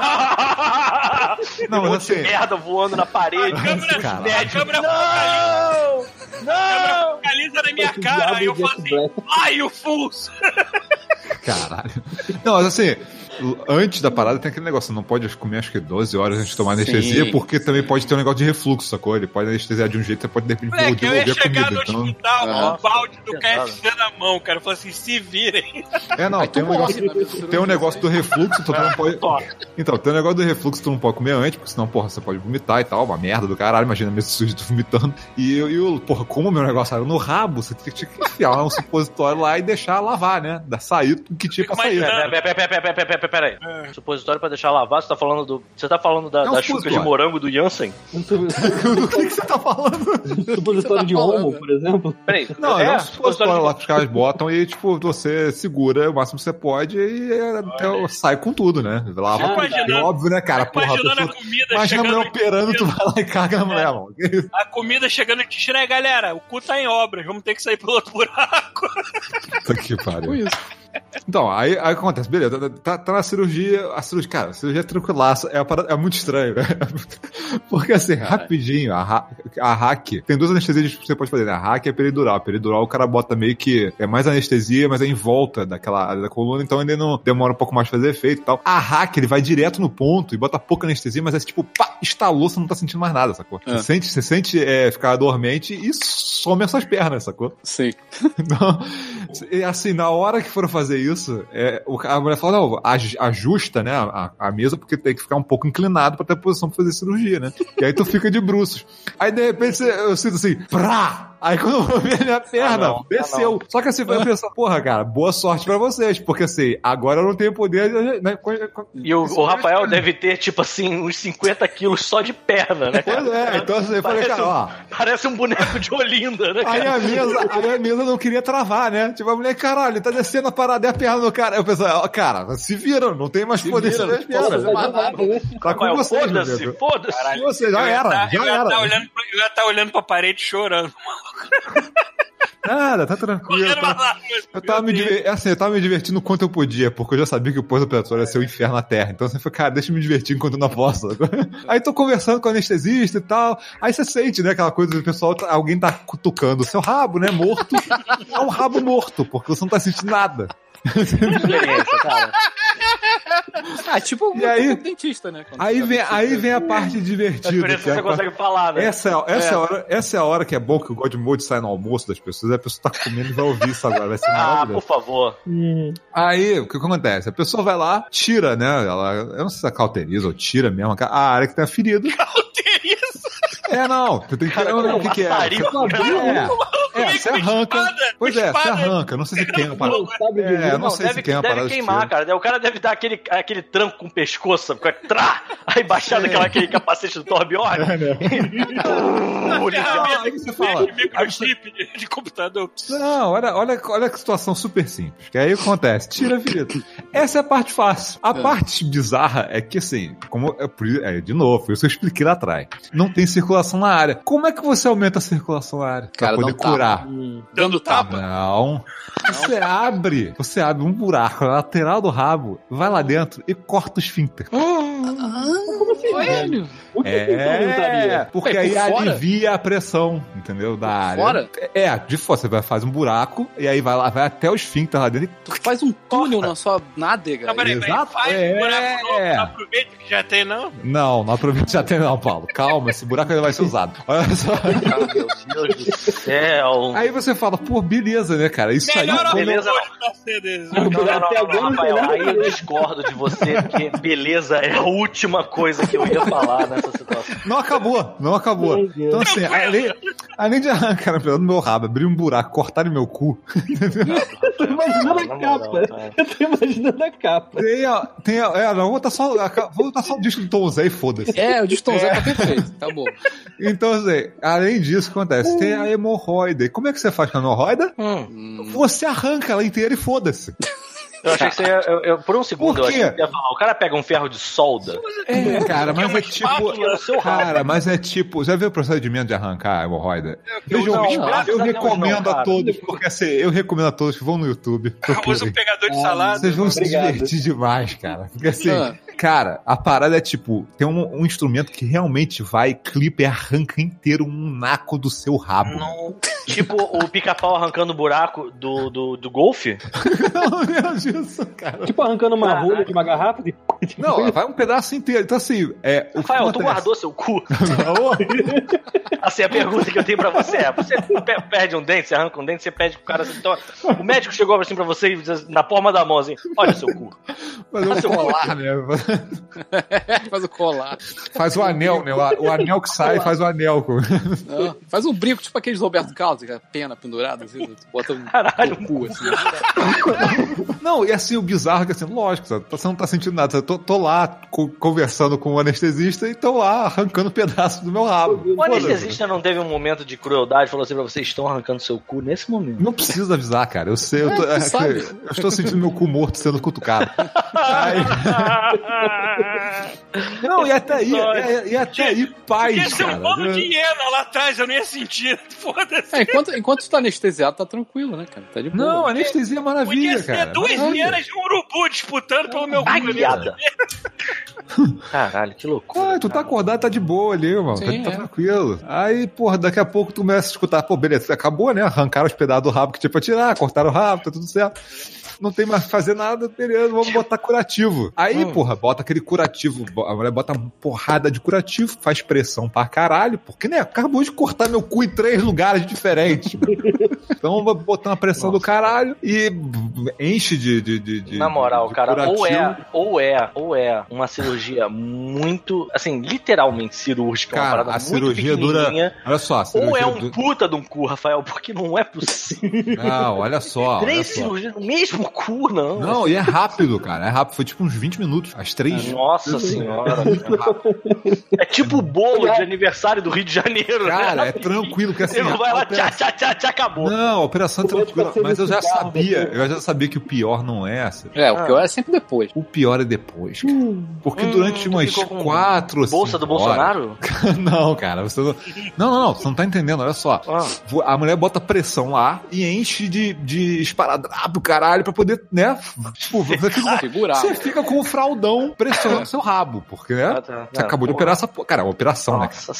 S1: Não,
S4: um
S1: mas
S4: monte de
S1: assim-
S4: merda voando na parede.
S3: A câmera,
S1: Cara.
S3: a câmera
S4: Não!
S3: A câmera
S4: Não!
S3: focaliza na minha
S6: Esse
S3: cara,
S6: diabo
S3: aí eu
S6: de
S3: falo assim,
S6: Jack
S3: ai, o Fulso!
S1: Caralho. Não, mas assim, antes da parada tem aquele negócio, você não pode comer acho que doze horas antes de tomar anestesia,
S5: Sim.
S1: porque também pode ter um negócio de refluxo, sacou? Ele pode anestesiar de um jeito, você pode de repente
S3: Moleque, eu ia
S1: devolver a
S3: chegar
S1: comida.
S3: no
S1: Então,
S3: hospital com
S5: Ah.
S3: um balde do
S4: Pesado.
S3: K F C na mão, cara. Eu falei assim, se virem.
S1: é, não,
S5: Aí
S1: tem
S5: tu
S1: um,
S5: morre
S1: negócio,
S5: na mistura
S1: tem um
S5: do
S1: negócio do refluxo, tu não pode.
S4: Toca.
S1: Então, tem um negócio do refluxo que tu não pode comer antes, porque senão, porra, você pode vomitar e tal, uma merda do caralho, imagina mesmo sujo tu vomitando. E eu, e eu, porra, como o meu negócio era no rabo, você tinha que enfiar um supositório lá e deixar lavar, né? Da sair o que tinha pra
S3: Mas
S1: sair.
S3: não.
S1: né?
S4: Pera, pera, pera, pera, pera, pera, pera aí. Supositório pra deixar lavar, você tá falando do. Você tá falando da,
S1: É um
S4: da chuca de
S1: supositório.
S4: morango do Jansen?
S6: Um sub-
S1: Do que, que você tá falando?
S6: supositório de
S5: falando?
S6: homo, por exemplo.
S4: Peraí.
S1: Não, é,
S4: é
S1: um supositório lá que os caras botam e, tipo, você segura o máximo que você pode e é, até sai com tudo, né? Lava.
S3: Fico imaginando-
S1: É óbvio, né, cara?
S3: Fico
S1: Porra, a
S3: imaginando a
S1: pessoa...
S3: comida
S1: Imagina a
S3: chegando
S1: mulher operando, tu
S3: no
S1: vai lá e caga a mulher, mano.
S3: A comida chegando e te tira, galera, o cu tá em obras, vamos ter que sair pelo outro buraco.
S1: Puta que
S5: Tipo
S1: pariu.
S5: isso.
S1: Então, aí, aí acontece, beleza, tá, tá na cirurgia, a cirurgia, cara, a cirurgia é tranquilaça, é, uma parada- é muito estranho, né? Porque assim, rapidinho, a, ha- a hack, tem duas anestesias que você pode fazer, né? A hack é peridural, a peridural o cara bota meio que, é mais anestesia, mas é em volta daquela área da coluna, então ainda não demora um pouco mais pra fazer efeito e tal. A hack, ele vai direto no ponto e bota pouca anestesia, mas é tipo, pá, estalou, você não tá sentindo mais nada, sacou?
S5: É.
S1: Você sente, você sente é, ficar dormente e some as suas pernas, sacou?
S5: Sim.
S1: Não, e assim, na hora que foram fazer isso, é, o- a mulher fala, não, aj- ajusta, né, a, a mesa, porque tem que ficar um pouco inclinado pra ter posição pra fazer cirurgia, né? E aí tu fica de bruços. Aí, de repente, você- eu sinto assim, prá! Aí quando eu vi a minha perna,
S4: Ah, não,
S1: desceu.
S4: ah,
S1: Só que assim, eu pensei, porra, cara, boa sorte pra vocês, porque assim, agora eu não tenho poder, né?
S4: E o, o Rafael deve ter, tipo assim, uns cinquenta quilos só de perna, né?
S1: Pois é, então assim, eu falei,
S4: Parece
S1: cara,
S4: um-
S1: ó...
S4: Parece um boneco de Olinda, né?
S1: Aí
S4: cara?
S1: a mesa, aí a mesa não queria travar, né? Tipo, a mulher, caralho, tá descendo a parada e a perna do cara. Eu pensei, ó, cara, se viram, não tem mais poder sobre as
S5: Não posso fazer
S1: pernas.
S5: mais nada.
S1: Tá com
S4: Rafael,
S1: vocês, meu
S4: foda-se,
S1: Deus.
S4: foda-se.
S1: Com vocês, já
S3: Eu ia
S1: era,
S3: tá-
S1: já
S3: eu ia
S1: era.
S3: tá olhando pra- eu ia estar olhando pra parede chorando.
S1: Nada, tá tranquilo.
S3: Olhando
S1: Tá...
S3: pra lá,
S1: Eu tava, me diver... assim, eu tava me divertindo o quanto eu podia, porque eu já sabia que o pós-operatório ia ser o inferno na Terra. Então você foi, cara, deixa eu me divertir enquanto eu não posso. Aí tô conversando com o anestesista e tal. Aí você sente, né, aquela coisa do pessoal, tá- alguém tá cutucando o seu rabo, né, morto. É um rabo morto, porque você não tá sentindo nada.
S4: Experiência, cara.
S5: Ah, tipo
S1: E aí-
S5: um dentista, né? Quando
S1: Aí
S5: tá
S1: vem,
S5: dentista.
S1: aí vem a parte
S4: A
S1: divertida.
S4: experiência
S1: que é
S4: você
S1: a parte-
S4: consegue falar, né?
S1: Essa, é, essa,
S5: É.
S1: é. a hora, essa é a hora que é bom que o God Mode sai no almoço das pessoas, a pessoa tá comendo e vai ouvir isso agora, vai ser
S4: Ah,
S1: maravilhoso.
S4: por favor.
S1: Aí, o que acontece? A pessoa vai lá, tira, né? Ela, eu não sei se ela cauteriza ou tira mesmo a área que tem a ferida.
S3: Cauteriza?
S1: É, não. Você tem que tirar o que, que é.
S4: Maçarico,
S1: É, é, você arranca.
S3: espada,
S1: Pois é, você
S3: espada.
S1: arranca. Não sei se queima a parada.
S6: Sabe de
S1: É, não
S4: Não,
S1: sei
S4: deve,
S1: se queima a
S4: deve
S1: parada. de
S4: queimar,
S1: tiro.
S4: cara. O cara deve dar aquele, aquele tranco com o pescoço, sabe? Fica Trá! Aí baixar daquela, aquele capacete do Torbjorn.
S1: Não, aí você fala.
S3: De microchip de, de computador.
S1: Não, olha, olha, olha que situação super simples. Que aí acontece, tira a ferida. Essa é a parte fácil. A parte bizarra é que, assim, como é, por isso- é, de novo, foi isso que eu expliquei lá atrás. Não tem circulação na área. Como é que você aumenta a circulação na área? Pra
S5: Cara,
S1: poder
S5: não tapa.
S1: curar.
S3: Dando tapa.
S1: Não. Você abre, você abre um buraco na lateral do rabo, vai lá dentro e corta o esfíncter.
S5: Velho.
S6: O que que então não
S1: É,
S6: sabia?
S1: porque
S5: Ué,
S1: aí
S5: por fora?
S1: alivia a pressão, entendeu? Da área.
S5: fora?
S1: É, de fora. Você vai fazer um buraco e aí vai lá, vai até o esfíncter lá dentro e
S5: Tu faz um túnel na sua nádega.
S3: Não, peraí, peraí.
S1: Exato.
S3: Faz
S1: É.
S3: um buraco novo, não aproveita que já tem, não?
S1: Não, não aproveita já tem não, Paulo. Calma, esse buraco ainda vai ser usado. Olha só.
S4: Ah, meu Deus do céu.
S1: Aí você fala, pô, beleza, né, cara? Isso aí.
S3: Melhor
S4: beleza,
S3: apoio da C D.
S4: Não, não, não,
S6: Até
S4: não,
S6: agora não
S4: Rafael,
S6: tem nada
S4: aí eu discordo de você, porque beleza é a última coisa que eu ia falar nessa situação.
S1: Não acabou, não acabou.
S6: Meu Deus.
S1: Então, assim, além, além de arrancar no meu rabo, abrir um buraco, cortar no meu cu,
S6: Eu tô imaginando
S4: Não,
S6: a
S4: não,
S6: capa.
S4: não, não.
S6: Eu tô imaginando a capa.
S1: tem a. Tem a é, não, vou botar só, vou botar só o disco do Tom Zé e foda-se.
S5: É, o distonzão tá perfeito. Tá bom.
S1: Então, assim, além disso, acontece, tem a hemorroida. E como é que você faz com a hemorroida?
S4: Hum,
S1: Você arranca ela inteira e foda-se.
S4: eu achei que você ia. Eu, eu- por um segundo,
S1: Por
S4: eu
S1: quê?
S4: achei que você ia falar. O cara pega um ferro de solda.
S1: É, cara, mas
S3: uma
S1: é tipo.
S3: espátula
S4: no seu rabo.
S1: Cara, mas é tipo. Já viu o procedimento de arrancar a hemorroida? Vejam,
S4: não,
S1: eu,
S4: graças a Deus
S1: recomendo
S4: não,
S1: a
S4: cara.
S1: todos, porque assim, eu recomendo a todos que vão no YouTube.
S3: Usa um
S1: procurem.
S3: pegador de salada.
S1: Vocês vão se
S6: Obrigado.
S1: divertir demais, cara. Porque assim,
S5: Ah.
S1: cara, a parada é tipo, tem um, um instrumento que realmente vai, clipa e arranca inteiro um naco do seu rabo.
S4: Não, tipo o pica-pau arrancando o buraco do, do, do golfe.
S1: Não, menos isso, cara.
S6: Tipo arrancando uma
S4: Caralho.
S6: rolha de uma garrafa de... tipo,
S1: Não, vai um pedaço inteiro. Então assim, é... o que
S4: Rafael, tu
S1: acontece?
S4: guardou seu cu?
S1: Não,
S4: Assim, a pergunta que eu tenho pra você é: você pe- perde um dente, você arranca um dente, você pede pro cara assim, então, o médico chegou assim pra você e diz na palma da mão assim: olha o seu cu.
S1: fazer um colar, né?
S5: Faz o colar.
S1: Faz o anel, né? O o anel que sai faz o anel. com-
S5: Não, faz um brinco, tipo aqueles do Roberto Carlos, que é a pena pendurada, assim, tu bota um
S4: Caralho.
S5: no cu, assim.
S1: Não, e assim, o bizarro é que assim, lógico, você não tá sentindo nada, você tô, tô lá co- conversando com o anestesista e tô lá arrancando um pedaço do meu rabo.
S4: O anestesista não teve um momento de crueldade, falou assim pra vocês, estão arrancando seu cu nesse momento.
S1: Não precisa avisar, cara. Eu sei, eu, tô, é, que eu estou sentindo meu cu morto sendo cutucado. Aí... Não, e até aí, e, e até aí, paz,
S3: Ia ser
S1: cara.
S3: um bolo de hiena lá atrás, eu nem ia sentir. Foda-se.
S5: É, enquanto, enquanto tu tá anestesiado, tá tranquilo, né, cara? Tá de boa.
S1: Não, anestesia é maravilha,
S3: Podia ser
S1: cara.
S3: duas
S1: Maravilha.
S3: hienas de um urubu disputando pelo meu cu.
S4: Bagueada. Caralho, que loucura.
S1: Ah, tu tá acordado, tá de boa ali, mano.
S5: Sim,
S1: tá tá
S5: é.
S1: tranquilo. Aí, porra, daqui a pouco tu começa a escutar, pô, beleza, acabou, né? Arrancaram os pedaços do rabo que tinha pra tirar, cortaram o rabo, tá tudo certo. Não tem mais que fazer nada, beleza, vamos botar curativo. Aí,
S5: Hum.
S1: porra, bota aquele curativo, a mulher bota uma porrada de curativo, faz pressão pra caralho, porque, né, acabou de cortar meu cu em três lugares diferentes. Então, vou botar uma pressão do caralho e enche de... de, de, de
S4: Na moral,
S1: de
S4: cara, ou é,
S1: curativo.
S4: ou é, ou é uma cirurgia muito, assim, literalmente cirúrgica, uma
S1: Cara,
S4: parada
S1: a
S4: muito
S1: cirurgia dura...
S4: pequenininha,
S1: Olha só, a
S4: ou é
S1: cirurgia
S4: um
S1: dura...
S4: puta de um cu, Rafael, porque não é possível.
S1: Não, olha só, olha
S4: Três
S1: só.
S4: cirurgias no mesmo cu, não.
S1: Não, e é rápido, cara. É rápido. Foi tipo uns vinte minutos. As três.
S4: Nossa senhora. É tipo o bolo de aniversário do Rio de Janeiro,
S1: Cara,
S4: né?
S1: é tranquilo. Que assim,
S4: Você não vai
S1: a
S4: lá,
S1: operação-
S4: tchá, tchá, tchá, tchá, acabou.
S1: Não, a operação é tranquila. Mas eu já sabia. Eu já sabia que o pior não é essa.
S5: É, o pior é sempre depois.
S1: O pior é depois, cara. Porque
S4: Hum,
S1: durante
S4: tu
S1: umas
S4: ficou com
S1: quatro,
S4: Bolsa
S1: cinco
S4: do
S1: horas-
S4: Bolsonaro?
S1: Não, cara, você não... não. Não, não, você não tá entendendo, olha só.
S4: Ah.
S1: A mulher bota pressão lá e enche de, de esparadrapo, caralho, pra poder, né? Tipo, você fica,
S5: Segurar.
S1: você fica com o fraldão pressionando seu rabo, porque, né?
S4: Ah, tá.
S1: Você
S4: Não,
S1: acabou de
S4: porra.
S1: operar essa porra. Cara, é uma operação, né?
S4: Nossa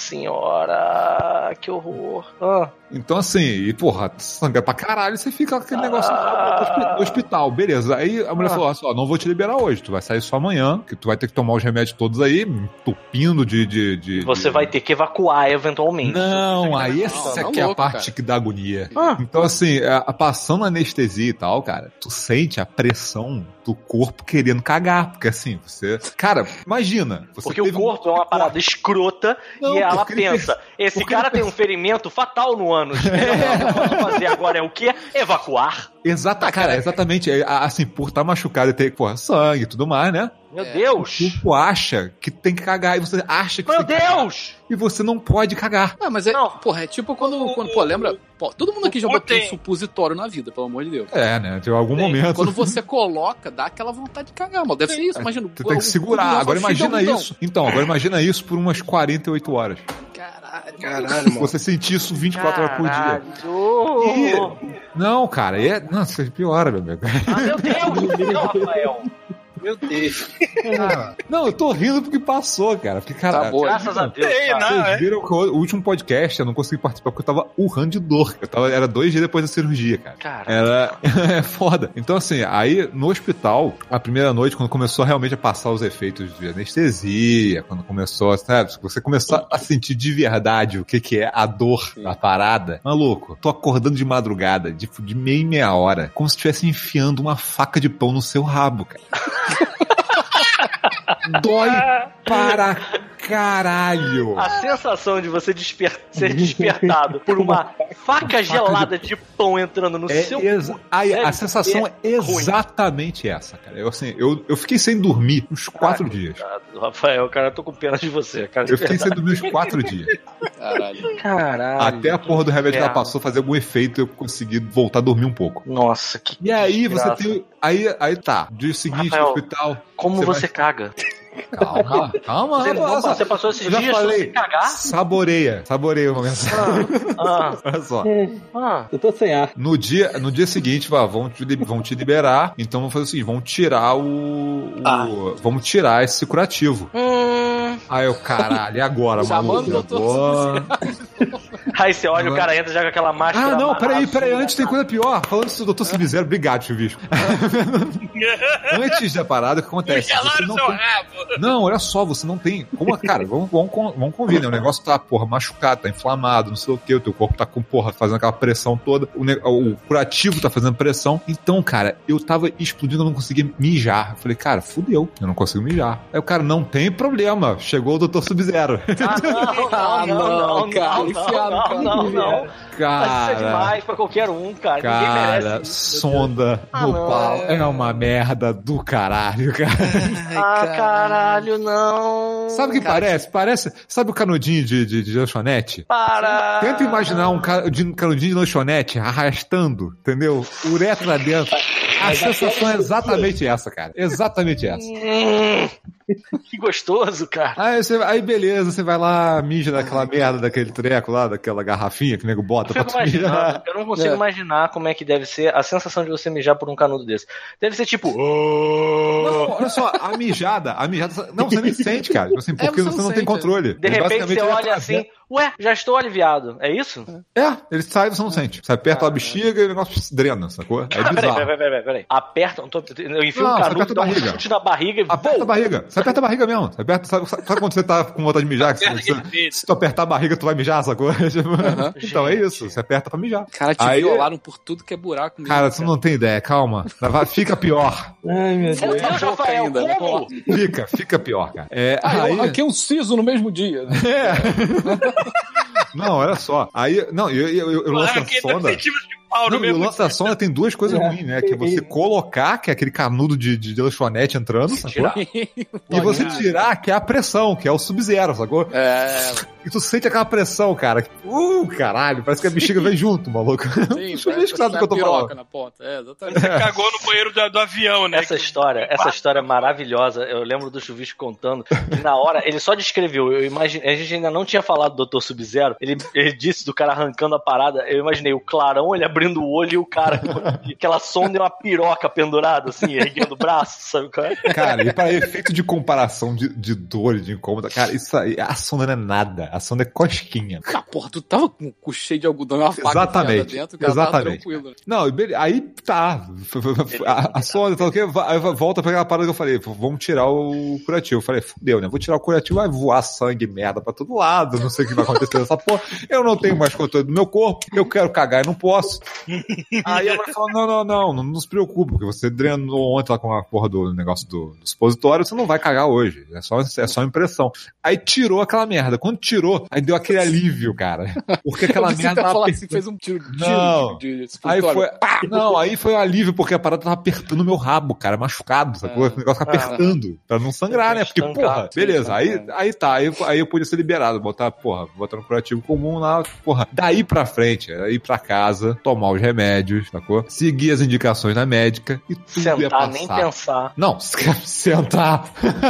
S4: senhora, que horror. Ah.
S1: Então, assim, e porra, sangra pra caralho, você fica com aquele negócio no hospi- no hospital, beleza. Aí a mulher
S4: Ah.
S1: falou: olha só, não vou te liberar hoje, tu vai sair só amanhã, que tu vai ter que tomar os remédios todos aí, entupindo de. de, de
S4: Você
S1: de-
S4: vai ter que evacuar eventualmente.
S1: Não, aí essa
S5: Não, tá
S1: que é a
S5: louco,
S1: parte
S5: cara.
S1: que dá agonia.
S4: Ah.
S1: Então, assim, a, a- passando a anestesia e tal, cara, tu sente a pressão do corpo querendo cagar, porque assim, você. Cara, imagina. Você
S4: Porque o
S1: teve um-
S4: corpo é uma parada escrota
S1: Não,
S4: e ela
S1: porque ele
S4: pensa: esse
S1: porque
S4: cara
S1: ele
S4: tem um ferimento fatal no ânus. O que eu posso fazer agora é o quê? Evacuar.
S1: Exata, cara, exatamente. É, assim, por estar machucado e ter, porra, sangue e tudo mais, né?
S4: Meu
S5: É.
S4: Deus!
S1: O corpo acha que tem que cagar e você acha que
S4: Meu
S1: você tem que cagar.
S4: Deus!
S1: E você não pode cagar.
S5: Ah, mas é,
S4: Não.
S5: porra, é tipo quando, quando pô, lembra? Pô, todo mundo aqui
S3: o
S5: já
S3: cu
S5: botou um
S3: tem-
S5: supositório na vida, pelo amor de Deus.
S1: É, né? De algum
S5: Tem.
S1: momento.
S5: Quando você coloca, dá aquela vontade de cagar, mano. Deve ser isso, imagina.
S1: Tu tem que segurar. Agora imagina isso. Então, agora imagina isso por umas quarenta e oito horas.
S5: Caralho.
S3: Caralho, mano.
S1: Você sentir isso vinte e quatro horas por dia.
S4: Caralho!
S1: Não, cara, é. Não, você piora, meu amigo.
S4: Ah, meu Deus! Não, Rafael.
S3: Meu Deus.
S1: Não, eu tô rindo porque passou, cara. Porque, cara,
S5: Tá bom.
S4: Graças a Deus.
S3: Ei,
S4: cara.
S3: não,
S1: vocês
S3: é.
S1: viram que o último podcast eu não consegui participar porque eu tava urrando de dor. Eu tava, era dois dias depois da cirurgia, cara.
S4: Caralho.
S1: Era é foda. Então, assim, aí no hospital, a primeira noite, quando começou realmente a passar os efeitos de anestesia, quando começou, sabe, você começou a sentir de verdade o que, que é a dor da parada. Maluco, tô acordando de madrugada, de, de meia em meia hora, como se estivesse enfiando uma faca de pão no seu rabo, cara. Dói para caralho.
S4: A sensação de você desper- ser despertado por uma faca gelada de pão entrando no
S1: É
S4: seu
S1: exa-
S4: cu.
S1: Aí,
S4: deve
S1: a sensação
S4: ser
S1: é
S4: ruim.
S1: exatamente essa, cara. Eu, assim, eu, eu fiquei sem dormir uns quatro
S4: Ai,
S1: dias.
S4: coitado, Rafael, cara, eu tô com pena de você, cara. de
S1: Eu fiquei sem
S4: verdade.
S1: dormir uns quatro dias.
S5: Caralho.
S4: Caralho.
S1: Até a porra do remédio que ela
S4: É.
S1: passou fazer algum efeito e eu consegui voltar a dormir um pouco.
S4: Nossa, que
S1: E aí você
S4: desgraça.
S1: tem. Aí, aí tá. Dia seguinte,
S4: Rafael,
S1: no hospital.
S4: Como
S1: você
S4: você,
S1: vai-
S4: caga?
S1: Calma, calma,
S4: Você,
S1: rapaz.
S4: você passou esses
S1: Eu já
S4: dias
S1: falei.
S4: sem cagar?
S1: Saboreia, saboreia o momento.
S4: Ah,
S1: Olha só.
S4: ah.
S6: Eu tô sem ar.
S1: No dia, no dia seguinte, vá, vão, te, li- vão te liberar. Então vamos fazer o seguinte: vão tirar o. o-
S5: Ah.
S1: Vamos tirar esse curativo.
S4: Hum.
S1: Aí eu, caralho, e agora,
S5: Chamando o
S1: maluco?
S5: doutor
S1: Agora...
S4: Aí você olha,
S1: Agora-
S4: o cara entra já com aquela máscara.
S1: Ah, não,
S4: amarela
S1: peraí, peraí,
S4: azul,
S1: antes tem coisa pior. Falando isso do doutor Sub-Zero, obrigado, Chuvisco. Antes da parada, o que acontece? Você
S3: Gelaram
S1: não
S3: seu
S1: tem...
S3: rabo.
S1: Não, olha só, você não tem. Como, cara, vamos, vamos, vamos convir, né? O negócio tá, porra, machucado, tá inflamado, não sei o que, o teu corpo tá com, porra, fazendo aquela pressão toda, o, ne- o curativo tá fazendo pressão. Então, cara, eu tava explodindo, eu não conseguia mijar. Eu falei, cara, fudeu, eu não consigo mijar. Aí o cara, não tem problema, chegou o doutor Sub-Zero.
S4: Ah, não, não, não, não,
S5: cara,
S4: não,
S5: enfiaram o
S4: não,
S5: cara
S4: não,
S5: no
S4: não, não.
S1: Cara,
S4: isso é demais pra qualquer um, cara. Ninguém
S1: cara,
S4: merece isso.
S1: sonda
S4: Ah,
S1: no
S4: não.
S1: pau é uma merda do caralho, cara.
S4: Ah, caralho, não.
S1: Sabe o que parece? Parece, sabe o canudinho de, de, de lanchonete?
S4: Para.
S1: Tenta imaginar um ca- de- um canudinho de lanchonete arrastando, entendeu? Uretra lá dentro. A sensação é exatamente essa, cara. Exatamente essa.
S4: Hum, que gostoso, cara.
S1: Aí, você, aí beleza, você vai lá, mija daquela merda, daquele treco lá, daquela garrafinha que o nego bota
S4: Eu
S1: pra
S4: fico
S1: tu mijar.
S4: imaginando, eu não consigo
S5: É.
S4: imaginar como é que deve ser a sensação de você mijar por um canudo desse. Deve ser tipo.
S1: Não, olha só, a mijada, a mijada, não, você nem sente, cara. Tipo assim, porque
S5: você
S1: você
S5: não
S1: não tem
S5: sente,
S1: controle.
S4: De
S1: Ele
S4: repente
S1: basicamente
S4: você
S1: ele
S4: olha
S1: atravessa-
S4: assim, ué, já estou aliviado. É isso?
S1: É, ele sai e você não sente. Você aperta a bexiga e o negócio drena, sacou? É
S4: Ah, peraí,
S1: bizarro.
S4: peraí, peraí, peraí, peraí. Aperta, eu, tô, eu enfio
S1: Não,
S4: um
S1: você
S4: canudo,
S1: aperta a
S4: dá um
S1: barriga.
S4: chute na barriga e
S1: Aperta a
S4: vou.
S1: barriga. Você aperta a barriga mesmo. Você aperta, sabe, sabe quando você tá com vontade de mijar? Que
S3: Aperta
S1: você-
S3: aquele peito.
S1: se tu apertar a barriga, tu vai mijar, sacou? Tipo, Então é isso. Você aperta pra mijar.
S5: Cara, te
S1: Aí-
S5: violaram por tudo que é buraco mesmo.
S1: Cara, você não tem ideia, calma. Vai- Fica pior.
S6: Ai, meu
S4: Meu
S6: Deus.
S4: Deus, Rafael,
S5: ainda, né?
S4: como?
S1: Fica, fica pior, cara. É,
S5: Ah,
S1: aí...
S5: eu arranquei um siso no mesmo dia. né?
S1: É. Não, olha só. Aí, não, eu, eu, eu, eu lanço a
S3: Arranquei
S1: sonda.
S3: dois centímetros de pau no
S1: Não, e o
S3: mesmo
S1: lance da sonda tem duas coisas ruins, né? Que é você colocar, que é aquele canudo de, de, de lanchonete entrando, sacou?
S4: Tirar.
S1: E você tirar, que é a pressão, que é o sub-zero, sacou?
S5: É,
S1: E tu sente aquela pressão, cara. Uh, caralho, parece que a bexiga vem junto, maluco.
S5: sim,
S1: Deixa eu ver se sabe do que eu tô
S5: piroca
S1: falando.
S5: na ponta. É, exatamente.
S3: Você cagou no banheiro do, do avião, né?
S4: Essa história, essa história é maravilhosa. Eu lembro do Chuvisco contando que na hora ele só descreveu. Eu imagine, a gente ainda não tinha falado do doutor Sub-Zero. Ele, ele disse do cara arrancando a parada. Eu imaginei o clarão, ele abrindo o olho e o cara com aquela sonda e uma piroca pendurada, assim, erguendo o braço, sabe qual é?
S1: Cara, e para efeito de comparação de, de dor e de incômodo, cara, isso aí, a sonda não é nada. A sonda é cosquinha.
S5: Ah, porra, tu tava com o cu cheio de algodão e uma faca
S1: Exatamente,
S5: enfiada dentro, o cara
S1: exatamente.
S5: tava tranquilo. Né?
S1: Não, e beleza, aí tá. A, a sonda, tá, ok? Vai- volta pra aquela parada que eu falei, vamos tirar o curativo. Eu falei, fudeu, né? Vou tirar o curativo, vai voar sangue, merda pra todo lado, não sei o que vai acontecer nessa porra. Eu não tenho mais controle do meu corpo, eu quero cagar e não posso. Aí ela falou, não, não, não, não, não se preocupe, porque você drenou ontem lá com a porra do negócio do, do supositório, você não vai cagar hoje. É só, é só impressão. Aí tirou aquela merda. Quando tirou, aí deu aquele alívio, cara. Porque aquela
S5: Eu pensei que
S1: merda
S5: tu ia
S1: tava
S5: falar
S1: apertando.
S5: assim, fez um tiro, tiro
S1: Não.
S5: de, de
S1: Aí
S5: supositório.
S1: foi. Não, aí foi um alívio, porque a parada tava apertando o meu rabo, cara, machucado, sacou? O negócio tava apertando, pra não sangrar, né? Porque,
S4: Estancar,
S1: porra,
S5: sim,
S1: beleza, aí,
S5: estancar.
S1: aí tá, aí, aí eu podia ser liberado, botar, porra, botar no curativo comum lá, porra. Daí pra frente, era ir pra casa, tomar os remédios, sacou? Seguir as indicações da médica e tudo ia
S4: Sentar,
S1: passar.
S4: nem pensar.
S1: Não, sentar.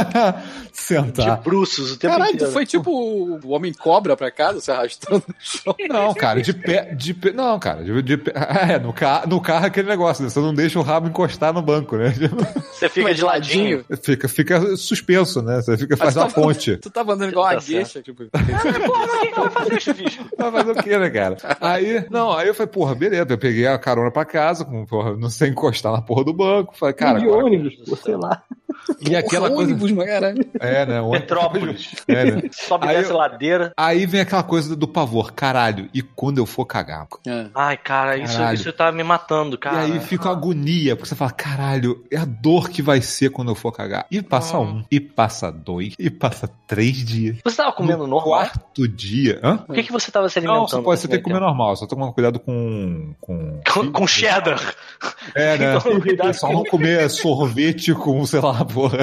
S1: sentar.
S4: De bruços o tempo
S5: Caralho, tu
S4: inteiro.
S5: foi tipo o homem cobra pra casa, se arrastando no chão.
S1: Não, cara, de pé, de pé, não, cara, de, de pé, é, no carro, no carro é aquele negócio, né? Você não deixa o rabo encostar no banco, né?
S4: Você fica de ladinho.
S1: Fica, fica suspenso, né? Você fica, faz
S5: Mas
S1: uma
S5: tu tava-
S1: ponte.
S5: Tu tava andando igual uma
S4: Tá
S5: gueixa, tipo...
S4: Porra, mas o que que eu vou fazer, Chuvisco?
S1: Vai fazer o quê, né, cara? Aí, não, aí eu falei, porra, beleza, eu peguei a carona pra casa, com, porra, não sei encostar na porra do banco, falei, cara,
S6: de
S1: agora-
S6: ônibus, pô, sei lá.
S1: e aquela
S5: Porra,
S1: coisa...
S5: ônibus, mas caralho.
S1: É, né? ônibus-
S4: Petrópolis.
S1: É, né?
S4: Sobe e
S1: Aí
S4: desce
S1: eu-
S4: ladeira.
S1: Aí vem aquela coisa do pavor, caralho, e quando eu for cagar?
S5: É.
S4: Ai, cara, isso,
S1: Caralho.
S4: isso tá me matando, cara.
S1: E aí fica uma agonia, porque você fala, caralho, é a dor que vai ser quando eu for cagar. E passa um, e passa dois, e passa três dias.
S4: Você tava comendo
S1: No
S4: normal?
S1: quarto dia... Hã?
S4: Por que, que você tava se alimentando?
S1: Não, você pode, você
S4: nesse
S1: tem que comer
S4: meio
S1: normal, só tomar cuidado com... Com,
S4: tempo? Com, com cheddar.
S1: É, né?
S4: Então, cuidado
S1: Só
S4: com-
S1: não comer sorvete com, sei lá, porra.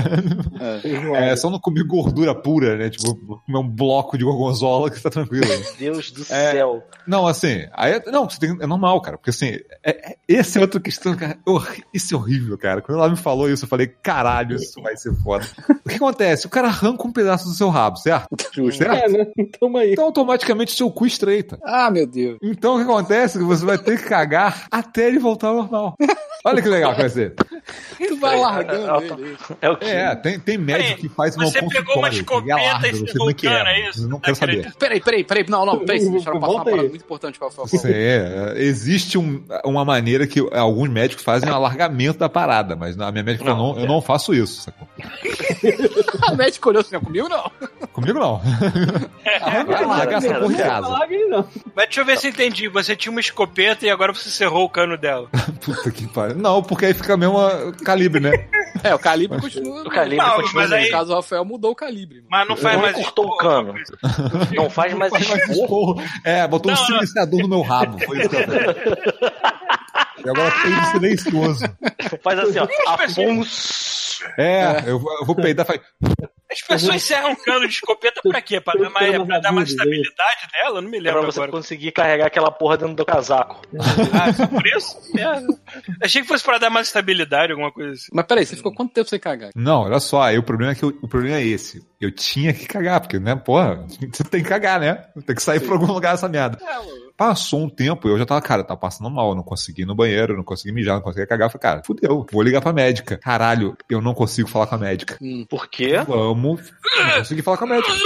S1: É, só não comer gordura pura, né? Tipo, comer um bloco de gorgonzola que tá tranquilo.
S4: Deus do
S1: É.
S4: céu.
S1: Não, assim, aí é, não, você tem, é normal, cara, porque assim, é, é, esse é outra questão, cara, horri- isso é horrível, cara. Quando ela me falou isso, eu falei, caralho, isso vai ser foda. O que acontece? O cara arranca um pedaço do seu rabo, certo?
S5: Justo.
S1: Certo?
S6: É, né? Toma aí.
S1: Então automaticamente seu cu estreita.
S5: Ah, meu Deus.
S1: Então o que acontece é que você vai ter que cagar até ele voltar ao normal. Olha que legal que vai ser.
S5: Tu vai largando
S4: É,
S5: ele.
S4: É o que?
S1: É, tem, tem médico que faz uma
S3: Você pegou uma
S1: consultório,
S3: escopeta
S1: que alarga,
S3: e se
S1: você não quer,
S3: voltando, é isso?
S1: eu não
S3: Tá
S1: quero saber.
S3: querendo-
S5: Peraí, peraí, peraí. Não, não, peraí. Vocês deixaram passar uma
S6: Volta aí.
S5: parada muito importante, qual foi a
S1: Sim, é, existe um- uma maneira que alguns médicos fazem um alargamento da parada, mas a minha médica falou, não, eu não faço isso, sacou?
S5: O médico olhou assim, comigo não.
S1: Comigo não. Vai largar essa porra em casa.
S6: Larga aí, não.
S3: Mas deixa eu ver se entendi. Você tinha uma escopeta e agora você cerrou o cano dela.
S1: Puta que pariu. Não, porque aí fica a mesma calibre, né?
S5: É, o calibre continua.
S4: O calibre
S3: Não,
S4: continua.
S3: mas aí-
S5: No caso, o Rafael mudou o calibre. Mano.
S3: Mas não faz
S4: Não
S3: mais
S4: cortou o
S3: esporro.
S4: cano. Não faz mais
S1: Faz mais
S4: esporro.
S1: esporro. É, botou
S3: Não,
S1: um
S3: não.
S1: silenciador no meu rabo. Foi isso que eu fiz. E agora peido silencioso.
S4: Faz assim, ó. Afonso.
S1: É, eu vou, eu vou peidar e faz.
S3: As pessoas serram um cano de escopeta pra quê? Pra dar mais, pra dar mais
S6: Agudos,
S3: estabilidade nela? Eu não me
S4: É pra
S3: lembro
S4: você
S3: agora.
S4: conseguir carregar aquela porra dentro do casaco.
S3: Ah, só por isso? É. Achei que fosse pra dar mais estabilidade, alguma coisa assim.
S5: Mas peraí, você ficou quanto tempo sem cagar?
S1: Não, olha só, aí o problema é que eu- o problema é esse. Eu tinha que cagar, porque, né, porra, você tem que cagar, né? Tem que sair pra algum lugar essa merda. Passou um tempo, eu já tava, cara, tava passando mal, não consegui ir no banheiro, não consegui mijar, não consegui cagar. Eu falei, cara, fudeu, vou ligar pra médica. Caralho, eu não consigo falar com a médica.
S4: Por quê?
S1: Vamos, não consegui falar com a médica.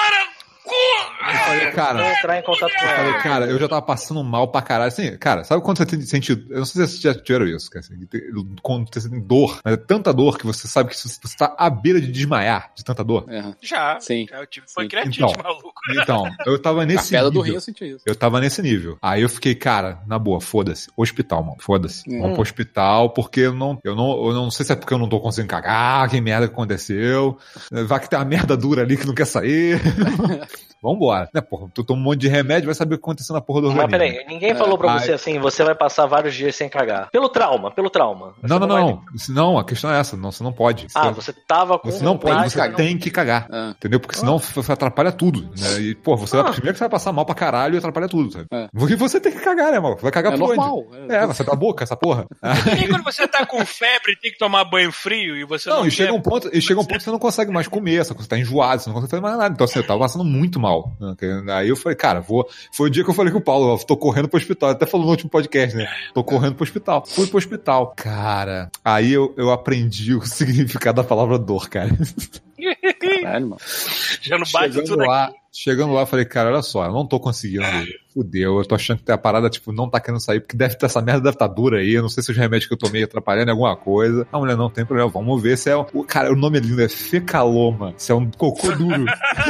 S1: Eu falei, cara,
S4: Vou entrar em contato com
S1: eu falei,
S4: ela.
S1: cara, eu já tava passando mal pra caralho. Assim, cara, sabe quando você tem sentido. Eu não sei se vocês já tiveram isso, cara. Assim, quando você tem dor, mas é tanta dor que você sabe que você tá à beira de desmaiar de tanta dor.
S5: É.
S3: Já.
S5: Sim.
S3: Já, eu tive, foi
S5: Sim.
S3: criativo,
S1: Então,
S3: maluco.
S1: Então, eu tava
S5: A
S1: nesse
S5: pedra
S1: nível.
S5: do rim eu senti isso.
S1: Eu tava nesse nível. Aí eu fiquei, cara, na boa, foda-se. Hospital, mano. Foda-se.
S5: Hum.
S1: Vamos pro hospital, porque eu não, eu não. Eu não sei se é porque eu não tô conseguindo cagar, que merda que aconteceu. Vai que tem uma merda dura ali que não quer sair. Vambora. Né, porra, tu toma um monte de remédio, vai saber o que aconteceu na porra do
S4: Mas
S1: organismo.
S4: peraí, ninguém falou pra
S1: Ai.
S4: você assim, você vai passar vários dias sem cagar. Pelo trauma, pelo trauma. Você
S1: Não, não,
S4: vai-
S1: não. Isso não, a questão é essa. Não, você não pode.
S4: Ah,
S1: Você-
S4: você tava com
S1: Você não pode,
S4: vontade,
S1: você
S4: mas não-
S1: tem que cagar.
S5: Ah.
S1: Entendeu? Porque senão você atrapalha tudo. Né? E, pô, você vai,
S4: Ah.
S1: primeiro que você vai passar mal pra caralho e atrapalha tudo, sabe?
S5: É.
S1: Porque você tem que cagar, né, mano? Vai cagar
S5: É
S1: por
S5: normal.
S1: onde? É, você tá boca, essa porra.
S3: E nem quando você tá com febre e tem que tomar banho frio e você não,
S1: Não, e
S3: quer,
S1: chega um ponto, e chega um ponto que você não consegue mais comer, essa coisa, você tá enjoado, você não consegue fazer mais nada. Então, assim, eu tava passando muito mal. Né? Aí eu falei, cara, vou. Foi o dia que eu falei com o Paulo, ó, tô correndo pro hospital. Até falou no último podcast, né? Tô correndo pro hospital. Fui pro hospital. Cara, aí eu, eu aprendi o significado da palavra dor, cara.
S5: Caralho, mano.
S3: já não bate
S1: Chegando
S3: tudo
S1: lá,
S3: aqui.
S1: chegando lá, eu falei, cara, olha só, eu não tô conseguindo. Fudeu, eu tô achando que a parada, tipo, não tá querendo sair, porque deve ter essa merda, deve estar tá dura aí. Eu não sei se os remédios que eu tomei atrapalhando em alguma coisa. A mulher, não tem problema, vamos ver se é. O, cara, o nome é lindo, é fecaloma. Se é um cocô duro.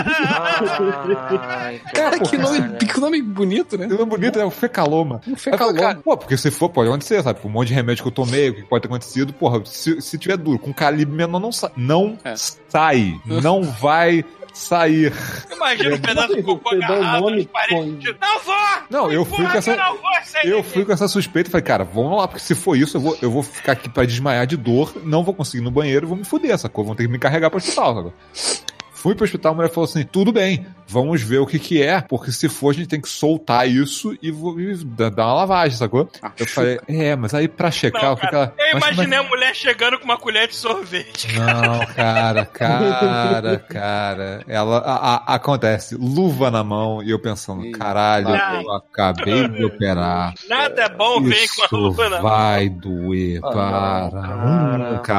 S4: Ai,
S5: Cara, que
S4: caralho.
S5: nome, que nome bonito, né?
S1: O nome bonito é o fecaloma.
S5: Um
S1: Aí eu falei,
S5: fecaloma.
S1: cara, pô, porque se for, pode acontecer, sabe? Um monte de remédio que eu tomei, o que pode ter acontecido, porra, se, se tiver duro, com calibre menor, não sai. Não
S5: É.
S1: sai. Não vai sair.
S3: Imagina um pedaço de cocô
S6: Você dá um
S3: agarrado
S6: nome
S3: nas paredes. Não vou!
S1: Não, eu fui
S3: Porra,
S1: com essa.
S3: eu não vou sair
S1: Eu
S3: daqui.
S1: fui com essa suspeita e falei, cara, vamos lá, porque se for isso, eu vou, eu vou ficar aqui pra desmaiar de dor, não vou conseguir ir no banheiro, vou me fuder, sacou? Vão ter que me carregar pro hospital, sacou? Fui pro hospital, a mulher falou assim, tudo bem, vamos ver o que que é, porque se for a gente tem que soltar isso e, vou, e dar dar uma lavagem, sacou? Eu falei, é, mas aí pra checar
S3: Não,
S1: o que que
S3: cara,
S1: ela...
S3: eu
S1: mas-
S3: imaginei a mulher chegando com uma colher de sorvete.
S1: Não, cara, cara, cara. Ela a- a- acontece, luva na mão, e eu pensando,
S5: Ih,
S1: caralho,
S3: vai.
S1: eu acabei de operar.
S3: Nada bom vem com a
S1: Isso
S3: luva na mão.
S1: vai doer
S4: Ah,
S1: para um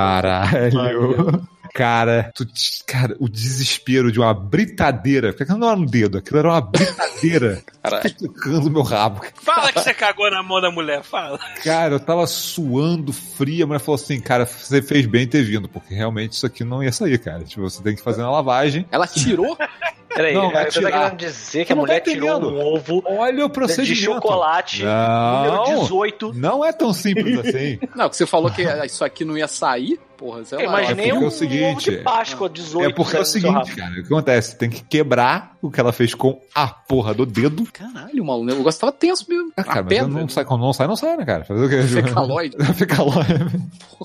S1: caralho. Cara, tu, cara, o desespero de uma britadeira. Porque aquilo não era um dedo, aquilo era uma britadeira.
S5: Caralho.
S1: Tocando meu rabo.
S3: Fala que você cagou na mão da mulher, fala.
S1: Cara, eu tava suando fria, a mulher falou assim, cara, você fez bem em ter vindo, porque realmente isso aqui não ia sair, cara. Tipo, você tem que fazer uma lavagem.
S5: Ela tirou?
S4: Peraí,
S1: Não, vai
S4: você tá
S1: tirar.
S4: querendo dizer que a
S1: Você não
S4: mulher
S1: tá
S4: tirou
S1: entendendo.
S4: um ovo
S1: Olha o
S4: de
S1: procedimento.
S4: chocolate,
S1: Não.
S4: número dezoito.
S1: Não é tão simples assim.
S5: Não, que você falou que isso aqui não ia sair, porra, sei
S4: Eu
S5: lá.
S4: imaginei
S1: é porque
S4: um,
S1: é o seguinte,
S4: um ovo de Páscoa dezoito.
S1: É porque é o
S4: sabe, no seu
S1: seguinte,
S4: rabo.
S1: cara, o que acontece? Tem que quebrar o que ela fez com a porra do dedo.
S5: Caralho, maluco, o negócio tava tenso mesmo.
S1: Ah,
S5: A
S1: cara, mas
S5: pedra.
S1: não sai, quando não sai, não sai, né, cara? Fazer o quê?
S5: Fecalóide.
S1: Fecalóide.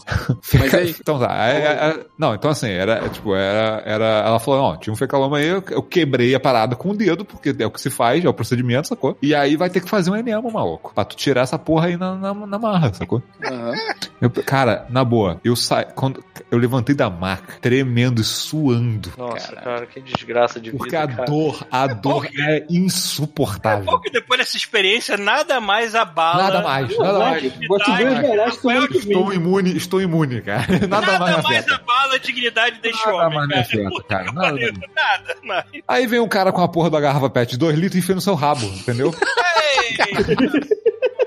S5: Mas aí-
S1: Então tá, é- é- é- não, então assim, era, é, tipo, era, era, ela falou, não, tinha um fecaloma aí, eu, eu quebrei a parada com o dedo, porque é o que se faz, é o procedimento, sacou? E aí vai ter que fazer um enema, maluco, pra tu tirar essa porra aí na, na, na marra, sacou?
S5: Aham.
S1: Eu- cara, na boa, eu saí, quando eu levantei da maca, tremendo e suando.
S4: Nossa, cara, que desgraça de
S1: Porque
S4: vida,
S1: a
S4: cara.
S1: dor, a dor é insuportável.
S3: Pouco depois dessa experiência, nada mais abala.
S1: Nada mais, nada mais.
S6: Vou te revelar semana que vem.
S1: Estou imune, estou imune, cara. Nada,
S3: Nada
S1: mais me
S3: mais
S1: afeta.
S3: abala a dignidade desse
S1: Nada
S3: homem,
S1: mais me
S3: cara.
S1: afeta,
S3: Puta
S1: cara.
S3: que
S1: Nada
S3: pariu,
S1: mais.
S3: nada mais.
S1: Aí vem um cara com a porra da garrafa pet de dois litros e enfia no seu rabo, entendeu?
S3: Ei,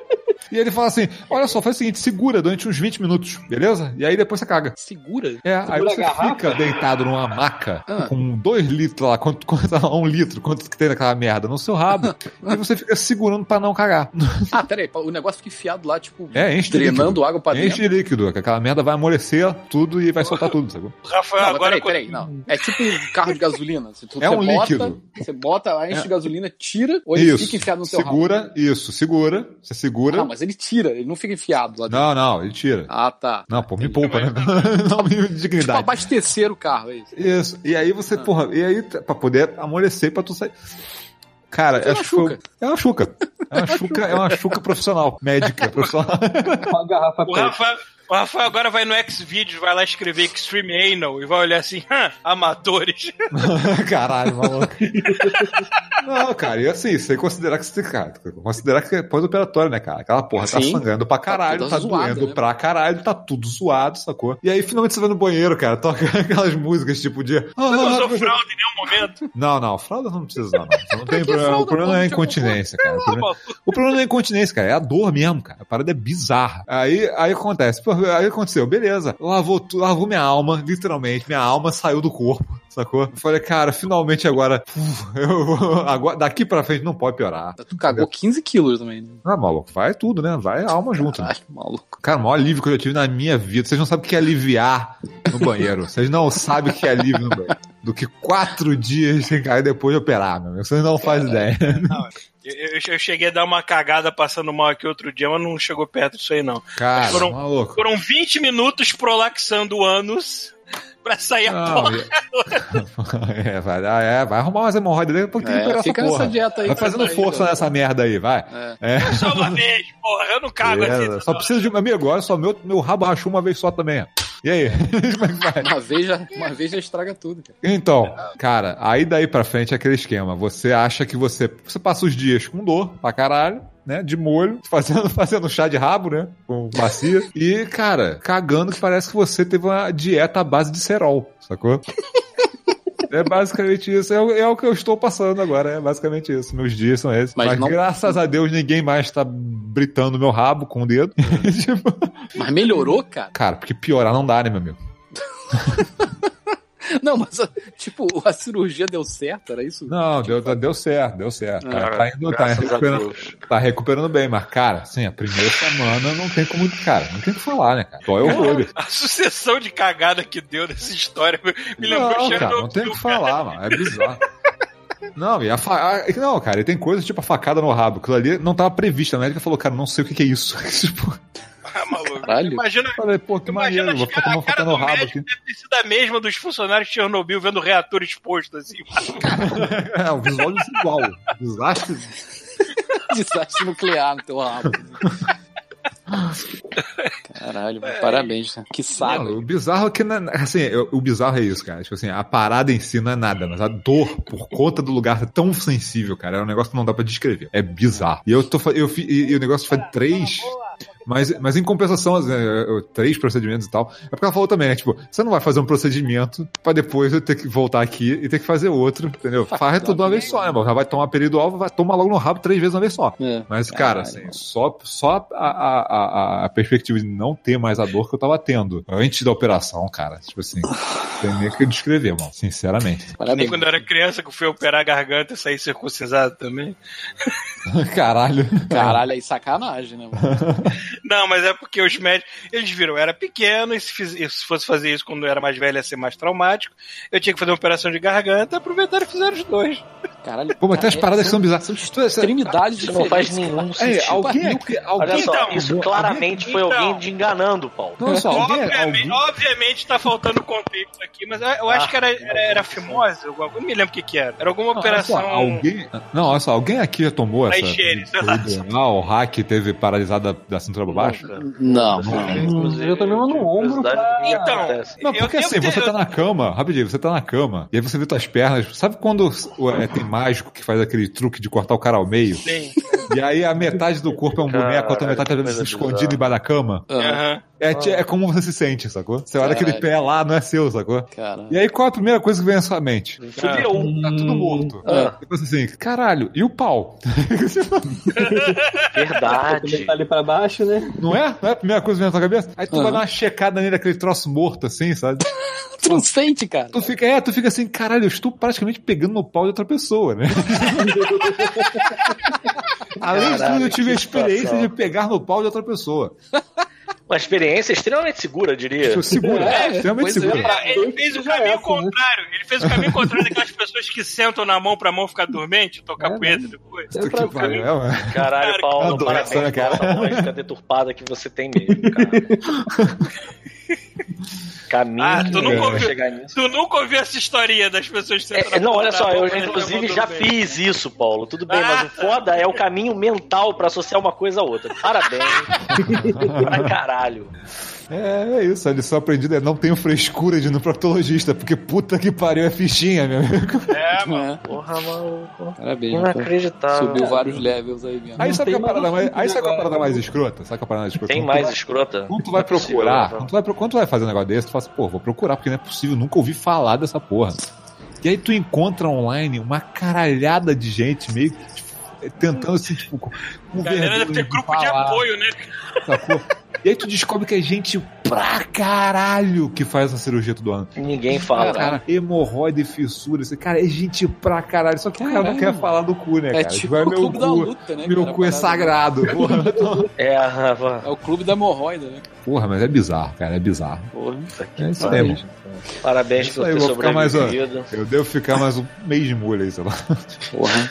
S1: E ele fala assim, olha só, faz o seguinte, segura durante uns vinte minutos, beleza? E aí depois você caga.
S5: Segura?
S1: É, aí
S6: Segura
S1: você
S6: a garrafa?
S1: fica deitado numa maca
S5: Ah.
S1: com dois litros lá, quanto, quanto, um litro, quanto que tem naquela merda no seu rabo, e você fica segurando pra não cagar.
S5: Ah, peraí, o negócio fica enfiado lá, tipo,
S1: É, enche de
S5: drenando
S1: líquido.
S5: água pra
S1: Enche
S5: dentro.
S1: de líquido, que aquela merda vai amolecer tudo e vai soltar tudo, sabe?
S3: O Rafael
S5: Não, mas
S3: agora...
S5: peraí, peraí, não. É tipo um carro de gasolina. Você,
S1: É
S5: você
S1: um
S5: bota,
S1: líquido.
S5: Você bota, aí enche de gasolina, tira, ou ele
S1: Isso,
S5: fica enfiado no seu
S1: segura,
S5: rabo?
S1: isso, segura, você segura.
S5: Não, mas ele tira, ele não fica enfiado lá dentro.
S1: Não, não, ele tira.
S5: Ah, tá.
S1: Não, pô, me poupa, né? Não, me
S5: Tipo,
S1: dignidade.
S5: abastecer o carro, é isso.
S1: Isso. E aí você, porra, e aí pra poder amolecer pra tu sair. Cara,
S5: É uma
S1: acho que foi-
S5: chuca.
S1: é uma chuca. É uma chuca, é uma chuca profissional, médica profissional.
S6: Uma garrafa
S3: O
S6: pet.
S3: Rafael, o Rafael agora vai no Xvideos, vai lá escrever Extreme Anal e vai olhar assim, hã, amadores.
S1: Caralho, maluco. Não, cara, e assim, você considerar que você tem, cara, considerar que é pós-operatório, né, cara? Aquela porra tá
S5: Sim.
S1: sangrando pra caralho,
S5: toda
S1: tá,
S5: zoada,
S1: doendo
S5: né?
S1: pra caralho, tá tudo zoado, sacou? E aí finalmente você vai no banheiro, cara, toca aquelas músicas tipo de.
S3: Você não usou fralda em nenhum momento.
S1: Não, não, fralda não precisa usar, não. Você não tem
S5: que
S1: problema.
S5: fralda,
S1: O problema
S5: pô?
S1: não é
S5: Já
S1: incontinência, cara. O problema, o problema não é incontinência, cara. É a dor mesmo, cara. A parada é bizarra. Aí, aí acontece. Pô, aí aconteceu, beleza. Lavou, tu- lavou minha alma, literalmente. Minha alma saiu do corpo, sacou? Eu falei, cara, finalmente agora, uf, eu- agora. Daqui pra frente não pode piorar.
S5: Tu cagou quinze quilos também, né?
S1: Ah, maluco, vai tudo, né? Vai a alma junto. Né?
S5: Caralho, maluco.
S1: Cara, o maior alívio que eu já tive na minha vida. Vocês não sabem o que é aliviar no banheiro. Vocês não sabem o que é alívio no banheiro. Do que quatro dias sem cair depois de operar, meu amigo. Vocês não fazem ideia.
S3: Eu, eu- eu cheguei a dar uma cagada passando mal aqui outro dia, mas não chegou perto disso aí, não.
S1: Cara,
S3: Foram-
S1: maluco.
S3: Foram vinte minutos prolaxando o ânus pra sair a
S1: Não,
S3: porra.
S1: é, vai, ah, é, vai arrumar umas hemorroidas dele porque
S5: É,
S1: recuperar essa
S5: fica
S1: porra.
S5: nessa dieta aí.
S1: Vai fazendo
S5: aí,
S1: força
S5: cara.
S1: nessa merda aí, vai.
S5: É.
S1: É.
S3: Só uma vez, porra, eu não cago
S1: É,
S3: assim.
S1: só precisa de um amigo agora, só meu, meu rabo rachou uma vez só também. Ó. E aí? Como é que vai?
S5: Uma vez, já, uma vez já estraga tudo, cara.
S1: Então, cara, aí daí pra frente é aquele esquema. Você acha que você. Você passa os dias com dor pra caralho, né? De molho, fazendo, fazendo chá de rabo, né? Com bacia. E, cara, cagando que parece que você teve uma dieta à base de cerol, sacou? É basicamente isso. É, o- é o que eu estou passando agora. É basicamente isso. Meus dias são esses.
S5: Mas
S1: Mas,
S5: não-
S1: graças a Deus ninguém mais tá britando meu rabo com o dedo. Tipo,
S5: Mas melhorou, cara?
S1: cara, porque piorar não dá, né, meu amigo?
S5: Não, mas, tipo, a cirurgia deu certo, era isso?
S1: Não, deu, deu certo, deu certo. Tá,
S5: Ah,
S1: tá indo, tá
S4: graças a
S1: recuperando,
S4: Deus.
S1: tá recuperando bem, mas, cara, assim, a primeira semana não tem como. Cara, não tem o que falar, né, cara? Dói horrores.
S3: A sucessão de cagada que deu nessa história me lembrou
S1: Não,
S3: Chernobyl,
S1: cara, não tem o que
S3: cara.
S1: falar, mano. É bizarro. Não, e a fa... a- não, cara, e tem coisa tipo a facada no rabo. Aquilo ali não tava previsto. A médica falou, cara, não sei o que, que é isso. Tipo,
S3: Ah, maluco.
S5: Caralho.
S3: Imagina,
S1: eu falei, pô, que
S3: imagina
S1: maneiro, vou ficar tomando
S3: a cara
S1: facada
S3: do
S1: no rabo
S3: médico
S1: aqui.
S3: deve ter sido a mesma dos funcionários de Chernobyl vendo o reator exposto, assim.
S1: É, o visual é igual. Desastre.
S5: Desastre nuclear no teu rabo. Caralho, mas parabéns, né? Que saco.
S1: Não, o bizarro é que, não é- assim, eu- o bizarro é isso, cara. Tipo assim, a parada em si não é nada, mas a dor por conta do lugar é tão sensível, cara. É um negócio que não dá pra descrever. É bizarro. E eu tô, fa- eu fi- e, e o negócio foi três. Mas, mas em compensação, assim, eu- eu- três procedimentos e tal. É porque ela falou também, né? Tipo, você não vai fazer um procedimento pra depois eu ter que voltar aqui e ter que fazer outro, entendeu? Faz tudo de uma vez só, né, mano? Já vai tomar peridual, vai tomar logo no rabo três vezes uma vez só.
S5: É.
S1: Mas, cara,
S5: Caralho,
S1: assim,
S5: mano.
S1: só, só a, a, a, a perspectiva de não ter mais a dor que eu tava tendo antes da operação, cara. Tipo assim, tem nem o que descrever, mano. Sinceramente.
S3: Nem
S5: Parabéns.
S3: quando eu era criança que eu fui operar a garganta e saí circuncisado também.
S1: Caralho.
S5: Caralho, aí sacanagem, né, mano?
S3: Não, mas é porque os médicos, eles viram, eu era pequeno, e se, fiz- e se fosse fazer isso quando eu era mais velho ia ser mais traumático. Eu tinha que fazer uma operação de garganta, aproveitaram e fizeram os dois.
S5: Caralho.
S1: Pô, mas tem as
S5: cara,
S1: paradas que são bizarras.
S5: São
S1: Tu- você-
S5: extremidades
S4: Isso não faz
S5: diferentes,
S4: nenhum
S5: cara.
S1: Ei,
S4: sentido.
S1: alguém aqui. Alguém,
S4: Olha só,
S3: Então,
S4: isso
S1: alguém-
S4: claramente foi
S3: então.
S4: alguém te enganando, Paulo.
S1: Não, só, alguém,
S3: Obviamente,
S1: alguém,
S3: obviamente tá faltando contexto aqui, mas eu, eu acho
S4: Ah.
S3: que era, era, era fimose, eu não me lembro o que que era. Era alguma
S1: Não, olha só,
S3: operação...
S1: alguém, não, olha só, alguém aqui já tomou
S3: Da
S1: essa.
S3: higiene, sei lá.
S1: Ah, o hack teve paralisada da, da cintura pra baixo?
S5: Não,
S4: Inclusive,
S6: eu também no ombro
S4: curiosidade
S6: pra-
S4: do que
S3: Então,
S4: acontece.
S1: Não,
S3: Eu
S1: porque
S3: devo
S1: assim,
S3: ter-
S1: você tá na cama, rapidinho, você tá na cama, e aí você vê tuas pernas. Sabe quando é, tem mágico que faz aquele truque de cortar o cara ao meio?
S3: Sim.
S1: E aí a metade do corpo é um boneco, a outra metade tá
S4: coisa
S1: escondido embaixo da cama.
S3: Aham.
S1: É, ti- é como você se sente, sacou? Você olha aquele
S5: Caralho.
S1: pé lá, não é seu, sacou?
S5: Cara.
S1: E aí qual é a primeira coisa que vem na sua mente?
S4: Fudeu.
S1: Tá tudo morto.
S5: Ah.
S1: Você pensa assim, caralho, e o pau?
S4: Verdade.
S6: Ele tá ali pra baixo, né?
S1: Não é? Não é a primeira coisa que vem na tua cabeça? Aí tu
S5: Aham.
S1: vai dar uma checada nele, aquele troço morto assim, sabe?
S5: Tu não sente, cara.
S1: Tu fica, é, tu fica assim, caralho, eu estou praticamente pegando no pau de outra pessoa, né? Além de tudo, eu tive a
S4: que
S1: experiência
S4: situação.
S1: de pegar no pau de outra pessoa.
S4: Uma experiência extremamente segura, eu diria.
S1: Segura,
S5: É,
S1: extremamente
S5: pois é.
S1: segura.
S3: Ah, ele fez o
S6: Já
S3: caminho
S6: é essa, né?
S3: contrário. Ele fez o caminho contrário daquelas pessoas que sentam na mão pra mão ficar dormente, tocar
S6: É,
S3: punheta depois.
S1: Puta que pariu, é, mano.
S4: Caralho,
S1: É
S4: Paulo,
S1: uma doença,
S4: parabéns
S1: né, cara?
S4: pela lógica deturpada que você tem mesmo, cara. Caminho
S3: Ah, tu
S4: que
S3: nunca
S4: vai
S3: ouviu-
S4: chegar nisso.
S3: Tu nunca ouviu essa historinha das pessoas que sentam
S4: É,
S3: na
S4: não,
S3: ponta
S4: olha
S3: da
S4: só,
S3: mão
S4: eu
S3: pra
S4: inclusive
S3: todo
S4: já
S3: mundo
S4: fiz isso, Paulo. Tudo bem, mas o
S3: Ah.
S4: foda é o caminho mental pra associar uma coisa a outra. Parabéns. Pra caralho.
S1: É, é isso, a lição aprendida é não tenho frescura de ir no proctologista, porque puta que pariu é fichinha, meu amigo.
S3: É, mano.
S5: É.
S4: Porra, maluco.
S5: Parabéns. pô.
S4: Inacreditável.
S5: Subiu vários levels aí mesmo.
S1: Aí sabe
S6: tem
S1: qual é a parada
S6: mais
S1: mais, aí sabe qual é a
S6: agora.
S1: parada mais escrota? Sabe qual é a parada mais escrota?
S4: Tem
S1: Quando
S4: mais
S1: tu vai-
S4: escrota?
S1: Quando tu vai
S4: Não é possível,
S1: procurar,
S4: né?
S1: quando tu vai, pro- quando tu vai fazer um negócio desse, tu fala assim, pô, vou procurar, porque não é possível, nunca ouvi falar dessa porra. E aí tu encontra online uma caralhada de gente meio que tipo, tentando assim, tipo, com
S3: A galera
S1: vergonha
S3: deve ter
S1: de
S3: grupo de
S1: falar,
S3: apoio, né?
S1: sacou? E aí tu descobre que é gente pra caralho que faz essa cirurgia todo ano.
S4: Ninguém fala.
S1: Cara, hemorroide, fissura, esse cara é gente pra caralho. Só que o cara não quer falar do cu, né,
S5: É
S1: cara?
S5: tipo
S1: é
S5: o
S1: meu
S5: clube da
S1: cu,
S5: luta, né?
S1: meu
S5: cara?
S1: cu é
S5: Parada-
S1: sagrado. Porra,
S4: É, ah,
S5: É o clube da hemorroida, né?
S1: porra, mas é bizarro, cara, é bizarro.
S5: Porra.
S1: É isso aí, mano.
S4: parabéns
S1: Isso
S4: por
S1: aí,
S4: ter
S1: vou ficar mais, ó,
S4: sobrevivido.
S1: eu devo ficar mais um mês de molho aí, sei lá.
S5: Porra.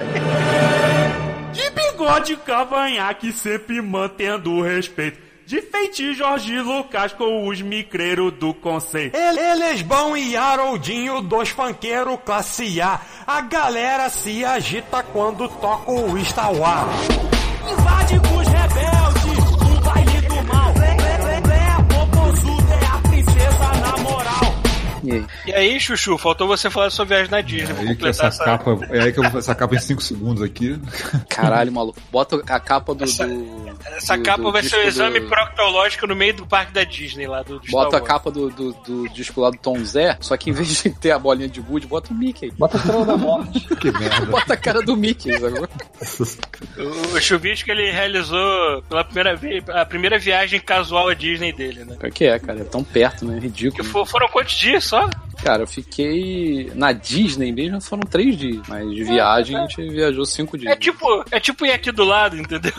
S2: De bigode cavanhaque sempre mantendo o respeito. De feiti Jorge Lucas com os micreiros do conceito. Eles bom e Haroldinho, dois funkeiros classe A. A galera se agita quando toca o Star Wars. Invade com os rebeldes, o baile do mal. Léa Popozuda é a princesa na moral.
S5: E aí?
S3: E aí, Chuchu, faltou você falar sobre viagem na Disney.
S1: É
S3: Vou
S1: aí que
S3: completar
S1: essa
S3: essa.
S1: capa, é aí que eu vou fazer essa capa em cinco segundos aqui.
S5: Caralho, maluco. Bota a capa do.
S3: Essa-
S5: do-
S3: Essa
S5: do-
S3: capa
S5: do
S3: vai ser o
S5: disco
S3: exame
S5: do-
S3: proctológico no meio do parque da Disney lá do, do Star
S5: Bota a
S3: Wars.
S5: capa do, do, do disco lá do Tom Zé, só que em vez de ter a bolinha de gude, bota o Mickey.
S6: Bota a estrela da morte.
S1: Que merda.
S5: Bota a cara do Mickey, sabe?
S3: O, o Chubisco, ele realizou pela primeira vez a primeira viagem casual à Disney dele, né?
S5: Pior que é, cara. É tão perto, né?
S3: Que
S5: Ridículo.
S3: for- foram quantos dias só?
S5: Cara, eu fiquei na Disney mesmo, foram três dias. Mas de viagem a gente viajou cinco dias.
S3: É tipo, é tipo ir aqui do lado, entendeu?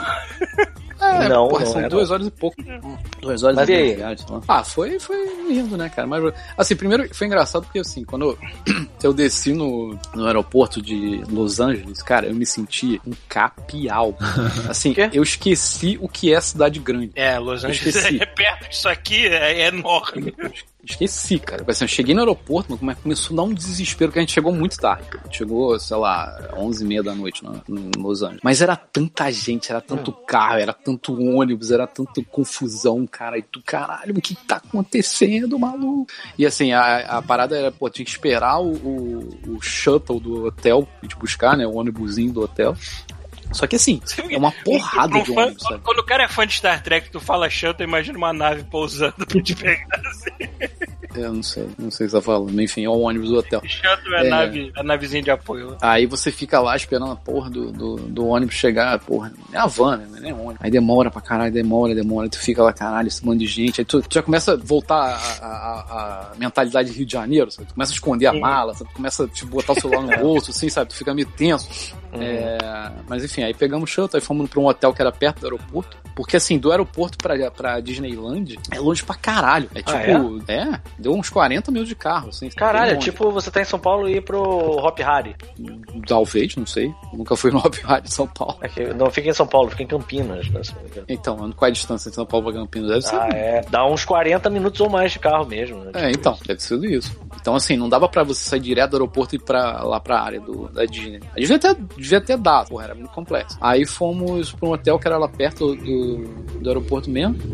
S5: É,
S4: Não,
S5: porra,
S4: não
S5: são
S4: é,
S5: duas
S4: não.
S5: horas e pouco. Duas horas
S4: Mas
S5: e
S4: e aí?
S5: meia de viagem, sei lá. Ah, foi, foi lindo, né, cara? Mas, assim, primeiro foi engraçado porque, assim, quando eu, eu desci no, no aeroporto de Los Angeles, cara, eu me senti um capial. Assim,
S4: Quê?
S5: eu esqueci o que é cidade grande.
S3: É, Los Angeles
S5: esqueci.
S3: é perto disso aqui, é, é enorme.
S5: Esqueci, cara. Assim, eu cheguei no aeroporto, mas começou a dar um desespero, que a gente chegou muito tarde. A gente chegou, sei lá, onze e meia da noite no, no Los Angeles. Mas era tanta gente, era tanto carro, era tanto ônibus, era tanta confusão, cara. E tu, caralho, o que tá acontecendo, maluco? E assim, a, a parada era, pô, tinha que esperar o, o, o shuttle do hotel, a gente buscar, né, o ônibusinho do hotel. Só que assim, é uma porrada
S3: Pra um
S5: de
S3: fã-
S5: ônibus, sabe?
S3: Quando o cara é fã de Star Trek, tu fala shuttle, imagina uma nave pousando pra te pegar assim.
S5: Eu não sei, não sei o que você tá falando. Enfim, é o ônibus do hotel.
S3: Shuttle é,
S5: É.
S3: A, nave, a navezinha de apoio.
S5: Aí você fica lá esperando a porra do, do, do ônibus chegar, porra, é a van, né? Não é ônibus. Aí demora pra caralho, demora, demora. Aí tu fica lá, caralho, esse monte de gente. Aí tu, tu já começa a voltar a, a, a mentalidade de Rio de Janeiro, sabe? Tu começa a esconder a mala, sabe? Tu começa a tipo, botar o celular no bolso, assim, sabe? Tu fica meio tenso. É, mas enfim, aí pegamos o shuttle, aí fomos pra um hotel que era perto do aeroporto. Porque assim, do aeroporto pra, pra Disneyland é longe pra caralho. É tipo,
S4: Ah,
S5: é? Deu uns quarenta minutos de carro, assim.
S4: Caralho,
S5: bem
S4: é
S5: longe.
S4: tipo você tá em São Paulo e ir pro Hop Harry.
S5: Talvez, não sei. Nunca fui no Hop Hari de São Paulo.
S4: É que não fica em São Paulo, fica em Campinas. Né?
S5: Então, qual é a distância de São Paulo pra Campinas? Deve ser.
S4: Ah, é. Dá uns quarenta minutos ou mais de carro mesmo. Né?
S5: É, então, deve ser isso. Então, assim, não dava pra você sair direto do aeroporto e ir pra, lá pra área do, da Disney. A devia ter, devia ter dado, porra, era muito complexo. Aí fomos pra um hotel que era lá perto do, do aeroporto mesmo.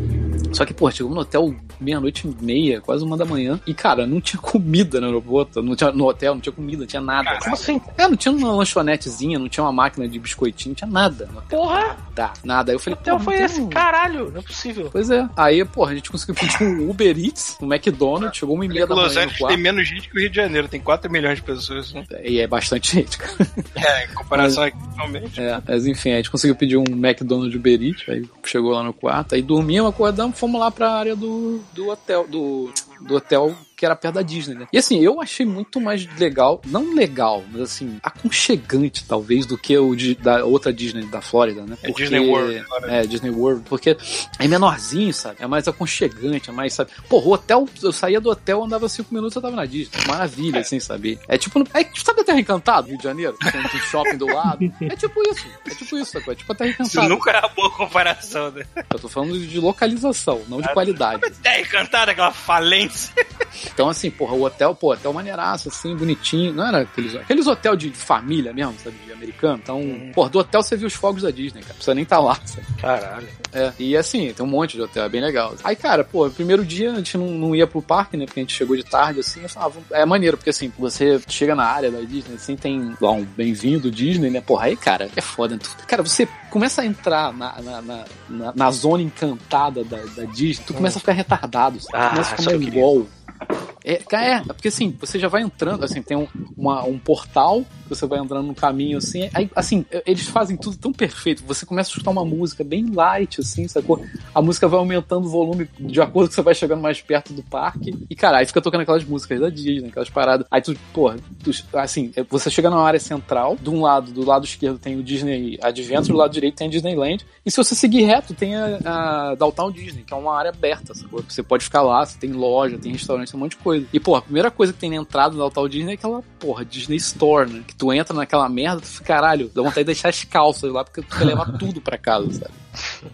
S5: Só que, pô, chegamos no hotel meia-noite e meia, quase uma da manhã. E, cara, não tinha comida no aeroporto. Não tinha, no hotel, não tinha comida, não tinha nada.
S4: Cara, como assim?
S5: É, não tinha uma lanchonetezinha, não tinha uma máquina de biscoitinho, não tinha nada.
S4: Porra!
S5: Nada, nada. Aí eu falei,
S4: Então
S5: pô,
S4: foi
S5: não
S4: esse,
S5: tem...
S4: caralho, não é possível.
S5: Pois é. Aí, porra, a gente conseguiu pedir um Uber Eats, um McDonald's, chegou uma e meia da manhã
S3: Los
S5: no
S3: Angeles
S5: quarto.
S3: tem menos gente que o Rio de Janeiro, tem quatro milhões de pessoas, né?
S5: E é bastante gente, cara.
S3: É, em comparação aqui, realmente.
S5: É, mas enfim, a gente conseguiu pedir um McDonald's Uber Eats, aí chegou lá no quarto, aí dormimos, acordamos, fomos lá pra área do, do hotel, do, do hotel que era perto da Disney, né? E assim, eu achei muito mais legal, não legal, mas assim, aconchegante, talvez, do que o de, da outra Disney da Flórida, né?
S3: É Disney World.
S5: É, Disney World, porque é menorzinho, sabe? É mais aconchegante, é mais, sabe? Pô, o hotel, eu saía do hotel, andava cinco minutos, eu tava na Disney. Maravilha, assim, sabe? É tipo, é, sabe a Terra Encantada, Rio de Janeiro? Tem um shopping do lado. É tipo isso, é tipo isso, sabe? É tipo a Terra Encantada.
S3: Isso nunca é uma boa comparação, né?
S5: Eu tô falando de localização, não de qualidade.
S3: Terra Encantada, aquela falência.
S5: Então, assim, porra, o hotel, pô, hotel maneiraço, assim, bonitinho. Não era aqueles, aqueles hotel de família mesmo, sabe, de americano. Então, hum. pô, do hotel você viu os fogos da Disney, cara. Não precisa nem estar tá lá, sabe?
S3: Caralho.
S5: É, e assim, tem um monte de hotel, é bem legal. Aí, cara, pô, primeiro dia a gente não, não ia pro parque, né, porque a gente chegou de tarde, assim, eu falava, é maneiro, porque assim, você chega na área da Disney, assim, tem lá um bem-vindo Disney, né, porra, aí, cara, é foda. Cara, você começa a entrar na, na, na, na, na zona encantada da, da Disney, tu começa a ficar retardado, sabe?
S4: Ah,
S5: começa a ficar meio igual. É, é, porque assim, você já vai entrando, assim, tem um, uma, um portal, você vai entrando num caminho, assim, aí, assim, eles fazem tudo tão perfeito, você começa a escutar uma música bem light, assim, sacou? A música vai aumentando o volume de acordo com que você vai chegando mais perto do parque, e, cara, aí fica tocando aquelas músicas da Disney, aquelas paradas, aí tu, porra, tu, assim, você chega na área central, de um lado, do lado esquerdo tem o Disney Adventure, do lado direito tem a Disneyland, e se você seguir reto, tem a, a Downtown Disney, que é uma área aberta, sacou? Você pode ficar lá, você tem loja, tem restaurante, tem um monte de coisa. E, porra, a primeira coisa que tem na entrada da Downtown Disney é aquela, porra, Disney Store, né? Que tu entra naquela merda, tu fica, caralho, dá vontade de deixar as calças lá, porque tu quer levar tudo pra casa, sabe?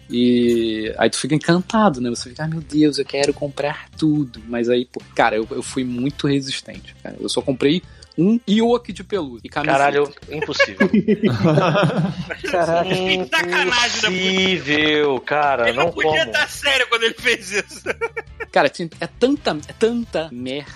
S5: E aí tu fica encantado, né? Você fica, ai meu Deus, eu quero comprar tudo. Mas aí, pô, cara, eu, eu fui muito resistente, cara. Eu só comprei um Ewok de pelúcia e camiseta.
S4: Caralho, impossível.
S6: Caraca.
S4: Impossível, cara,
S3: ele
S4: não
S3: não podia
S4: como.
S3: estar sério quando ele fez isso.
S5: Cara, é tanta, é tanta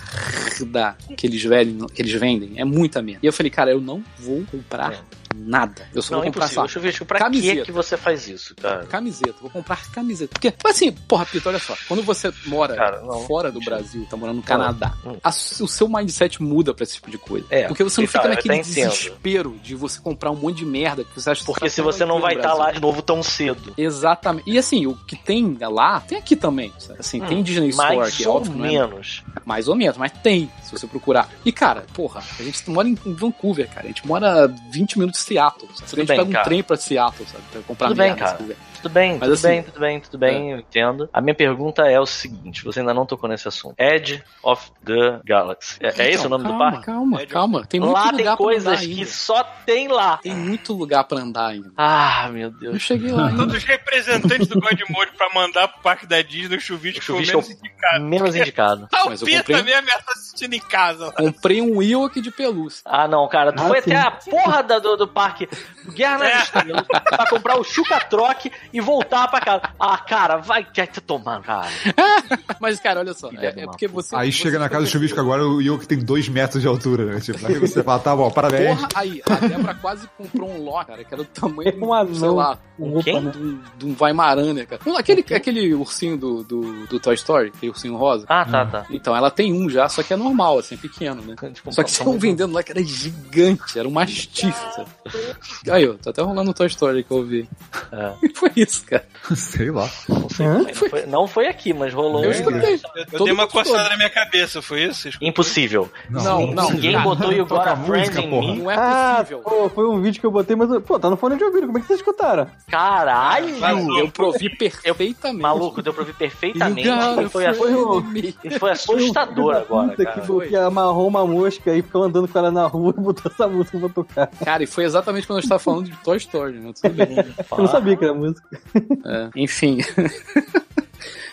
S5: merda que eles, vendem, que eles vendem. É muita merda. E eu falei, cara, eu não vou comprar é. nada. Eu só
S4: não,
S5: vou comprar
S4: impossível.
S5: só.
S4: Chuvisco, pra
S5: camiseta.
S4: que que você faz isso, cara?
S5: Camiseta. Vou comprar camiseta. Porque, assim, porra, Pito, olha só. Quando você mora cara, não, fora do Brasil, tá morando no Canadá, hum. a, o seu mindset muda pra esse tipo de coisa.
S4: É,
S5: porque você não fica
S4: cara,
S5: naquele desespero de você comprar um monte de merda que você acha que
S4: Porque
S5: você
S4: se você não vai estar tá lá de novo tão cedo.
S5: Exatamente. E assim, o que tem lá, tem aqui também. Assim, hum, tem Disney Store, que é óbvio.
S4: Mais ou menos.
S5: É, mais ou menos, mas tem, se você procurar. E, cara, porra, a gente mora em Vancouver, cara. A gente mora vinte minutos de Seattle. Sabe? A gente
S4: bem,
S5: pega um
S4: cara.
S5: trem pra Seattle, sabe? Pra comprar
S4: tudo
S5: merda,
S4: bem, cara.
S5: sabe?
S4: Tudo bem,
S5: Mas
S4: tudo
S5: assim,
S4: bem, tudo bem, tudo bem, é. eu entendo. A minha pergunta é o seguinte, você ainda não tocou nesse assunto. Edge of the Galaxy. É,
S5: então,
S4: é esse o nome
S5: calma,
S4: do parque?
S5: Calma, calma. Tem muito
S4: lá
S5: lugar
S4: tem
S5: pra
S4: coisas
S5: andar
S4: que
S5: ainda.
S4: só tem lá.
S5: Tem muito lugar pra andar ainda.
S4: Ah, meu Deus.
S5: Eu cheguei lá ainda.
S3: Todos os representantes do God Mode pra mandar pro parque da Disney, o Chuvisco foi o menos indicado.
S4: Menos indicado.
S3: Ah, o
S5: Mas eu
S3: Pita
S5: comprei...
S3: mesmo tá assistindo em casa. Lá.
S5: Comprei um Ewok de pelúcia.
S4: Ah, não, cara. Tu
S6: ah,
S4: foi
S6: sim.
S4: até a porra da, do, do parque Guerra nas
S3: É.
S4: Estrelas pra comprar o Chuca-Troque e voltar pra casa. Ah, cara, vai quer te tomar, cara.
S5: Mas, cara, olha só. É, é porque você...
S1: Aí
S5: você
S1: chega na casa do Chuvisco agora, o Ewok tem dois metros de altura, né? Tipo, aí você fala, tá bom, parabéns.
S5: Porra, aí, a Débora quase comprou um lote, cara, que era do tamanho
S6: Um anão.
S5: de, sei lá,
S6: Um
S4: Quem?
S5: de um, de um Weimaraner, cara. Aquele, aquele ursinho do, do, do Toy Story, aquele ursinho rosa.
S4: Ah, tá, tá.
S5: Então, ela tem um já, só que é normal, assim, é pequeno, né? Só que estavam vendendo lá que era gigante, era um mastife, sabe? Aí, ó, tá até rolando um Toy Story que eu ouvi.
S4: É.
S5: E foi isso, cara.
S1: Sei lá.
S4: Não sei, não foi, não foi aqui, mas rolou.
S5: Eu
S4: um-
S5: escutei.
S3: Eu, eu
S5: Todo
S3: dei uma
S5: mundo
S3: coçada
S5: todo.
S3: na minha cabeça, foi isso?
S4: Impossível.
S5: Não, não.
S4: Ninguém
S5: cara,
S4: botou You Got
S1: toca
S4: a Friend
S1: música,
S4: in
S1: porra.
S4: Me.
S5: Não é
S6: Ah,
S5: possível.
S6: pô, foi um vídeo que eu botei, mas, pô, tá no fone de ouvido, como é que vocês escutaram?
S4: Caralho!
S5: Eu provi perfeitamente.
S4: Maluco, deu pra ouvir perfeitamente.
S5: You got a
S4: Isso foi, ass-
S6: Foi o...
S4: isso foi assustador agora,
S6: Puta
S4: cara.
S6: que, que amarrou uma mosca e ficou andando com ela na rua e botou essa música pra tocar.
S5: Cara, e foi exatamente quando eu estava falando de Toy Story, né? Tudo bem.
S6: Eu não sabia que era música.
S5: É, enfim.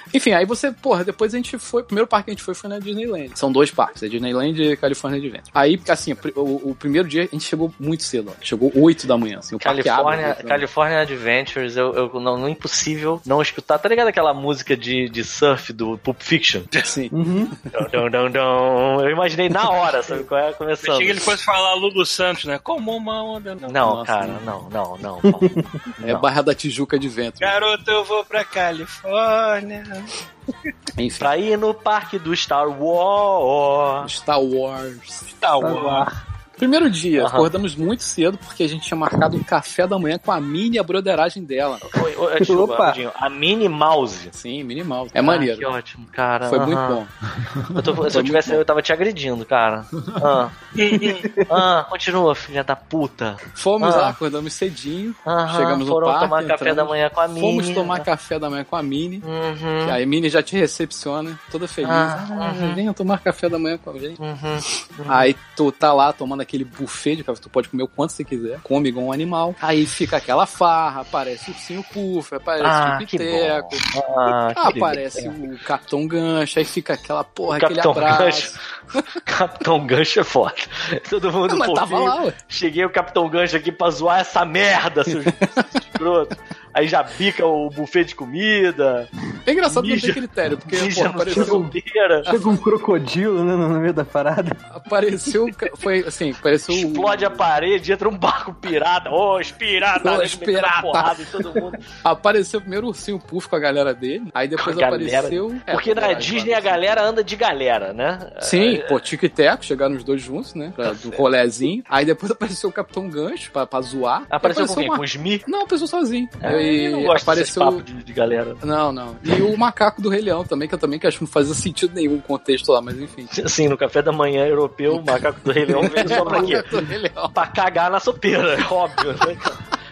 S5: Enfim, aí você, porra, depois a gente foi, o primeiro parque que a gente foi foi na Disneyland. São dois parques, é Disneyland e California Adventure. Aí, assim, o, o primeiro dia a gente chegou muito cedo, ó. Chegou oito da manhã, assim, o
S4: California,
S5: parque abre,
S4: California Adventures, eu, eu não, não é impossível não escutar. Tá ligado aquela música de, de surf do Pulp Fiction?
S5: Sim.
S6: Uhum.
S4: Dum, dum, dum. Eu imaginei na hora, sabe qual é? Começando.
S3: Achei que ele fosse falar Lulu Santos, né? Como uma onda. Não,
S4: Não,
S5: Nossa,
S4: cara,
S5: não.
S4: não, não, não. não.
S5: É Barra da Tijuca de vento.
S3: Garoto, eu vou pra Califórnia.
S5: Enfim.
S4: Pra ir no parque do Star Wars.
S5: Star Wars.
S3: Star Wars.
S5: Primeiro dia,
S4: Aham.
S5: acordamos muito cedo porque a gente tinha marcado um café da manhã com a Minnie e a broderagem dela.
S4: Oi, oi, desculpa,
S6: Opa.
S4: rapidinho. A Minnie Mouse.
S5: Sim, minimal. É
S4: Ah,
S5: maneiro.
S4: que ótimo, cara.
S5: Foi
S4: Aham.
S5: muito bom.
S4: Eu tô- se
S5: Foi
S4: eu tivesse,
S5: muito bom.
S4: eu tava te agredindo, cara. Ah, ah continua, filha da puta.
S5: Fomos
S4: Ah.
S5: lá, acordamos cedinho.
S4: Aham,
S5: Chegamos no
S4: foram
S5: parque,
S4: tomar café
S5: entramos.
S4: da manhã com a Minnie.
S5: Fomos tomar café da manhã com a Minnie.
S4: Uhum.
S5: Que aí a Minnie já te recepciona, toda feliz.
S4: Ah,
S5: Ah,
S4: uhum.
S5: venha tomar café da manhã com a gente.
S4: Uhum.
S5: Aí tu tá lá tomando aquele buffet de café, tu pode comer o quanto você quiser, come igual um animal. Aí fica aquela farra, aparece o ursinho Puff, aparece
S4: Ah,
S5: o
S4: que
S5: Piteco,
S4: Ah, que
S5: aparece
S4: delícia.
S5: o Capitão Gancho, aí fica aquela porra,
S4: O
S5: aquele
S4: Capitão
S5: abraço.
S4: Gancho. Capitão Gancho é foda. Todo mundo
S5: Não, mas tava
S4: fofinho.
S5: lá, ué.
S4: Cheguei o Capitão Gancho aqui pra zoar essa merda, seus escroto. Aí já bica o buffet de comida.
S5: É engraçado que não
S4: Mija-
S5: tem critério, porque
S4: Mija
S5: porra,
S4: no
S5: apareceu,
S4: solteira.
S6: Chega um crocodilo, né, no meio da parada.
S5: apareceu, foi assim, apareceu o-
S4: Explode a parede, entra um barco pirata. Ô, os piratas,
S5: Ô,
S4: eles
S5: os
S4: metendo a
S5: pirata.
S4: porrada em todo mundo.
S5: apareceu primeiro o ursinho Puff com a galera dele, aí depois
S4: Com a galera.
S5: apareceu... é,
S4: Porque
S5: com a
S4: na
S5: galera,
S4: Disney a
S5: claro.
S4: galera anda de galera, né?
S5: Sim, pô, Tico e Teco, chegaram os dois juntos, né? Pra, do rolezinho. Aí depois apareceu o Capitão Gancho pra, pra zoar.
S4: Apareceu com
S5: E
S4: quem?
S5: Mar-
S4: Com o Smee?
S5: Não, apareceu sozinho.
S4: É,
S5: e
S4: eu não gosto
S5: apareceu.
S4: desse papo de, de galera.
S5: Não, não. E o macaco do Rei Leão também, que eu também que acho que não fazia sentido nenhum o contexto lá, mas enfim.
S4: Sim, no café da manhã europeu, o macaco do Rei Leão veio só pra quê?
S5: Macaco do Rei Leão.
S4: Pra cagar na sopeira, é óbvio, né, cara?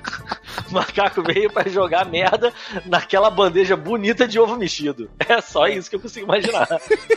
S4: O macaco veio pra jogar merda naquela bandeja bonita de ovo mexido. É só isso que eu consigo imaginar.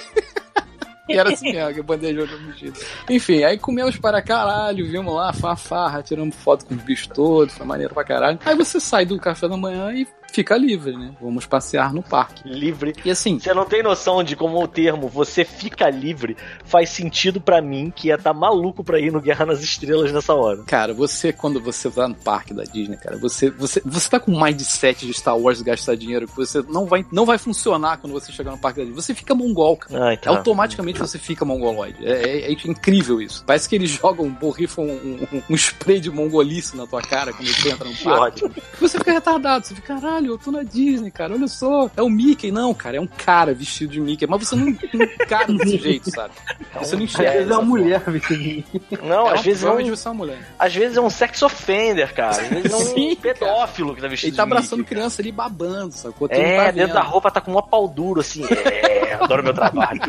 S5: E era assim mesmo, que bandeja de mexido. Enfim, aí comemos para caralho, vimos lá, farra, tiramos foto com os bichos todos, foi maneiro pra caralho. Aí você sai do café da manhã e fica livre, né? Vamos passear no parque.
S4: Livre.
S5: E assim,
S4: Você não tem noção de como o termo você fica livre faz sentido pra mim, que ia tá maluco pra ir no Guerra nas Estrelas nessa hora.
S5: cara, você, quando você tá no parque da Disney, cara, você, você, você tá com um mindset de Star Wars gastar dinheiro que você não vai, não vai funcionar quando você chegar no parque da Disney. Você fica mongol, cara.
S4: Ai, tá.
S5: Automaticamente você fica mongoloide. É, é- é incrível isso. Parece que eles jogam, borrifam um, um, um spray de mongolice na tua cara quando você entra no
S4: Que
S5: parque.
S4: ótimo.
S5: Você fica retardado. Você fica, caralho, eu tô na Disney, cara. Olha só. É o Mickey. Não, cara, é um cara vestido de Mickey. Mas você não não encara desse jeito, sabe? Você não
S6: Às
S5: enxerga.
S6: vezes é
S5: dessa
S6: uma mulher vestida de
S4: Não,
S5: forma.
S4: às vezes é
S5: provavelmente
S4: um,
S5: você é uma mulher.
S4: às vezes é um sex offender, cara. Às vezes é um
S5: Sim, cara.
S4: pedófilo que tá vestido
S5: Ele tá
S4: de Mickey,
S5: abraçando
S4: cara.
S5: criança ali babando, sacou? Tu não
S4: É,
S5: tá
S4: dentro
S5: vendo.
S4: da roupa tá com uma pau duro, assim. É, adoro meu trabalho.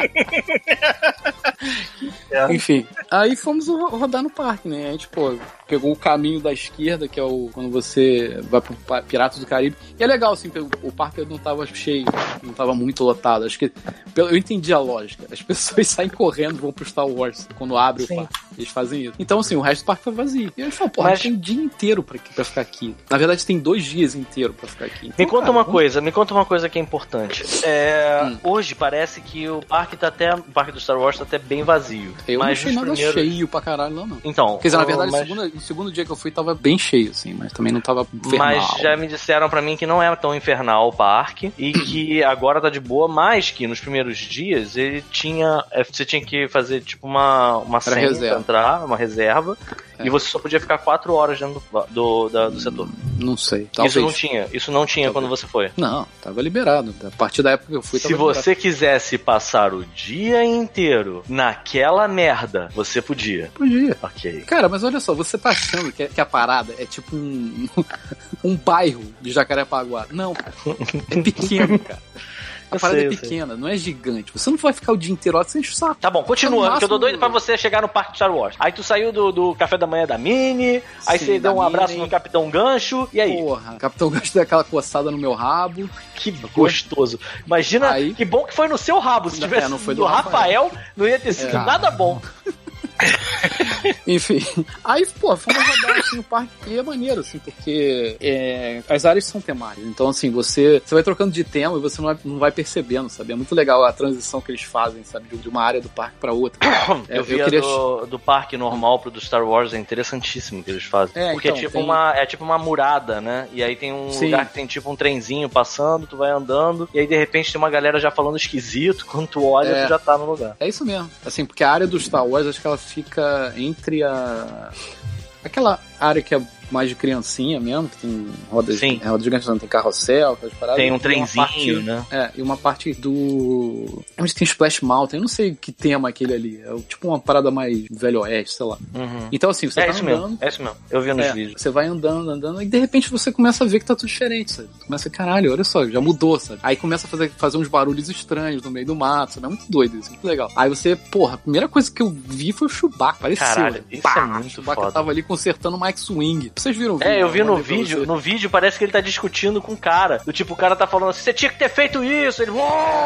S5: Enfim, aí fomos ro- rodar no parque, né? A gente, pô, pegou o caminho da esquerda, que é o quando você vai pro Pa- Piratas do Caribe. E é legal, assim, o, o parque não tava cheio, não tava muito lotado. Acho que, pelo- eu entendi a lógica. As pessoas saem correndo, vão pro Star Wars quando abre
S4: Sim.
S5: o parque. Eles fazem isso. Então, assim, o resto do parque tá vazio. E a gente falou, pô,
S4: Mas-
S5: a gente tem um dia inteiro pra, pra ficar aqui. Na verdade, tem dois dias inteiros pra ficar aqui.
S4: Me
S5: Então,
S4: conta
S5: cara,
S4: uma
S5: vamos-
S4: coisa, me conta uma coisa que é importante. É,
S5: Hum.
S4: Hoje parece que o parque tá até. O parque do Star Wars tá até bem vazio.
S5: Eu não
S4: mas
S5: achei
S4: nos
S5: nada
S4: primeiros-
S5: cheio pra caralho lá, não.
S4: Então.
S5: Quer dizer, na
S4: o-
S5: verdade,
S4: mas...
S5: o segundo, o segundo dia que eu fui tava bem cheio, assim, mas também não tava infernal.
S4: Mas já me disseram pra mim que não é tão infernal o parque e que agora tá de boa, mas que nos primeiros dias ele tinha. é, Você tinha que fazer tipo uma, uma senha
S5: reserva.
S4: pra entrar, uma reserva,
S5: É.
S4: e você só podia ficar quatro horas dentro do, do, da- do setor.
S5: Não sei, talvez.
S4: Isso não tinha, isso não tinha
S5: Talvez.
S4: quando você foi.
S5: Não, tava liberado. A partir da época que eu fui,
S4: Se
S5: tava liberado.
S4: você quisesse passar o dia inteiro naquela merda, você podia.
S5: Podia.
S4: Ok.
S5: Cara, mas olha só, você tá achando que, que a parada é tipo um, um bairro de Jacarepaguá. Não, cara. É pequeno, cara. A
S4: Eu
S5: parada
S4: sei,
S5: é
S4: eu sei.
S5: pequena, não é gigante. Você não vai ficar o dia inteiro lá, você enche o saco.
S4: Tá bom, continua,
S5: No
S4: que eu tô
S5: máximo-
S4: doido pra você chegar no parque de Star Wars. Aí tu saiu do, do café da manhã da Mini, aí
S5: Sim,
S4: você
S5: da
S4: deu um abraço
S5: Minnie.
S4: no Capitão Gancho, e aí?
S5: Porra, Capitão Gancho deu aquela coçada no meu rabo.
S4: Que gostoso. Imagina
S5: Aí-
S4: que bom que foi no seu rabo. Se
S5: Não,
S4: tivesse
S5: é, não foi
S4: do
S5: do
S4: Rafael,
S5: Rafael,
S4: não ia ter sido
S5: É.
S4: nada bom.
S5: Enfim, aí, pô, fomos rodar assim, o parque e é maneiro, assim, porque é, as áreas são temáticas. Então, assim, você, você vai trocando de tema e você não vai, não vai percebendo, sabe? É muito legal a transição que eles fazem, sabe? De uma área do parque pra outra.
S4: Eu, eu vi eu queria... do, do parque normal pro do Star Wars, é interessantíssimo o que eles fazem. É, porque então, é, tipo
S5: tem...
S4: uma, é tipo uma murada, né? E aí tem um Sim. lugar que tem tipo um trenzinho passando, tu vai andando, e aí de repente tem uma galera já falando esquisito, quando tu olha, é. tu já tá no lugar.
S5: É isso mesmo. Assim, porque a área do Star Wars, acho que ela fica entre a... aquela área que é mais de criancinha mesmo, que tem rodas, rodas gigantes, não tem carrossel, aquelas paradas.
S4: Tem um trenzinho,
S5: parte,
S4: né?
S5: É, e uma parte do... onde tem Splash Mountain, eu não sei que tema aquele ali, é tipo uma parada mais velho oeste, sei lá.
S4: Uhum.
S5: Então assim, você
S4: é
S5: tá
S4: isso
S5: andando...
S4: Mesmo, é isso mesmo, eu vi nos
S5: é,
S4: vídeos.
S5: Você vai andando, andando, e de repente você começa a ver que tá tudo diferente, sabe? Tu começa, caralho, olha só, já mudou, sabe? Aí começa a fazer, fazer uns barulhos estranhos no meio do mato, sabe? É muito doido isso, muito legal. Aí você, porra, a primeira coisa que eu vi foi o Chewbacca, pareceu.
S4: Caralho, isso
S5: pá,
S4: é muito
S5: o Chewbacca
S4: foda.
S5: tava ali consertando o X-Wing. Vocês viram o vídeo?
S4: É, eu vi no vídeo, no vídeo parece que ele tá discutindo com o cara. Do tipo, o cara tá falando assim, você tinha que ter feito isso. Ele,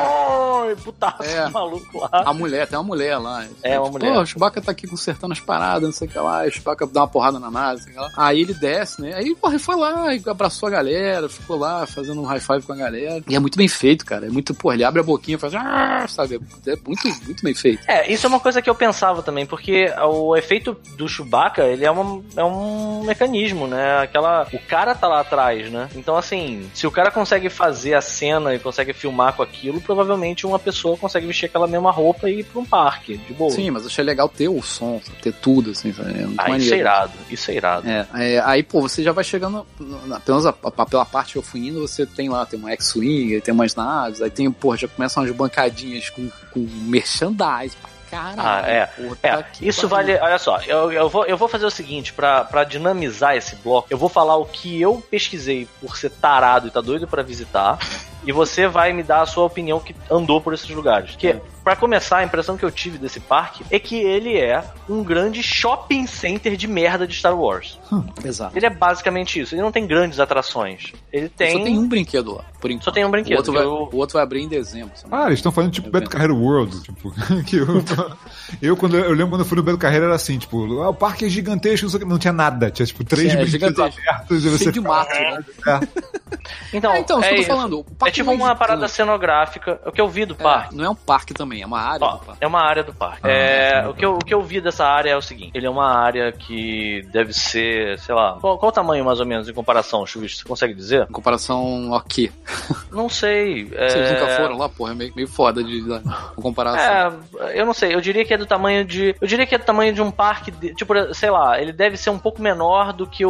S4: oh! putaço,
S5: é,
S4: maluco lá.
S5: A mulher, tem uma mulher lá.
S4: É, uma mulher.
S5: Pô, o Chewbacca tá aqui consertando as paradas, não sei o que lá. O Chewbacca dá uma porrada na nave, não sei o que lá. Aí ele desce, né? Aí, porra, ele foi lá e abraçou a galera, ficou lá fazendo um high five com a galera. E é muito bem feito, cara. É muito, porra, ele abre a boquinha e faz, ah, sabe? É muito, muito bem feito.
S4: É, isso é uma coisa que eu pensava também, porque o efeito do Chewbacca, ele é, uma, é um mecanismo, né? Aquela... O cara tá lá atrás, né? Então, assim, se o cara consegue fazer a cena e consegue filmar com aquilo, provavelmente uma pessoa consegue vestir aquela mesma roupa e ir pra um parque, de boa.
S5: Sim, mas eu achei legal ter o som, ter tudo, assim, é muito
S4: ah,
S5: maneiro.
S4: Isso é irado, isso é irado.
S5: É, é, aí, pô, você já vai chegando, na, pelo menos a, a, pela parte que eu fui indo, você tem lá, tem uma X-Wing, tem umas naves, aí tem, pô, já começam umas bancadinhas com, com merchandise, caralho.
S4: Ah, é.
S5: Puta
S4: é. Isso vale. Olha só, eu, eu, vou, eu vou fazer o seguinte, pra, pra dinamizar esse bloco, eu vou falar o que eu pesquisei por ser tarado e tá doido pra visitar, e você vai me dar a sua opinião que andou por esses lugares. Porque, é. pra começar, a impressão que eu tive desse parque é que ele é um grande shopping center de merda de Star Wars.
S5: Hum, exato.
S4: Ele é basicamente isso. Ele não tem grandes atrações. Ele tem...
S5: Só tem um brinquedo lá, por enquanto.
S4: Só tem um brinquedo.
S5: O outro, vai,
S4: eu...
S5: o outro vai abrir em dezembro.
S1: Ah, eles estão falando tipo Beto Carreiro World. Tipo, que eu, eu, quando, eu lembro quando eu fui no Beto Carreiro era assim, tipo, ah, o parque é gigantesco, não tinha nada. Tinha tipo três
S5: Sim, é
S1: brinquedos abertos. E você
S5: de mato, né?
S1: É.
S4: Então,
S5: é, então,
S4: é,
S5: eu tô falando, o parque
S4: é tipo uma
S5: gigante.
S4: parada cenográfica. O que eu vi do parque.
S5: É, não é um parque também, é uma área
S4: Ó,
S5: do parque.
S4: É uma área do parque. Ah, é, é, o, que eu, o que eu vi dessa área é o seguinte: ele é uma área que deve ser, sei lá. Qual, qual o tamanho mais ou menos em comparação, Chuvisco? Você consegue dizer?
S5: Em comparação ao quê?
S4: Não sei.
S5: Vocês
S4: é...
S5: nunca foram lá? Porra, é meio, meio foda de, de, de comparação.
S4: É, eu não sei. Eu diria que é do tamanho de. Eu diria que é do tamanho de um parque. De, tipo, sei lá, ele deve ser um pouco menor do que o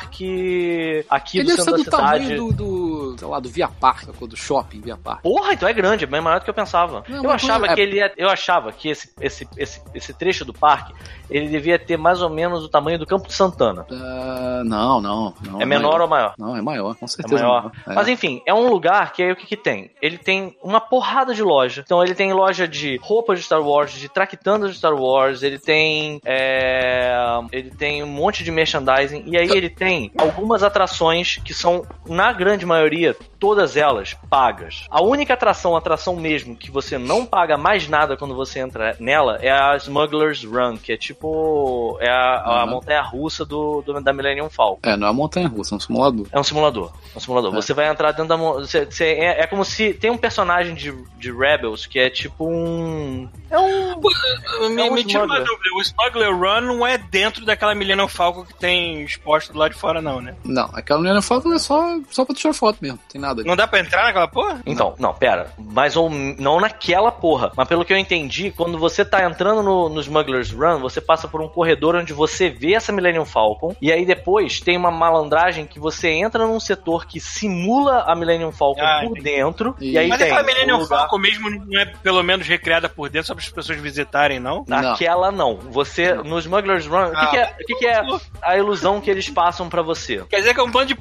S4: parque aqui
S5: ele
S4: do centro da cidade.
S5: Ele deve ser do tamanho do, do, sei lá, do Via Park, do shopping Via Park.
S4: Porra, então é grande, é bem maior do que eu pensava.
S5: Não,
S4: eu achava
S5: é...
S4: que ele ia, eu achava que esse, esse, esse, esse trecho do parque, ele devia ter mais ou menos o tamanho do Campo de Santana.
S5: Uh, não, não, não.
S4: É menor
S5: maior.
S4: ou maior?
S5: Não, é maior, com certeza.
S4: É maior. É. Mas enfim, é um lugar que aí o que que tem? Ele tem uma porrada de loja. Então ele tem loja de roupas de Star Wars, de traquitandas de Star Wars, ele tem é, ele tem um monte de merchandising, e aí ele tem algumas atrações que são, na grande maioria, todas elas pagas. A única atração, atração mesmo, que você não paga mais nada quando você entra nela é a Smuggler's Run, que é tipo é a, uhum. a montanha-russa do, do, da Millennium Falcon.
S5: É, não é montanha-russa, é um simulador.
S4: É um simulador. É um simulador. É. Você vai entrar dentro da... Você, você, é, é como se... Tem um personagem de, de Rebels que é tipo um... É um...
S3: Pô, me, é um me tira uma dúvida. O Smuggler Run não é dentro daquela Millennium Falcon que tem exposto do lado de fora, não, né?
S5: Não, aquela Millennium Falcon é só, só pra tirar foto mesmo. Tem nada ali.
S3: Não dá pra entrar naquela porra?
S4: Então, não, pera. Mas ou, não naquela porra. Mas pelo que eu entendi, quando você tá entrando no, no Smuggler's Run, você passa por um corredor onde você vê essa Millennium Falcon, e aí depois tem uma malandragem que você entra num setor que simula a Millennium Falcon ah, por entendi. dentro, e, e aí
S3: mas
S4: tem...
S3: Mas a Millennium
S4: um lugar...
S3: Falcon mesmo não é pelo menos recriada por dentro só para as pessoas visitarem, não?
S4: Naquela não. Você, não. No Smuggler's Run, o ah, que, que, é, que, que é a ilusão que eles passam pra você?
S3: Quer dizer que é um bando de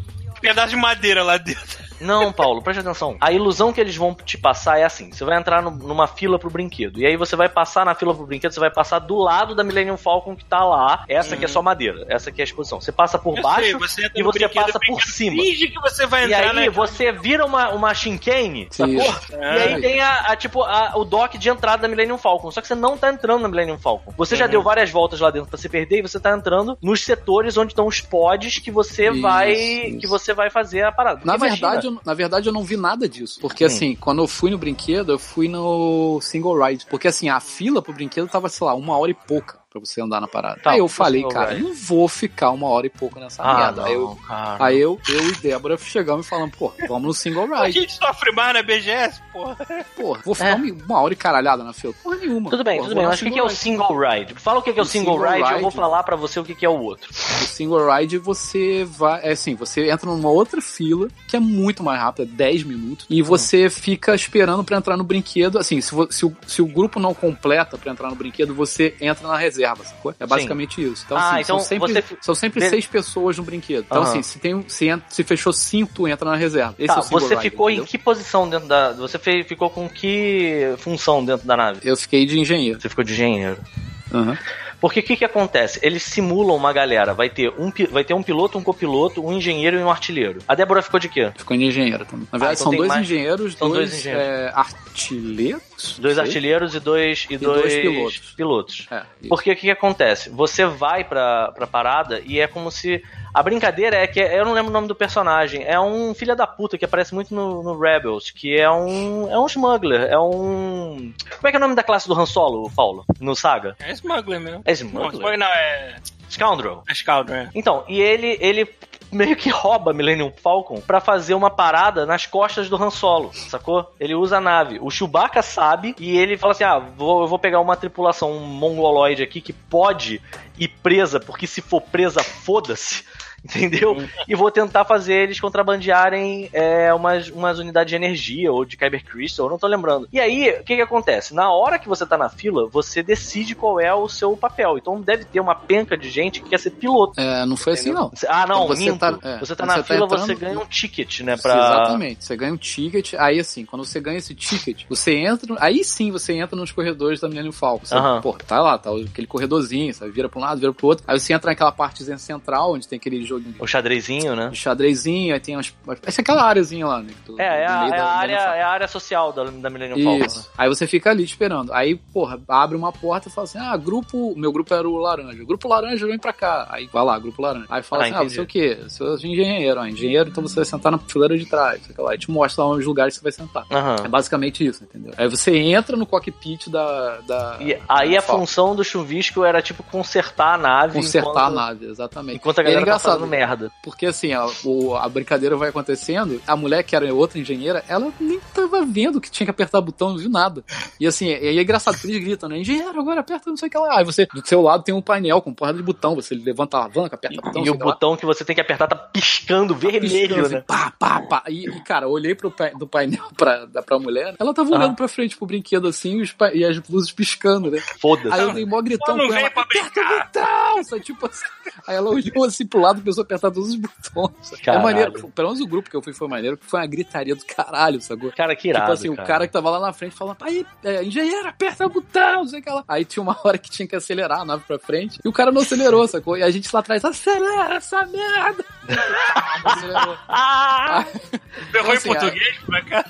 S3: pedaço de madeira lá dentro.
S4: Não, Paulo, preste atenção. A ilusão que eles vão te passar é assim: você vai entrar no, numa fila pro brinquedo. E aí você vai passar na fila pro brinquedo, você vai passar do lado da Millennium Falcon que tá lá. Essa aqui é só madeira. Essa aqui é a exposição. Você passa por
S3: Eu
S4: baixo
S3: sei, você
S4: e você passa por cima.
S3: Finge que você vai
S4: E
S3: entrar
S4: aí
S3: na...
S4: você vira uma, uma Shinkane, sacou?
S5: Isso.
S4: E aí tem a, a, tipo, a, o dock de entrada da Millennium Falcon. Só que você não tá entrando na Millennium Falcon. Você já
S3: Uhum.
S4: deu várias voltas lá dentro pra se perder e você tá entrando nos setores onde estão os pods que você
S5: Isso,
S4: vai
S5: isso.
S4: que você vai fazer a parada.
S5: Na
S4: Imagina.
S5: verdade, eu, na verdade, eu não vi nada disso. Porque,
S4: Hum.
S5: assim, quando eu fui no brinquedo, eu fui no single ride. Porque, assim, a fila pro brinquedo tava, sei lá, uma hora e pouca pra você andar na parada.
S4: Tá,
S5: aí eu
S4: pro
S5: falei,
S4: single
S5: cara,
S4: ride.
S5: não vou ficar uma hora e pouco nessa
S4: Ah,
S5: merda.
S4: não,
S5: aí eu,
S4: cara.
S5: aí eu, eu e Débora chegamos e falamos, pô, vamos no single
S3: A
S5: ride.
S3: gente sofre mais na B G S, porra.
S5: Porra, vou ficar
S4: É.
S5: uma, uma hora e caralhada na fila. Porra nenhuma.
S4: Tudo bem,
S5: Pô,
S4: tudo
S5: vou
S4: bem.
S5: no
S4: Mas o que, que é o
S5: single
S4: single ride? Fala o que, que é o
S5: O
S4: single,
S5: single
S4: ride, eu vou
S5: ride-
S4: falar pra você o que, que é o outro.
S5: O single ride você vai, é assim, você entra numa outra fila que é muito mais rápida, dez minutos, e você fica esperando pra entrar no brinquedo. Assim, se, vo- se, o, se o grupo não completa pra entrar no brinquedo, você entra na reserva, sacou? É basicamente isso. Então,
S4: Ah,
S5: assim,
S4: então
S5: são sempre,
S4: você-
S5: são sempre
S4: Be-
S5: seis pessoas no brinquedo. Então,
S4: Aham.
S5: assim, se, tem, um- se, entra- se fechou cinco, tu entra na reserva. Esse
S4: Tá,
S5: é o single
S4: você
S5: ride,
S4: ficou
S5: entendeu?
S4: em que posição dentro da... Você fe- ficou com que função dentro da nave?
S5: Eu fiquei de engenheiro.
S4: Você ficou de engenheiro.
S5: Aham.
S4: Porque o que que acontece? Eles simulam uma galera. Vai ter um, pi- vai ter um piloto, um copiloto, um engenheiro e um artilheiro. A Débora ficou de quê?
S5: Ficou de engenheiro também. Na verdade,
S4: então
S5: são
S4: tem
S5: dois
S4: mais-
S5: engenheiros,
S4: são dois
S5: dois,
S4: engenheiros.
S5: é, artilheiros.
S4: Dois
S5: sei.
S4: artilheiros e dois, e
S5: E
S4: dois,
S5: dois pilotos.
S4: pilotos.
S5: É, isso.
S4: Porque o que, que acontece? Você vai pra, pra parada e é como se... A brincadeira é que... Eu não lembro o nome do personagem. É um filho da puta que aparece muito no, no Rebels, que é um... É um smuggler. É um... Como é que é o nome da classe do Han Solo, Paulo? No Saga?
S3: É smuggler mesmo.
S4: É
S3: Não,
S4: smuggler?
S3: smuggler não, é...
S4: Scoundrel.
S3: É Scoundrel, é.
S4: Então, e ele... ele meio que rouba a Millennium Falcon pra fazer uma parada nas costas do Han Solo, sacou? Ele usa a nave. O Chewbacca sabe e ele fala assim, ah, vou, eu vou pegar uma tripulação mongoloide aqui que pode ir presa, porque se for presa, foda-se. Entendeu? E vou tentar fazer eles contrabandearem é, umas, umas unidades de energia ou de Kyber Crystal, eu não tô lembrando. E aí, o que que acontece? Na hora que você tá na fila, você decide qual é o seu papel. Então deve ter uma penca de gente que quer ser piloto.
S5: É, não foi assim, não.
S4: Ah, não,
S5: Quando você
S4: minto.
S5: tá- é,
S4: você tá
S5: quando
S4: na
S5: você tá
S4: fila,
S5: entrando-
S4: você ganha um ticket, né? Pra...
S5: Exatamente, você ganha um ticket, aí assim, quando você ganha esse ticket, você entra, aí sim você entra nos corredores da Millennium Falcon, você,
S4: Aham.
S5: pô, tá lá, tá aquele corredorzinho, sabe, vira pra um lado, vira pro outro, aí você entra naquela partezinha central, onde tem aquele joguinho
S4: O xadrezinho, né?
S5: de xadrezinho, aí tem umas, essa é aquela áreazinha lá, né? do-
S4: É, é,
S5: do
S4: a,
S5: meio
S4: é,
S5: da
S4: a área,
S5: Millennium Falcon.
S4: é a área social da, da Millennium Falcon.
S5: Isso. Aí você fica ali esperando. Aí, porra, abre uma porta e fala assim: ah, grupo. Meu grupo era o laranja. O grupo laranja vem pra cá. Aí vai lá, grupo laranja. Aí fala
S4: Ah,
S5: assim: ah,
S4: entendi.
S5: você é o quê? Eu sou engenheiro. Ó, engenheiro, então você vai sentar na fileira de trás. Sei lá. Aí te mostra lá os lugares que você vai sentar.
S4: Aham.
S5: É basicamente isso, entendeu? Aí você entra no cockpit da. da
S4: E aí
S5: da
S4: a
S5: Falcon.
S4: função do chuvisco era tipo consertar a nave.
S5: Consertar
S4: enquanto,
S5: a nave, exatamente.
S4: Enquanto a
S5: E é
S4: galera tá
S5: engraçado,
S4: fazendo merda.
S5: porque assim, a, o- a brincadeira vai acontecendo, a mulher que era outra engenheira, ela nem tava vendo que tinha que apertar o botão, não viu nada. E assim, e aí é engraçado, porque eles gritam, né? Engenheiro, agora aperta não sei o que lá. Aí você, do seu lado tem um painel com porrada de botão, você levanta a alavanca, aperta o botão,
S4: E
S5: sei
S4: o
S5: lá.
S4: botão que você tem que apertar tá piscando vermelho,
S5: Piscando, assim,
S4: né?
S5: pá, pá, pá. E, e, cara, eu olhei pro pa- do painel pra, da, pra mulher, ela tava olhando pra frente pro brinquedo assim, e, os pa- e as luzes piscando, né?
S4: Foda-se.
S5: Aí eu dei mó gritão
S3: não
S5: com
S3: vem
S5: ela,
S3: pra
S5: aperta o botão, sabe? Tipo assim. Aí ela olhou assim pro lado e começou a apertar todos os botões.
S4: Caralho.
S5: É maneiro, pelo menos o grupo que eu fui foi maneiro, que foi uma gritaria do caralho, sacou?
S4: Cara, que irado,
S5: Tipo assim,
S4: cara.
S5: o cara que tava lá na frente falando, aí, é, engenheiro, aperta o botão, não sei o que lá. Aí tinha uma hora que tinha que acelerar a nave pra frente, e o cara não acelerou, sacou? E a gente lá atrás, acelera essa merda! Não acelerou.
S4: Ah!
S3: Pegou
S5: assim,
S3: em português, por acaso?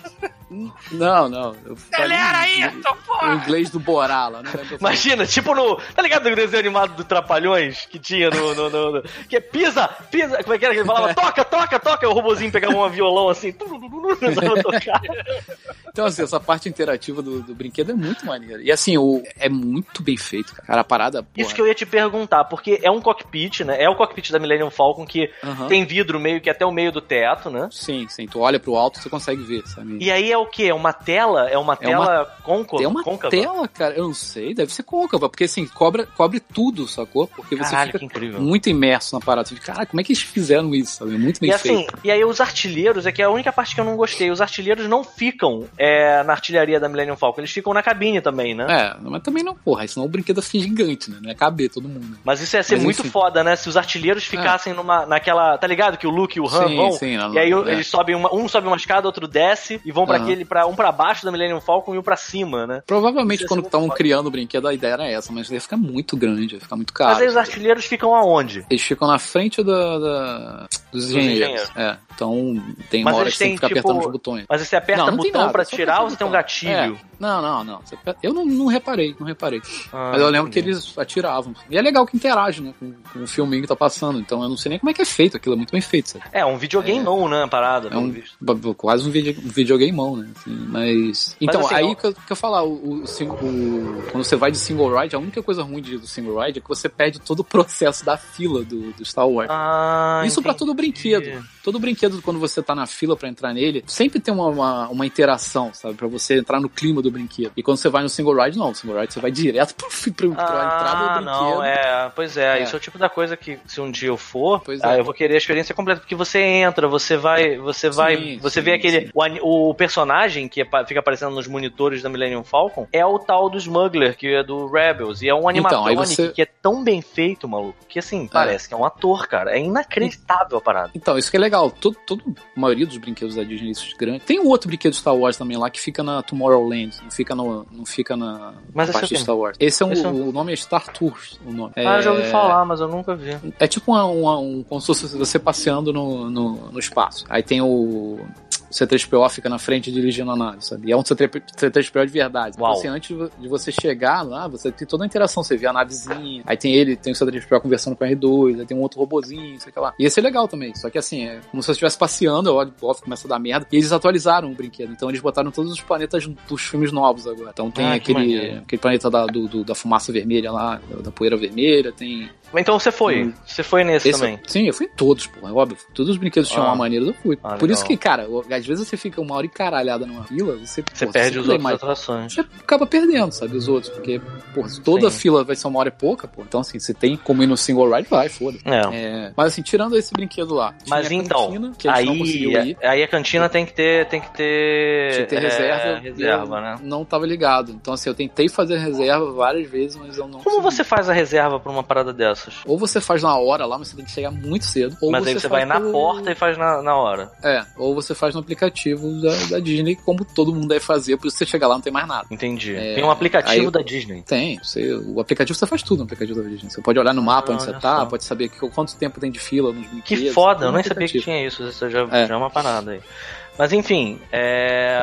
S5: Não, não. Eu falei
S3: Acelera aí,
S5: em-
S3: tô
S5: o
S3: fora!
S5: inglês do Borá lá, não lembro. o que eu falei.
S4: Imagina, tipo no. Tá ligado no desenho animado do Trapalhões que tinha no. no, no- no- que é pisa, pisa. Como é que era que ele falava? Toca, toca, toca. O robozinho pegava um violão assim. Começava a tocar.
S5: Então, assim, essa parte interativa do, do brinquedo é muito maneira. E assim, o, é muito bem feito, cara. A parada.
S4: Isso
S5: porra,
S4: que eu ia te perguntar, porque é um cockpit, né? É o cockpit da Millennium Falcon que
S5: Aham.
S4: tem vidro meio que até o meio do teto, né?
S5: Sim, sim. Tu olha pro alto, você consegue ver, sabe?
S4: E aí é o quê? É uma tela? É uma
S5: É uma-
S4: tela côncava?
S5: Tem uma
S4: côncava?
S5: tela, cara. Eu não sei, deve ser côncava, porque assim, cobra, cobre tudo, sacou? Porque você
S4: Caralho,
S5: fica
S4: que incrível.
S5: muito imerso na parada. Você fica, cara, como é que eles fizeram isso, sabe? É muito bem
S4: E
S5: feito.
S4: assim, e aí os artilheiros é que é a única parte que eu não gostei, os artilheiros não ficam é, na artilharia da Millennium Falcon, eles ficam na cabine também, né?
S5: É, mas também não, porra, senão o brinquedo ia ser gigante, né? Não ia caber todo mundo. Né?
S4: Mas isso ia ser
S5: mas,
S4: muito
S5: enfim.
S4: foda, né? Se os artilheiros ficassem é. numa, naquela... Tá ligado? Que o Luke e o Han
S5: sim,
S4: vão,
S5: sim, não,
S4: e aí
S5: é.
S4: eles sobem uma, um sobe uma escada, outro desce, e vão pra
S5: uhum.
S4: aquele, pra, um pra baixo da Millennium Falcon e um pra cima, né?
S5: Provavelmente quando estavam criando o brinquedo, a ideia era essa, mas ia ficar muito grande, ia ficar muito caro.
S4: Mas aí os artilheiros ficam aonde?
S5: Eles ficam na frente da, da... dos engenheiros. engenheiros. É, então tem uma
S4: mas
S5: hora que você tem que ficar
S4: tipo...
S5: apertando os botões.
S4: Mas você aperta o botão pra tirar ou você tem um gatilho?
S5: É. Não, não, não. Eu não, não reparei, não reparei.
S4: Ah,
S5: mas eu lembro entendi. que eles atiravam. E é legal que interage, né, com, com o filminho que tá passando. Então eu não sei nem como é que é feito, aquilo é muito bem feito, sabe?
S4: É, um videogameão, é, né, a parada.
S5: É um, quase um, video, um videogameão, né? Assim, mas... Então, mas, assim, aí eu... que, eu, que eu falar, o, o, o, quando você vai de single ride, a única coisa ruim de, do single ride é que você perde todo o processo da fila do, do Star Wars.
S4: Ah,
S5: Isso pra todo brinquedo. Todo brinquedo, quando você tá na fila pra entrar nele, sempre tem uma, uma, uma interação, sabe? Pra você entrar no clima do brinquedo. E quando você vai no single ride, não. No single ride você vai direto pro, pro, pra
S4: ah,
S5: entrada do brinquedo.
S4: Não, é, pois é, é, isso é o tipo da coisa que, se um dia eu for,
S5: pois
S4: ah,
S5: é.
S4: eu vou querer a experiência completa, porque você entra, você vai, você
S5: sim,
S4: vai, você
S5: sim,
S4: vê aquele, o, o personagem que fica aparecendo nos monitores da Millennium Falcon, é o tal do Smuggler, que é do Rebels, e é um animatronic
S5: então, você...
S4: que é tão bem feito, maluco, que assim, parece é. que é um ator, cara, é inacreditável a parada.
S5: Então, isso que é legal, todo, todo, a maioria dos brinquedos da Disney, esses grandes, tem um outro brinquedo Star Wars também lá, que fica na Tomorrowland, não fica, no, não fica na
S4: mas
S5: parte de Star Wars. Esse é um,
S4: esse
S5: o, o nome é Star Tours, o nome.
S4: Ah,
S5: é...
S4: já ouvi falar, mas eu nunca vi.
S5: É tipo uma, uma, um, como se fosse você passeando no, no, no espaço. Aí tem o C três P O fica na frente dirigindo a nave, sabe? E é um C três P O de verdade. Uau. Então, assim, antes de você chegar lá, você tem toda a interação. Você vê a navezinha, aí tem ele, tem o C três P O conversando com o R dois, aí tem um outro robozinho, sei lá. E esse é legal também. Só que, assim, é como se você estivesse passeando, eu olho, ó, começa a dar merda. E eles atualizaram o brinquedo. Então, eles botaram todos os planetas dos filmes novos agora. Então, tem ah, aquele, aquele planeta da, do, do, da fumaça vermelha lá, da poeira vermelha, tem...
S4: Então você foi, hum. você foi nesse
S5: Esse,
S4: também?
S5: Sim, eu fui em todos, pô, é óbvio. Todos os brinquedos tinham ah. uma maneira, eu fui. Ah, Por legal. Isso que, cara, às vezes você fica uma hora encaralhada numa fila, você...
S4: Você
S5: pô,
S4: perde
S5: você
S4: os outros
S5: mais,
S4: atrações.
S5: Você acaba perdendo, sabe, os outros, porque, pô, se toda
S4: sim.
S5: fila vai ser uma hora e pouca, pô, então assim, você tem como ir no single ride, vai, foda.
S4: É.
S5: É, mas assim, tirando esse brinquedo lá,
S4: mas então, cantina, que a aí, aí a cantina tem que ter, tem que ter...
S5: Tinha que ter é, reserva,
S4: reserva, né?
S5: Não tava ligado, então assim, eu tentei fazer reserva várias vezes, mas eu não
S4: Como
S5: consegui.
S4: Você faz a reserva pra uma parada dessas?
S5: Ou você faz na hora lá, mas você tem que chegar muito cedo. Ou
S4: mas
S5: você
S4: aí você vai na
S5: pelo...
S4: porta e faz na, na hora.
S5: É, ou você faz no aplicativo da, da Disney, como todo mundo deve fazer, por isso você chega lá não tem mais nada.
S4: Entendi.
S5: É,
S4: tem um aplicativo
S5: aí,
S4: da Disney.
S5: Tem. Você, o aplicativo você faz tudo no aplicativo da Disney. Você pode olhar no mapa
S4: ah,
S5: onde você tá, só. Pode saber que, quanto tempo tem de fila nos brinquedos.
S4: Que foda, eu nem sabia que tinha isso. Isso já,
S5: é.
S4: já é uma parada aí. Mas enfim, é,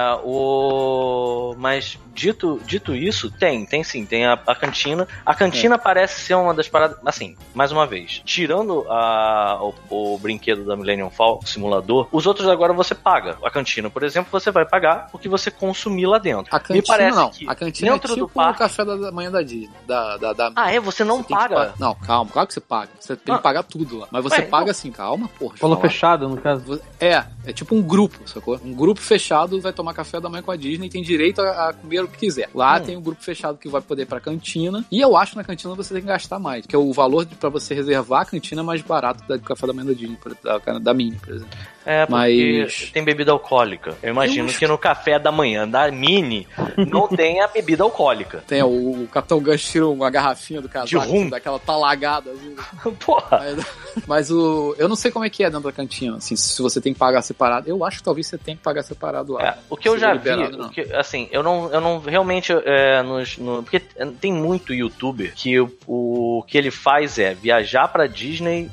S4: o... mas dito, dito isso, tem, tem sim, tem a, a cantina. A cantina é. parece ser uma das paradas, assim, mais uma vez, tirando a, o, o brinquedo da Millennium Falcon, simulador, os outros agora você paga. A cantina, por exemplo, você vai pagar porque você consumir lá dentro.
S5: A cantina
S4: Me parece
S5: não,
S4: que
S5: a cantina
S4: dentro
S5: é tipo
S4: do parque...
S5: o café da manhã da Disney. Da, da, da...
S4: Ah, é? Você não
S5: você
S4: paga?
S5: Não, calma, claro que você paga. Você tem ah. que pagar tudo lá. Mas você Ué, paga então... assim, calma, porra.
S6: Falou fechado, no caso.
S5: É, é tipo um grupo, sacou? Um grupo fechado vai tomar café da manhã com a Disney e tem direito a, a comer o que quiser. Lá hum. tem um grupo fechado que vai poder ir pra cantina. E eu acho que na cantina você tem que gastar mais. Porque o valor de, pra você reservar a cantina é mais barato do café da manhã da Disney, da, da Mini, por exemplo.
S4: É, porque Mas... tem bebida alcoólica. Eu imagino eu que no café da manhã da Mini não tem a bebida alcoólica.
S5: Tem, o, o Capitão Gancho tira uma garrafinha do casaco,
S4: de rum,
S5: daquela talagada azul.
S4: Porra!
S5: Mas, mas o... eu não sei como é que é dentro da cantina, assim, se você tem que pagar separado. Eu acho que talvez você tenha que pagar separado lá.
S4: É, o que eu já vi, o que, assim, eu não, eu não realmente, é, nos, no, porque tem muito youtuber que o, o que ele faz é viajar pra Disney,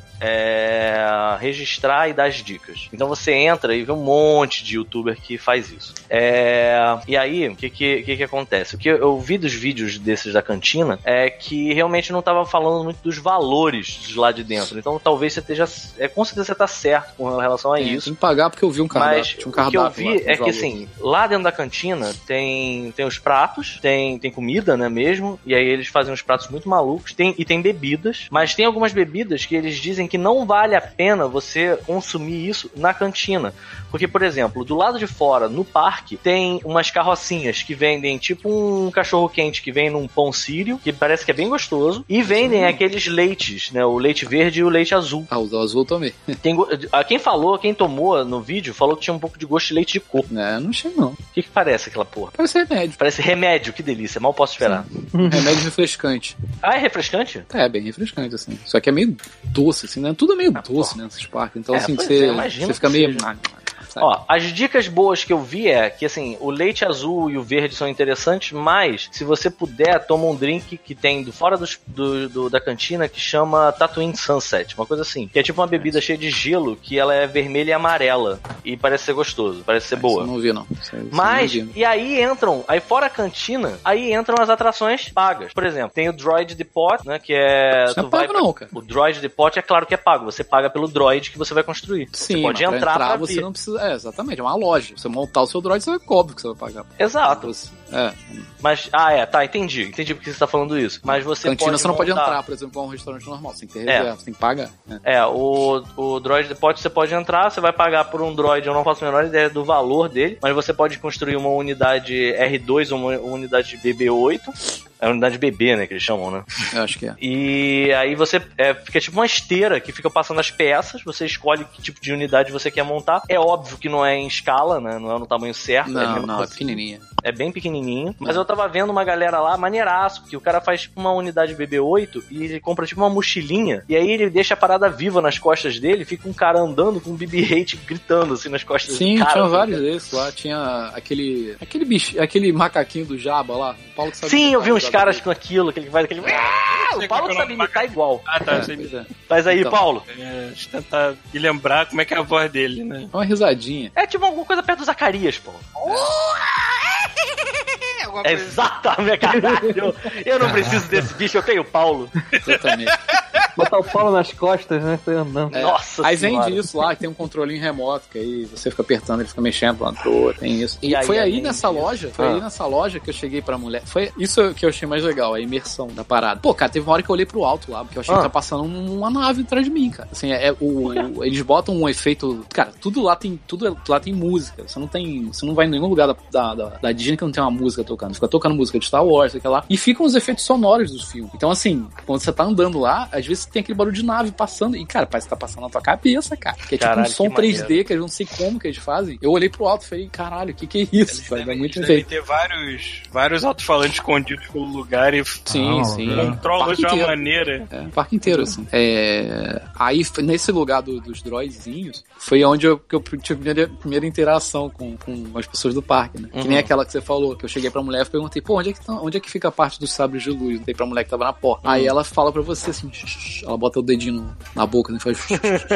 S4: É, registrar e dar as dicas. Então você entra e vê um monte de youtuber que faz isso. É, e aí, o que, que, que que acontece? O que eu vi dos vídeos desses da cantina é que realmente não estava falando muito dos valores de lá de dentro. Então talvez você esteja... É, com certeza você está certo com relação a
S5: é,
S4: isso.
S5: Tem que pagar porque eu vi um cardápio.
S4: Mas
S5: tinha um cardápio
S4: o que eu vi
S5: lá,
S4: é que assim, lá dentro da cantina tem, tem os pratos, tem, tem comida, né, mesmo, e aí eles fazem uns pratos muito malucos, tem, e tem bebidas, mas tem algumas bebidas que eles dizem que não vale a pena você consumir isso na cantina. Porque, por exemplo, do lado de fora, no parque, tem umas carrocinhas que vendem tipo um cachorro-quente que vem num pão sírio, que parece que é bem gostoso, e vendem Sim. aqueles leites, né? O leite verde e o leite azul.
S5: Ah, o azul também.
S4: Tem, quem falou, quem tomou no vídeo, falou que tinha um pouco tipo de gosto de leite de coco.
S5: É, não achei não.
S4: O que que parece aquela porra?
S5: Parece remédio.
S4: Parece remédio, que delícia, mal posso esperar.
S5: Remédio refrescante.
S4: Ah, é refrescante?
S5: É, bem refrescante, assim. Só que é meio doce, assim, né? Tudo é meio ah, doce, porra. Né, nesses parques. Então,
S4: é,
S5: assim, você, você fica meio...
S4: Seja. Ó, as dicas boas que eu vi é que, assim, o leite azul e o verde são interessantes, mas, se você puder, toma um drink que tem do fora dos, do, do, da cantina que chama Tatooine Sunset, uma coisa assim, que é tipo uma bebida cheia de gelo, que ela é vermelha e amarela, e parece ser gostoso, parece ser é, boa.
S5: Isso eu não vi, não. Isso, isso
S4: mas,
S5: não vi.
S4: E aí entram, aí fora a cantina, aí entram as atrações pagas. Por exemplo, tem o Droid Depot, né, que é...
S5: Isso não é pago não, cara.
S4: O Droid Depot é claro que é pago, você paga pelo droid que você vai construir.
S5: Sim,
S4: você pode entrar,
S5: pra, entrar,
S4: pra
S5: você
S4: vir.
S5: não precisa... É, exatamente, é uma loja. Você montar o seu droid, você vai cobrar que você vai pagar.
S4: Exato.
S5: É.
S4: Mas, ah, é, tá, entendi. Entendi porque você tá falando isso. Mas você
S5: cantina
S4: pode
S5: você não
S4: montar...
S5: pode entrar, por exemplo, a um restaurante normal. Você tem que ter reserva, é. Você tem que pagar. É,
S4: é o, o Droid Depot você pode entrar, você vai pagar por um droid, eu não faço a menor ideia do valor dele, mas você pode construir uma unidade R dois ou uma unidade B B oito. É a unidade bebê, né, que eles chamam, né?
S5: Eu acho que é.
S4: E aí você é, fica tipo uma esteira que fica passando as peças, você escolhe que tipo de unidade você quer montar. É óbvio que não é em escala, né? Não é no tamanho certo.
S5: Não,
S4: é
S5: não,
S4: assim.
S5: é pequenininha.
S4: É bem pequenininho. Mas eu tava vendo uma galera lá, maneiraço, que o cara faz tipo uma unidade B B oito e ele compra tipo uma mochilinha, e aí ele deixa a parada viva nas costas dele, fica um cara andando com um B B oito gritando assim nas costas
S5: Sim,
S4: do cara.
S5: Sim, tinha
S4: assim,
S5: vários
S4: cara.
S5: desses lá. Tinha aquele aquele bicho, aquele macaquinho do Jabba lá. O Paulo que sabe
S4: Sim, eu vi uns caras
S5: dele.
S4: com aquilo, aquele que vai aquele... Ah, o Paulo sabe imitar igual.
S3: Ah, tá.
S5: É,
S4: Mas aí,
S5: então,
S4: Paulo.
S3: É, deixa eu tentar me lembrar como é que é a voz dele, né?
S5: É uma risadinha.
S4: É tipo alguma coisa perto do Zacarias, Paulo. É. Exatamente, caralho. Eu, eu não preciso desse bicho, eu tenho o Paulo.
S5: Exatamente.
S6: Botar o Paulo nas costas, né? Foi andando.
S5: É,
S4: Nossa
S5: aí
S4: senhora.
S5: vem disso lá, que tem um controlinho remoto, que aí você fica apertando, ele fica mexendo lá pro outro, tem isso. E,
S4: E aí,
S5: foi aí
S4: aí
S5: nessa
S4: disso.
S5: loja, foi
S6: Ah.
S5: aí nessa loja que eu cheguei pra mulher. Foi isso que eu achei mais legal, a imersão da parada. Pô, cara, teve uma hora que eu olhei pro alto lá, porque eu achei
S4: Ah.
S5: que tá passando uma nave atrás de mim, cara. Assim, é, o, o- eles botam um efeito. Cara, tudo lá tem. Tudo lá tem música. Você não tem. Você não vai em nenhum lugar da, da, da, da Disney que não tem uma música tocando. Fica tocando música de Star Wars, aquela lá. E ficam os efeitos sonoros dos filmes. Então, assim, quando você tá andando lá, às vezes tem aquele barulho de nave passando. E, cara, parece que tá passando na tua cabeça, cara. Que é
S4: Caralho,
S5: tipo um som
S4: que
S5: três D,
S4: maneiro.
S5: que eu não sei como que eles fazem. Eu olhei pro alto e falei, caralho, o que que é isso?
S3: Eles
S5: Vai dar
S3: devem,
S5: muito
S3: eles devem
S5: efeito.
S3: ter vários, vários alto-falantes escondidos pelo lugar e
S5: Sim,
S1: Ah,
S5: sim.
S1: cara.
S3: controlam
S5: Parque
S3: de uma
S5: inteiro.
S3: maneira.
S5: É, o parque inteiro, assim. É, aí, foi nesse lugar do- dos droidzinhos, foi onde eu, que eu tive a primeira, primeira interação com, com as pessoas do parque, né?
S4: Uhum.
S5: Que nem aquela que você falou, que eu cheguei pra mulher e perguntei, pô, onde é, que tá- onde é que fica a parte dos sabres de luz? Dei pra mulher que tava na porta.
S4: Uhum.
S5: Aí ela fala pra você assim, shh, ela bota o dedinho no- na boca, né? Faz...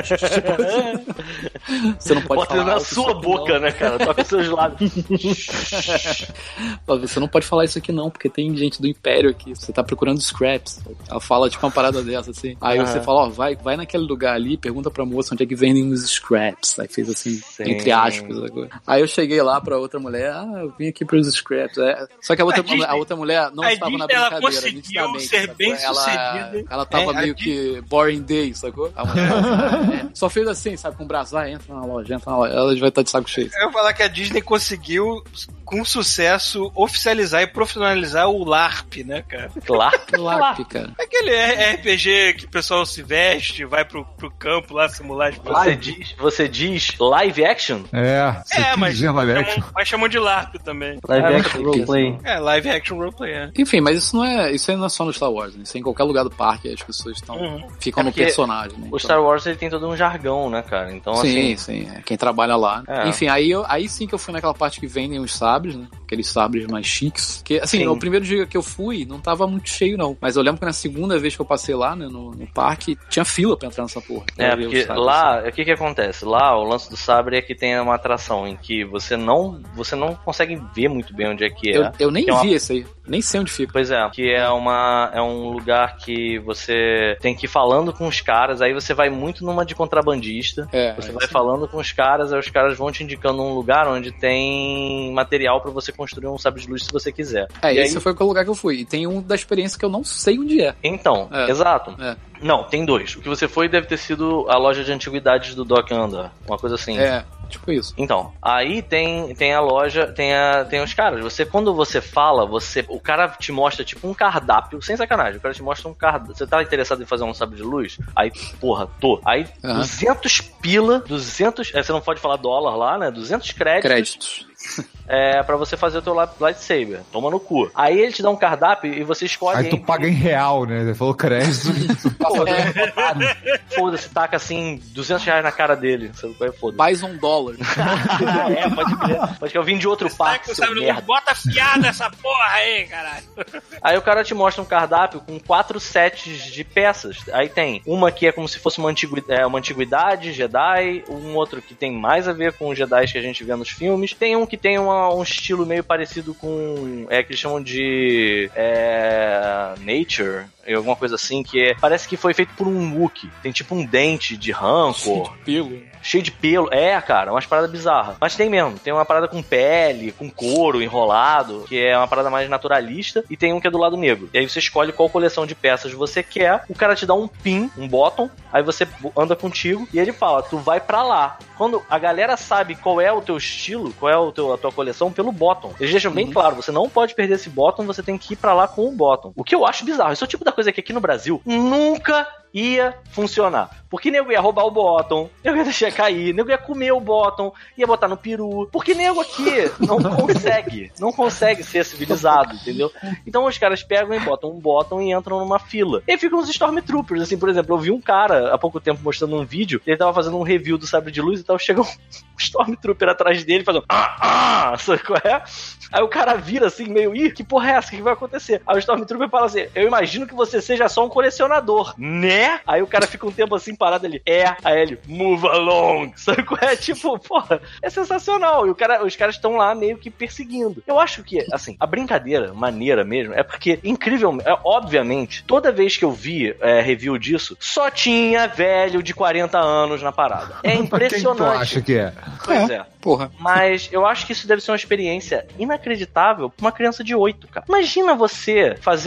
S5: Você não pode
S4: Bota
S5: falar
S4: na
S5: alto
S4: sua
S5: isso aqui,
S4: boca,
S5: não.
S4: né, cara? Toca seus lábios.
S5: Fala, você não pode falar isso aqui não, porque tem gente do Império aqui. Você tá procurando scraps. Ela fala tipo uma parada dessa, assim. Aí
S4: Aham.
S5: você fala, ó, vai, vai naquele lugar ali, pergunta pra moça onde é que vendem os scraps. Aí fez assim,
S4: Sim.
S5: entre aspas. Agora. Aí eu cheguei lá pra outra mulher, ah, eu vim aqui pros scraps. É. Só que a outra,
S3: A Disney-
S5: a outra mulher não
S3: a
S5: estava na
S3: Disney, ela
S5: brincadeira,
S3: conseguiu
S5: nitidamente,
S3: ser
S5: sacou?
S3: bem
S5: ela,
S3: sucedida.
S5: ela tava
S3: É, a
S5: meio que boring day, sacou? A mulher, é. Só fez assim, sabe, com o braço, vai, entra na loja, entra na loja. Ela vai estar de saco cheio.
S3: Eu ia falar que a Disney conseguiu, com sucesso, oficializar e profissionalizar o LARP, né, cara?
S4: Claro.
S5: LARP, cara.
S3: Aquele R P G que o pessoal se veste, vai pro, pro campo lá simular as
S4: Você diz, você diz live action?
S1: É, você
S3: É,
S1: quis
S3: mas
S1: dizer live action.
S3: chamam, mas chamam de LARP também.
S6: Live
S5: É,
S6: action
S5: não sei
S6: roleplay.
S3: É, live action roleplay, é.
S5: Enfim, mas isso não é, isso aí não é só no Star Wars, né? Isso é em qualquer lugar do parque, as pessoas estão,
S3: Uhum.
S5: ficam
S4: É
S5: no
S4: porque
S5: personagem, né?
S4: O
S5: Então-
S4: Star Wars ele tem todo um jargão, né, cara? Então,
S5: Sim,
S4: assim.
S5: sim, é. Quem trabalha lá.
S4: É.
S5: Enfim, aí, eu, aí sim que eu fui naquela parte que vendem os sabres, né? Aqueles sabres mais chiques. Que, assim,
S4: Sim.
S5: no primeiro dia que eu fui, não tava muito cheio, não. Mas eu lembro que na segunda vez que eu passei lá, né, no, no parque, tinha fila pra entrar nessa porra.
S4: É,
S5: Pra ver
S4: porque
S5: os sabres,
S4: lá,
S5: assim.
S4: o que que acontece? Lá, o lance do sabre é que tem uma atração em que você não, você não consegue ver muito bem onde é que é.
S5: Eu, eu nem
S4: Que é uma-
S5: vi esse aí. Nem sei onde fica.
S4: Pois é, que é uma é um lugar que você tem que ir falando com os caras, aí você vai muito numa de contrabandista.
S5: É,
S4: Você
S5: é
S4: vai
S5: isso.
S4: falando com os caras, aí os caras vão te indicando um lugar onde tem material pra você construir um sabre de luz se você quiser.
S5: É,
S4: E
S5: esse
S4: aí-
S5: foi o lugar que eu fui. E tem um da experiência que eu não sei onde é.
S4: Então,
S5: É.
S4: exato.
S5: É.
S4: Não, tem dois. O que você foi deve ter sido a loja de antiguidades do Doc Andar, uma coisa assim.
S5: É. Tipo isso.
S4: Então, aí tem, tem a loja, tem, a, tem os caras. Você, quando você fala, você, o cara te mostra tipo um cardápio, sem sacanagem, o cara te mostra um cardápio. Você tá interessado em fazer um sabre de luz? Aí, porra, tô. Aí, uhum. duzentos pila, duzentos, é, você não pode falar dólar lá, né? duzentos créditos. Créditos. É, pra você fazer o teu lightsaber. Toma no cu. Aí ele te dá um cardápio e você escolhe...
S1: Aí tu
S4: entre...
S1: paga em real, né? Você falou crédito.
S4: Foda-se, taca assim duzentos reais na cara dele. Foda-se.
S5: Mais um dólar.
S4: É, pode crer. Pode que eu vim de outro parque, seu merda.
S3: Bota fiada essa porra aí, caralho.
S4: Aí o cara te mostra um cardápio com quatro sets de peças. Aí tem uma que é como se fosse uma antiguidade, uma antiguidade Jedi, um outro que tem mais a ver com os Jedi que a gente vê nos filmes. Tem um que tem uma, um estilo meio parecido com... É, que eles chamam de... É, nature... alguma coisa assim, que é, parece que foi feito por um Wookiee. Tem tipo um dente de rancor.
S5: Cheio de pelo.
S4: Cheio de pelo. É, cara, umas paradas bizarras. Mas tem mesmo. Tem uma parada com pele, com couro enrolado, que é uma parada mais naturalista, e tem um que é do lado negro. E aí você escolhe qual coleção de peças você quer, o cara te dá um pin, um bottom, aí você anda contigo e ele fala, tu vai pra lá. Quando a galera sabe qual é o teu estilo, qual é o teu, a tua coleção, pelo bottom. Eles deixam bem uhum. claro, você não pode perder esse bottom, você tem que ir pra lá com o bottom. O que eu acho bizarro. Isso é o tipo da coisa que aqui no Brasil nunca ia funcionar. Porque nego ia roubar o bottom, nego ia deixar cair, nego ia comer o bottom, ia botar no peru. Porque nego aqui não consegue, não consegue ser civilizado, entendeu? Então os caras pegam e botam um bottom e entram numa fila. E aí ficam os Stormtroopers, assim, por exemplo, eu vi um cara há pouco tempo mostrando um vídeo, ele tava fazendo um review do sabre de luz e tal, chegou um Stormtrooper atrás dele fazendo ah, ah, sabe qual é? Aí o cara vira assim, meio, ih, que porra é essa? O que vai acontecer? Aí o Stormtrooper fala assim, eu imagino que você seja só um colecionador, né? Aí o cara fica um tempo assim parado ali, é, aí ele, move along, sabe qual é? Tipo, porra, é sensacional. E o cara, os caras estão lá meio que perseguindo. Eu acho que, assim, a brincadeira, maneira mesmo, é porque, incrivelmente, é, obviamente, toda vez que eu vi é, review disso, só tinha velho de quarenta anos na parada. É impressionante.
S1: Quem tu acha que é?
S4: Pois é.
S5: Porra.
S4: Mas eu acho que isso deve ser uma experiência inacreditável pra uma criança de oito, cara. Imagina você fazer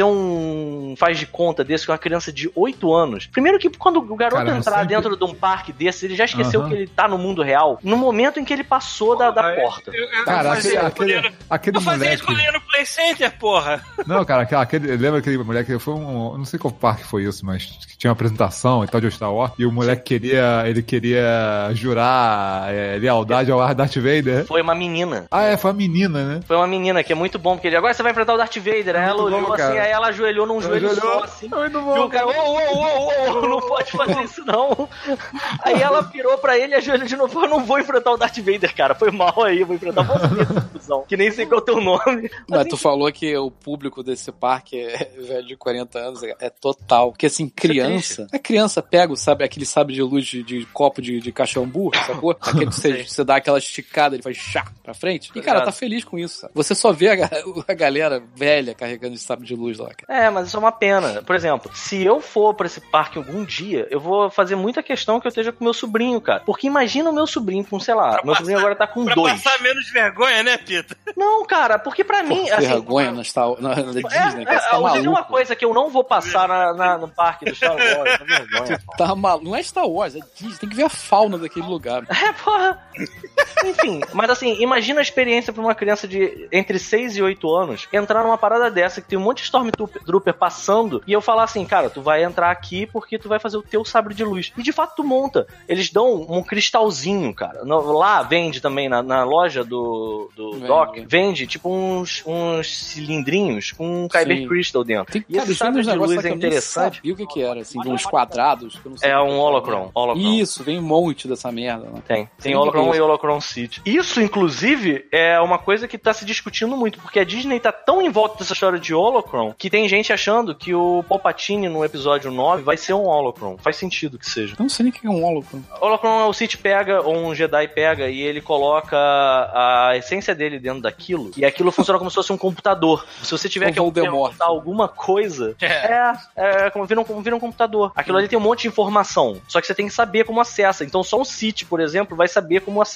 S4: um faz de conta desse com uma criança de oito anos. Primeiro que quando o garoto cara, entrar sempre... dentro de um parque desse, ele já esqueceu uhum. que ele tá no mundo real no momento em que ele passou da, da porta.
S3: Eu, eu,
S1: cara,
S3: eu
S1: aquele, aquele, aquele
S3: eu fazia
S1: moleque...
S3: escolher no Play Center, porra.
S1: Não, cara, aquele, lembra aquele moleque que foi um... Não sei qual parque foi isso, mas que tinha uma apresentação e tal de Star Wars, e o moleque queria... Ele queria jurar é, lealdade ao Darth Vader.
S4: Foi uma menina.
S1: Ah, é, foi uma menina, né?
S4: Foi uma menina, que é muito bom, porque ele agora você vai enfrentar o Darth Vader. Aí ela olhou assim, aí ela ajoelhou num joelho
S1: ajoelhou.
S4: só, assim.
S1: Muito bom,
S4: e o cara, ô, ô, ô, ô, não pode fazer isso, não. Aí ela virou pra ele e ajoelhou de novo. Eu não vou enfrentar o Darth Vader, cara. Foi mal aí, eu vou enfrentar você, que nem sei qual é o teu nome.
S5: Mas assim, tu falou que o público desse parque é velho de quarenta anos, é total. Porque assim, criança, a criança pega, sabe, aquele sabre de luz de, de copo de, de caxambu, sacou? Aquele que você, você dá aquela esticada, ele faz chá pra frente. E, cara, tá feliz com isso, sabe? Você só vê a, a galera velha carregando esse sabre de luz lá, cara.
S4: É, mas isso é uma pena. Por exemplo, se eu for pra esse parque algum dia, eu vou fazer muita questão que eu esteja com meu sobrinho, cara. Porque imagina o meu sobrinho com, sei lá, pra meu passar, sobrinho agora tá com
S3: pra
S4: dois.
S3: Pra passar menos vergonha, né, Pita?
S4: Não, cara, porque pra mim...
S5: Pô,
S4: assim,
S5: vergonha na, Star, na, na Disney,
S4: é,
S5: cara,
S4: é,
S5: você tá maluco.
S4: uma coisa que eu não vou passar na, na, no parque do Star Wars, tá vergonha.
S5: Tá maluco. Não é Star Wars, é Disney. Tem que ver a fauna daquele lugar.
S4: É, porra. Enfim, mas assim, imagina a experiência pra uma criança de entre seis e oito anos entrar numa parada dessa, que tem um monte de Stormtrooper passando, e eu falar assim, cara, tu vai entrar aqui porque tu vai fazer o teu sabre de luz. E de fato tu monta. Eles dão um cristalzinho, cara. No, lá vende também, na, na loja do, do vende, Doc, vende tipo uns, uns cilindrinhos com um Kyber Crystal dentro.
S5: Tem,
S4: e
S5: cara,
S4: esse sabre de luz é interessante.
S5: E o que que era, assim, de uns quadrados? Que eu não sei
S4: é um holocron, holocron.
S5: Isso, vem um monte dessa merda. Né?
S4: Tem. Tem holocron e holocron City. Isso, inclusive, é uma coisa que tá se discutindo muito, porque a Disney tá tão em volta dessa história de holocron que tem gente achando que o Palpatine no episódio nove vai ser um holocron. Faz sentido que seja.
S5: Eu não sei nem o que é um holocron.
S4: Holocron é o Sith pega, ou um Jedi pega, e ele coloca a essência dele dentro daquilo, e aquilo funciona como se fosse um computador. Se você tiver que perguntar alguma coisa, é, é como vira um, como vira um computador. Aquilo ali tem um monte de informação, só que você tem que saber como acessa. Então só um Sith, por exemplo, vai saber como acessa aquela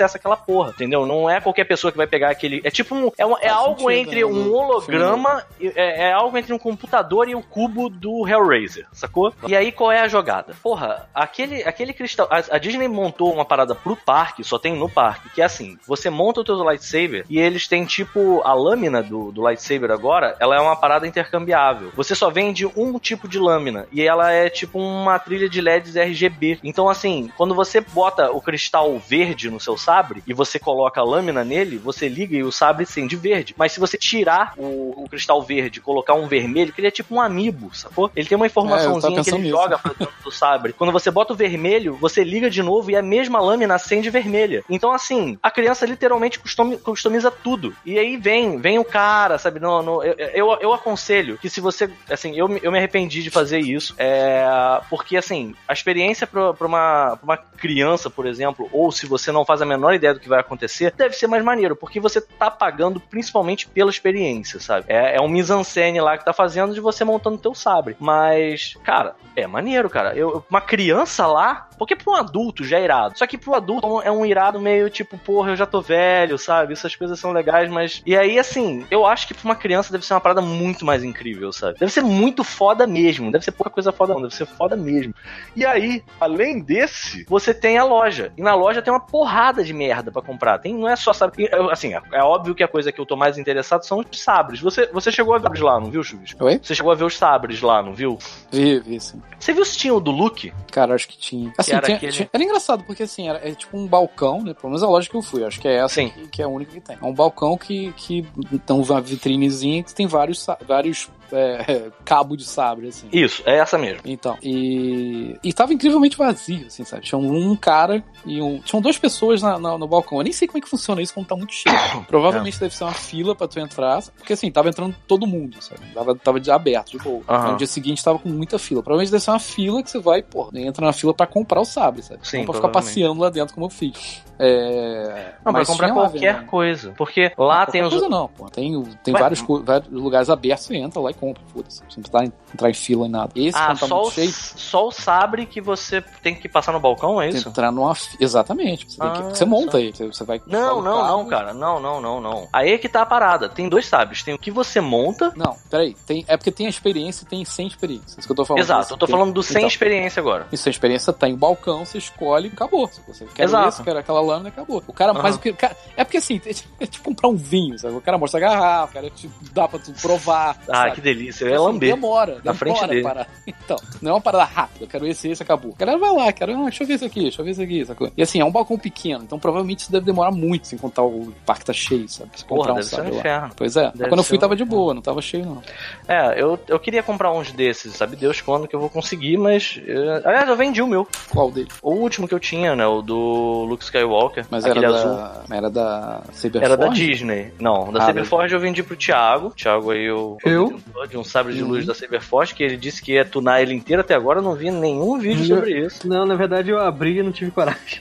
S4: porra, entendeu? Não é qualquer pessoa que vai pegar aquele... É tipo um... É, um, é algo sentido, entre né? um holograma, é, é algo entre um computador e o cubo do Hellraiser, sacou? E aí, qual é a jogada? Porra, aquele, aquele cristal... A, a Disney montou uma parada pro parque, só tem no parque, que é assim, você monta o teu lightsaber e eles têm tipo... A lâmina do, do lightsaber agora, ela é uma parada intercambiável. Você só vende um tipo de lâmina e ela é tipo uma trilha de L E Ds R G B. Então, assim, quando você bota o cristal verde no seu sabre e você coloca a lâmina nele, você liga e o sabre acende verde. Mas se você tirar o, o cristal verde e colocar um vermelho, que ele é tipo um amiibo, sacou? Ele tem uma informaçãozinha é, que ele nisso. joga pra dentro do sabre. Quando você bota o vermelho, você liga de novo e a mesma lâmina acende vermelha. Então, assim, a criança literalmente customiza tudo. E aí vem, vem o cara, sabe? No, no, eu, eu, eu aconselho que se você, assim, eu, eu me arrependi de fazer isso, é, porque, assim, a experiência pra, pra, uma, pra uma criança, por exemplo, ou se você não faz a menor ideia do que vai acontecer, deve ser mais maneiro, porque você tá pagando principalmente pela experiência, sabe? É, é um mise-en-scène lá que tá fazendo de você montando teu sabre. Mas, cara, é maneiro, cara. Eu, uma criança lá, porque pra um adulto já é irado. Só que pro adulto é um irado meio tipo, porra, eu já tô velho, sabe? Essas coisas são legais, mas... E aí, assim, eu acho que pra uma criança deve ser uma parada muito mais incrível, sabe? Deve ser muito foda mesmo. Deve ser pouca coisa foda não, deve ser foda mesmo. E aí, além desse, você tem a loja. E na loja tem uma porrada de merda pra comprar. Tem, não é só, sabe? Assim, é óbvio que a coisa que eu tô mais interessado são os sabres. Você, você chegou a ver os lá, não viu, Chuvisco?
S5: Oi?
S4: Você chegou a ver os sabres lá, não viu?
S5: Vi, vi, sim.
S4: Você viu se tinha o do Luke?
S5: Cara, acho que tinha. Assim,
S4: era,
S5: tinha,
S4: aquele...
S5: tinha, era engraçado, porque assim, era, é tipo um balcão, né? Pelo menos a loja que eu fui, acho que é essa que, que é a única que tem. É um balcão que, que então, uma vitrinezinha que tem vários, vários é, cabo de sabre, assim.
S4: Isso, é essa mesmo.
S5: Então, e... E tava incrivelmente vazio, assim, sabe? Tinha um cara e um... Tinham duas pessoas na, na, no balcão. Eu nem sei como é que funciona isso quando tá muito cheio. Provavelmente é. deve ser uma fila pra tu entrar, porque assim, tava entrando todo mundo, sabe? Tava, tava de aberto, de boa. Uhum. No dia seguinte tava com muita fila. Provavelmente deve ser uma fila que você vai, pô, entra na fila pra comprar o sabre, sabe?
S4: Sim,
S5: não pra ficar passeando lá dentro como eu fiz. É...
S4: Não, mas pra comprar qualquer lá, coisa. Porque lá não, tem os...
S5: coisa não, pô. Tem, tem vários, vários lugares abertos, você entra lá e compra, foda-se. Você não precisa entrar em fila e nada. Esse,
S4: ah,
S5: tá
S4: só,
S5: muito
S4: o,
S5: cheio,
S4: só o sabre que você tem que passar no balcão, é isso? Tem que
S5: entrar numa... Exatamente. Você, tem
S4: ah,
S5: que... você monta só. aí. Você vai...
S4: Não, não, não, cara. Não, não, não, não. Aí é que tá a parada. Tem dois sabres. Tem o que você monta...
S5: Não, peraí. Tem... É porque tem a experiência e tem sem experiência. É isso que eu tô falando.
S4: Exato. Eu tô
S5: tem...
S4: falando do sem então, experiência agora.
S5: E sem experiência tem o balcão, você escolhe e acabou. Se você quer
S4: Exato.
S5: Esse, quer aquela lâmina, acabou. O cara faz o que... É porque assim, é tipo comprar um vinho, sabe? O cara mostra a garrafa, o cara te dá pra tu provar.
S4: Ah,
S5: sabe?
S4: Que delícia. Eu ia lamber.
S5: Demora.
S4: Na
S5: demora
S4: frente dele.
S5: Para... Então, não é uma parada rápida. Eu quero esse, esse, acabou. O cara vai lá, quero, ah, deixa eu ver isso aqui, deixa eu ver isso aqui, sacou? E assim, é um balcão pequeno, então provavelmente isso deve demorar muito, sem contar o parque tá cheio, sabe? Se
S4: Porra,
S5: comprar
S4: deve
S5: um,
S4: ser um
S5: sabe,
S4: inferno.
S5: Pois é. Mas quando eu fui
S4: um
S5: tava de
S4: inferno.
S5: boa, não tava cheio não.
S4: É, eu, eu queria comprar uns desses, sabe Deus quando que eu vou conseguir, mas... Eu... Aliás, eu vendi o meu.
S5: Qual dele?
S4: O último que eu tinha, né? O do Luke Skywalker.
S5: Mas
S4: aquele
S5: era
S4: azul.
S5: Da... Era da Cyberforge?
S4: Era da Disney. Não, da
S5: ah,
S4: Cyberforge eu vendi pro Thiago. Thiago aí, eu...
S6: Eu?
S4: De um sabre de luz uhum. da Cyberforge, que ele disse que ia tunar ele inteiro. Até agora eu não vi nenhum vídeo eu... sobre isso.
S6: Não, na verdade eu abri e não tive coragem.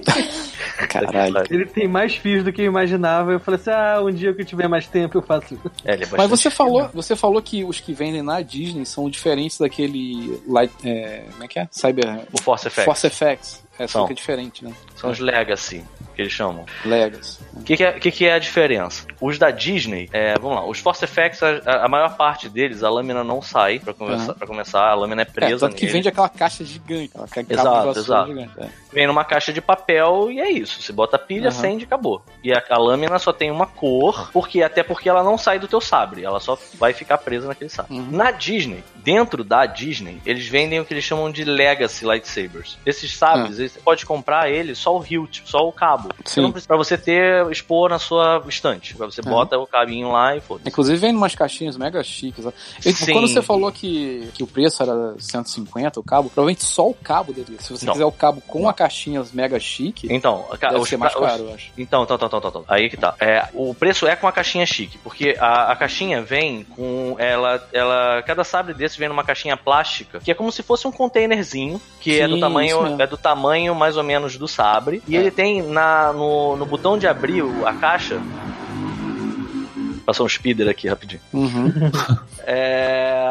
S5: Caralho.
S6: Ele tem mais fios do que eu imaginava. Eu falei assim, ah, um dia que eu tiver mais tempo eu faço isso.
S4: É, ele é
S5: Mas você falou, você falou que os que vendem na Disney são diferentes daquele... Light, é, como é que é? Cyber...
S4: O Force Effects.
S5: Force Effects. É, só
S4: são.
S5: que é diferente, né?
S4: São os Legacy, que eles chamam.
S5: Legacy.
S4: O que, que, é, que, que é a diferença? Os da Disney, é, vamos lá, os Force Effects, a, a maior parte deles, a lâmina não sai pra começar, uhum. pra começar a lâmina é presa
S5: é, tanto
S4: nele.
S5: que vende aquela caixa gigante. Aquela
S4: exato, exato.
S5: Gigante, é.
S4: Vem numa caixa de papel e é isso. Você bota a pilha, uhum. acende e acabou. E a, a lâmina só tem uma cor, porque até porque ela não sai do teu sabre, ela só vai ficar presa naquele sabre. Uhum. Na Disney, dentro da Disney, eles vendem o que eles chamam de Legacy Lightsabers. Esses sabres, uhum. você pode comprar ele só o hilt, só o cabo. Você não precisa, pra você ter, expor na sua estante. Você uhum. bota o cabinho lá e foda-se.
S5: Inclusive vem umas caixinhas mega chiques. Eu, quando você falou que, que o preço era cento e cinquenta o cabo, provavelmente só o cabo dele. Se você não. quiser o cabo com a caixinha mega chique,
S4: então,
S5: deve
S4: os,
S5: ser mais
S4: os,
S5: caro, eu acho.
S4: Então, então, então, então, então. Aí que tá. É, o preço é com a caixinha chique, porque a, a caixinha vem com ela, ela, cada sabre desse vem numa caixinha plástica, que é como se fosse um containerzinho, que Sim, é do tamanho, é do tamanho mais ou menos do sabre, e é. ele tem na, no, no botão de abrir a caixa. Passou um speeder aqui rapidinho.
S5: Uhum.
S4: É,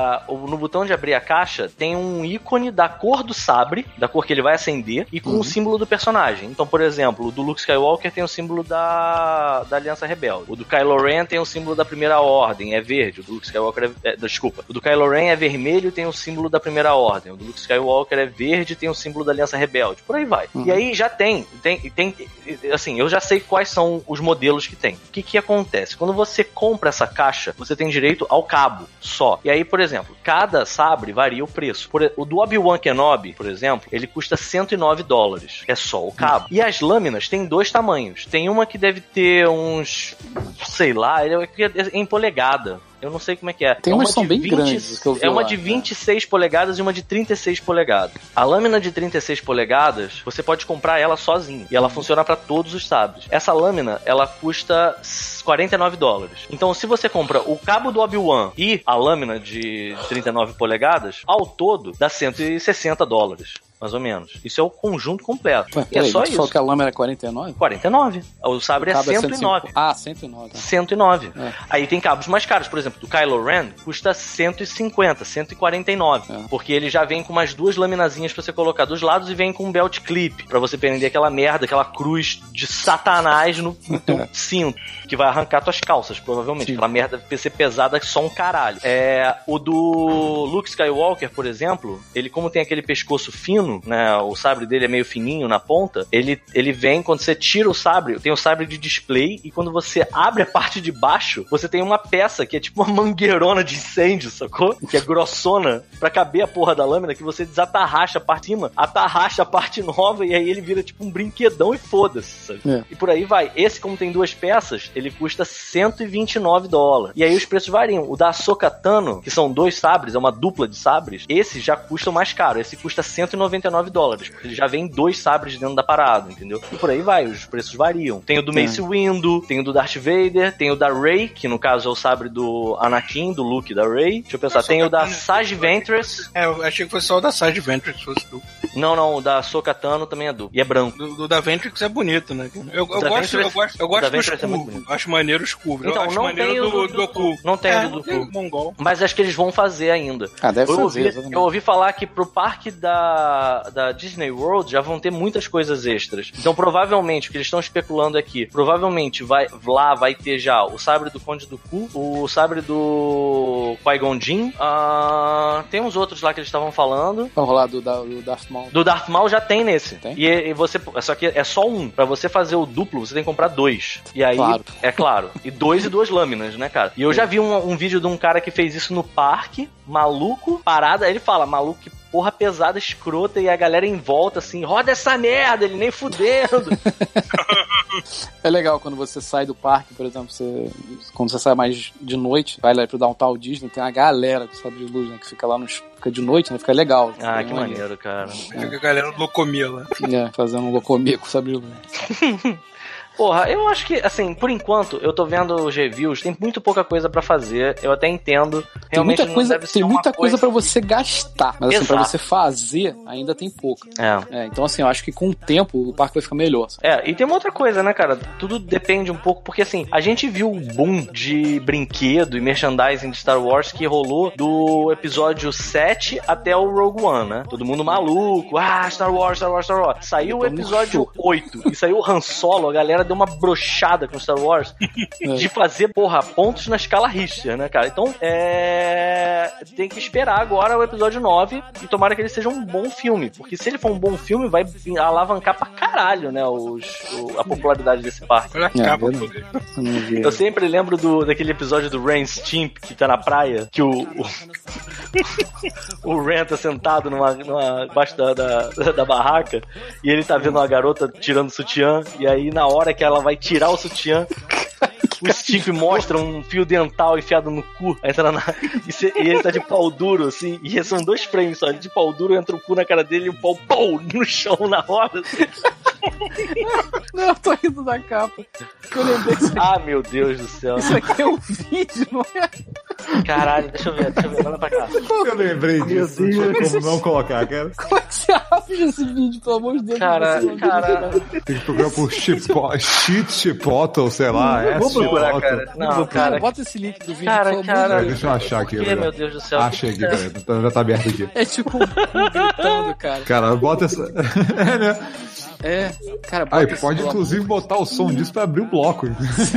S4: a, no botão de abrir a caixa tem um ícone da cor do sabre, da cor que ele vai acender, e com uhum. o símbolo do personagem. Então, por exemplo, o do Luke Skywalker tem o símbolo da, da Aliança Rebelde. O do Kylo Ren tem o símbolo da Primeira Ordem, é verde. O do Luke Skywalker é, é... Desculpa. O do Kylo Ren é vermelho, tem o símbolo da Primeira Ordem. O do Luke Skywalker é verde, tem o símbolo da Aliança Rebelde. Por aí vai. Uhum. E aí já tem, tem, tem... Assim, eu já sei quais são os modelos que tem. O que que acontece? Quando você compra essa caixa, você tem direito ao cabo só. E aí, por exemplo, cada sabre varia o preço. Por, o do Obi-Wan Kenobi, por exemplo, ele custa cento e nove dólares. É só o cabo. E as lâminas têm dois tamanhos. Tem uma que deve ter uns... sei lá, é em polegada. Eu não sei como é que é.
S5: Tem
S4: é
S5: umas que são bem
S4: vinte,
S5: grandes que eu vi
S4: É uma
S5: lá,
S4: de vinte e seis né? polegadas e uma de trinta e seis polegadas. A lâmina de trinta e seis polegadas, você pode comprar ela sozinha. E ela funciona para todos os sabres. Essa lâmina, ela custa quarenta e nove dólares. Então, se você compra o cabo do Obi-Wan e a lâmina de trinta e nove polegadas, ao todo, dá cento e sessenta dólares. Mais ou menos. Isso é o conjunto completo.
S5: Ué,
S4: e é
S5: aí,
S4: só
S5: isso. Só que a lâmina é quarenta e nove?
S4: quarenta e nove. O sabre o é cento e nove.
S5: É ah, cento e nove. É.
S4: cento e nove.
S5: É.
S4: Aí tem cabos mais caros. Por exemplo, do Kylo Ren custa cento e cinquenta, cento e quarenta e nove. É. Porque ele já vem com umas duas laminazinhas pra você colocar dos lados e vem com um belt clip pra você prender aquela merda, aquela cruz de satanás no, no teu cinto, que vai arrancar tuas calças, provavelmente. Sim. Aquela merda deve ser pesada só um caralho. É, o do Luke Skywalker, por exemplo, ele como tem aquele pescoço fino, né, o sabre dele é meio fininho na ponta, ele, ele vem, quando você tira o sabre, tem o sabre de display, e quando você abre a parte de baixo, você tem uma peça que é tipo uma mangueirona de incêndio, sacou? Que é grossona, pra caber a porra da lâmina, que você desatarracha a parte de cima, atarracha a parte nova, e aí ele vira tipo um brinquedão e foda-se, sabe? É. E por aí vai. Esse, como tem duas peças, ele custa cento e vinte e nove dólares. E aí os preços variam. O da Ahsoka Tano, que são dois sabres, é uma dupla de sabres, esse já custa mais caro. Esse custa cento e noventa e nove dólares, porque ele já vem dois sabres dentro da parada, entendeu? E por aí vai, os preços variam. Tem o do Mace é. Windu, tem o do Darth Vader, tem o da Rey, que no caso é o sabre do Anakin, do Luke da Rey. Deixa eu pensar, tem o da Sage Ventress.
S3: É, eu achei que foi só o da Sage Ventress que fosse duplo.
S4: Não, não, o da Ahsoka Tano também é duplo. E é branco.
S3: Do, do da Ventress é bonito, né? Eu, eu, gosto, Ventress, eu gosto, eu gosto dos curvos. É acho maneiro os curvos.
S4: Então,
S3: eu acho
S4: não
S3: maneiro
S4: tem o
S3: do,
S4: do,
S3: do, do cu.
S4: Não tem
S3: é,
S4: o do cu.
S3: Mongol.
S4: Mas acho que eles vão fazer ainda.
S5: Ah, deve
S4: eu
S5: fazer.
S4: Ouvi, eu ouvi falar que pro parque da, da Disney World já vão ter muitas coisas extras. Então, provavelmente, o que eles estão especulando aqui, provavelmente vai, lá vai ter já o sabre do Conde do Ku, o sabre do Qui-Gon Jinn, uh, tem uns outros lá que eles estavam falando.
S5: Vamos lá, do, do Darth Maul.
S4: Do Darth Maul já tem nesse.
S5: Tem?
S4: E, e você, só que é só um. Pra você fazer o duplo, você tem que comprar dois. E aí,
S5: claro.
S4: É claro. E dois e duas lâminas, né, cara? E eu já vi um, um vídeo de um cara que fez isso no parque, maluco, parada, ele fala, maluco, que porra pesada, escrota, e a galera em volta, assim, roda essa merda, ele nem fudendo.
S5: É legal quando você sai do parque, por exemplo, você, quando você sai mais de noite, vai lá pro Downtown Disney, tem uma galera que sabe de luz, né, que fica lá nos... Fica de noite, né? Fica legal.
S4: Ah,
S5: fica
S4: que maneiro, maneiro, cara.
S3: Fica é. a galera locomia lá.
S5: É, fazendo um locomia com sabe de luz.
S4: Porra, eu acho que, assim, por enquanto, eu tô vendo os reviews, tem muito pouca coisa pra fazer, eu até entendo.
S5: Tem muita coisa, tem muita coisa pra você gastar, mas assim, pra você fazer, ainda tem pouca.
S4: É.
S5: É. Então, assim, eu acho que com o tempo o parque vai ficar melhor. Sabe?
S4: É, e tem uma outra coisa, né, cara? Tudo depende um pouco, porque assim, a gente viu o boom de brinquedo e merchandising de Star Wars que rolou do episódio sete até o Rogue One, né? Todo mundo maluco, ah, Star Wars, Star Wars, Star Wars. Saiu o episódio oito e saiu o Han Solo, a galera deu uma brochada com Star Wars é. de fazer, porra, pontos na escala Richter, né, cara? Então, é... tem que esperar agora o episódio nove e tomara que ele seja um bom filme, porque se ele for um bom filme, vai alavancar pra caralho, né, os, o, a popularidade desse parque.
S3: Olha a capa,
S4: é, eu sempre lembro do, daquele episódio do Ren Stimp, que tá na praia, que o o, o Ren tá sentado numa, numa, embaixo da, da, da barraca e ele tá vendo uma garota tirando sutiã, e aí na hora que ela vai tirar o sutiã, o Steve mostra um fio dental enfiado no cu, entra na, e, se, e ele tá de pau duro, assim, e são dois frames só, de pau duro, entra o cu na cara dele e o pau, pau, no chão na hora, assim.
S5: Não, eu tô rindo da capa. Eu lembrei disso aqui.
S4: Ah, meu Deus do céu.
S5: Isso aqui é um vídeo, não é?
S4: Caralho, deixa eu ver, deixa eu ver, manda pra cá.
S1: Eu lembrei disso, não tinha como não colocar, cara.
S5: Como é que você acha esse vídeo, pelo amor de Deus?
S4: Cara, cara...
S1: Tem que procurar por chipo, cheat chipotle, sei lá.
S4: Eu vou procurar, cara. Não, cara.
S5: Bota esse link do vídeo,
S4: cara,
S5: pelo
S4: cara,
S5: amor de
S1: Deus. Deixa eu achar aqui.
S4: Que, meu Deus do céu.
S1: Achei aqui, peraí. Tá- Já tá aberto aqui.
S5: É tipo um cu gritando, cara.
S1: Cara, bota essa... É, né?
S5: É, cara, bota
S1: Aí,
S5: esse
S1: pode
S5: bloco.
S1: inclusive botar o som disso pra abrir o bloco.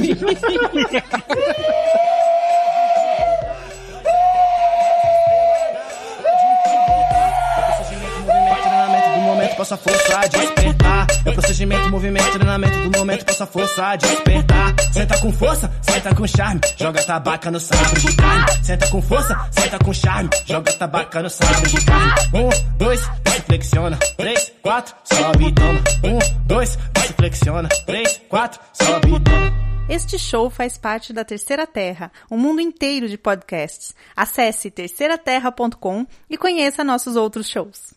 S11: Possa força despertar. É procedimento, movimento, treinamento do momento. Possa força despertar. Senta com força, senta com charme. Joga tabaca no saco de carne. Senta com força, senta com charme. Joga tabaca no saco de carne. Um, dois, desce, flexiona. Três, quatro, sobe e toma. Um, dois, desce, flexiona. Três, quatro, sobe e toma.
S12: Este show faz parte da Terceira Terra, um mundo inteiro de podcasts. Acesse terceira terra ponto com e conheça nossos outros shows.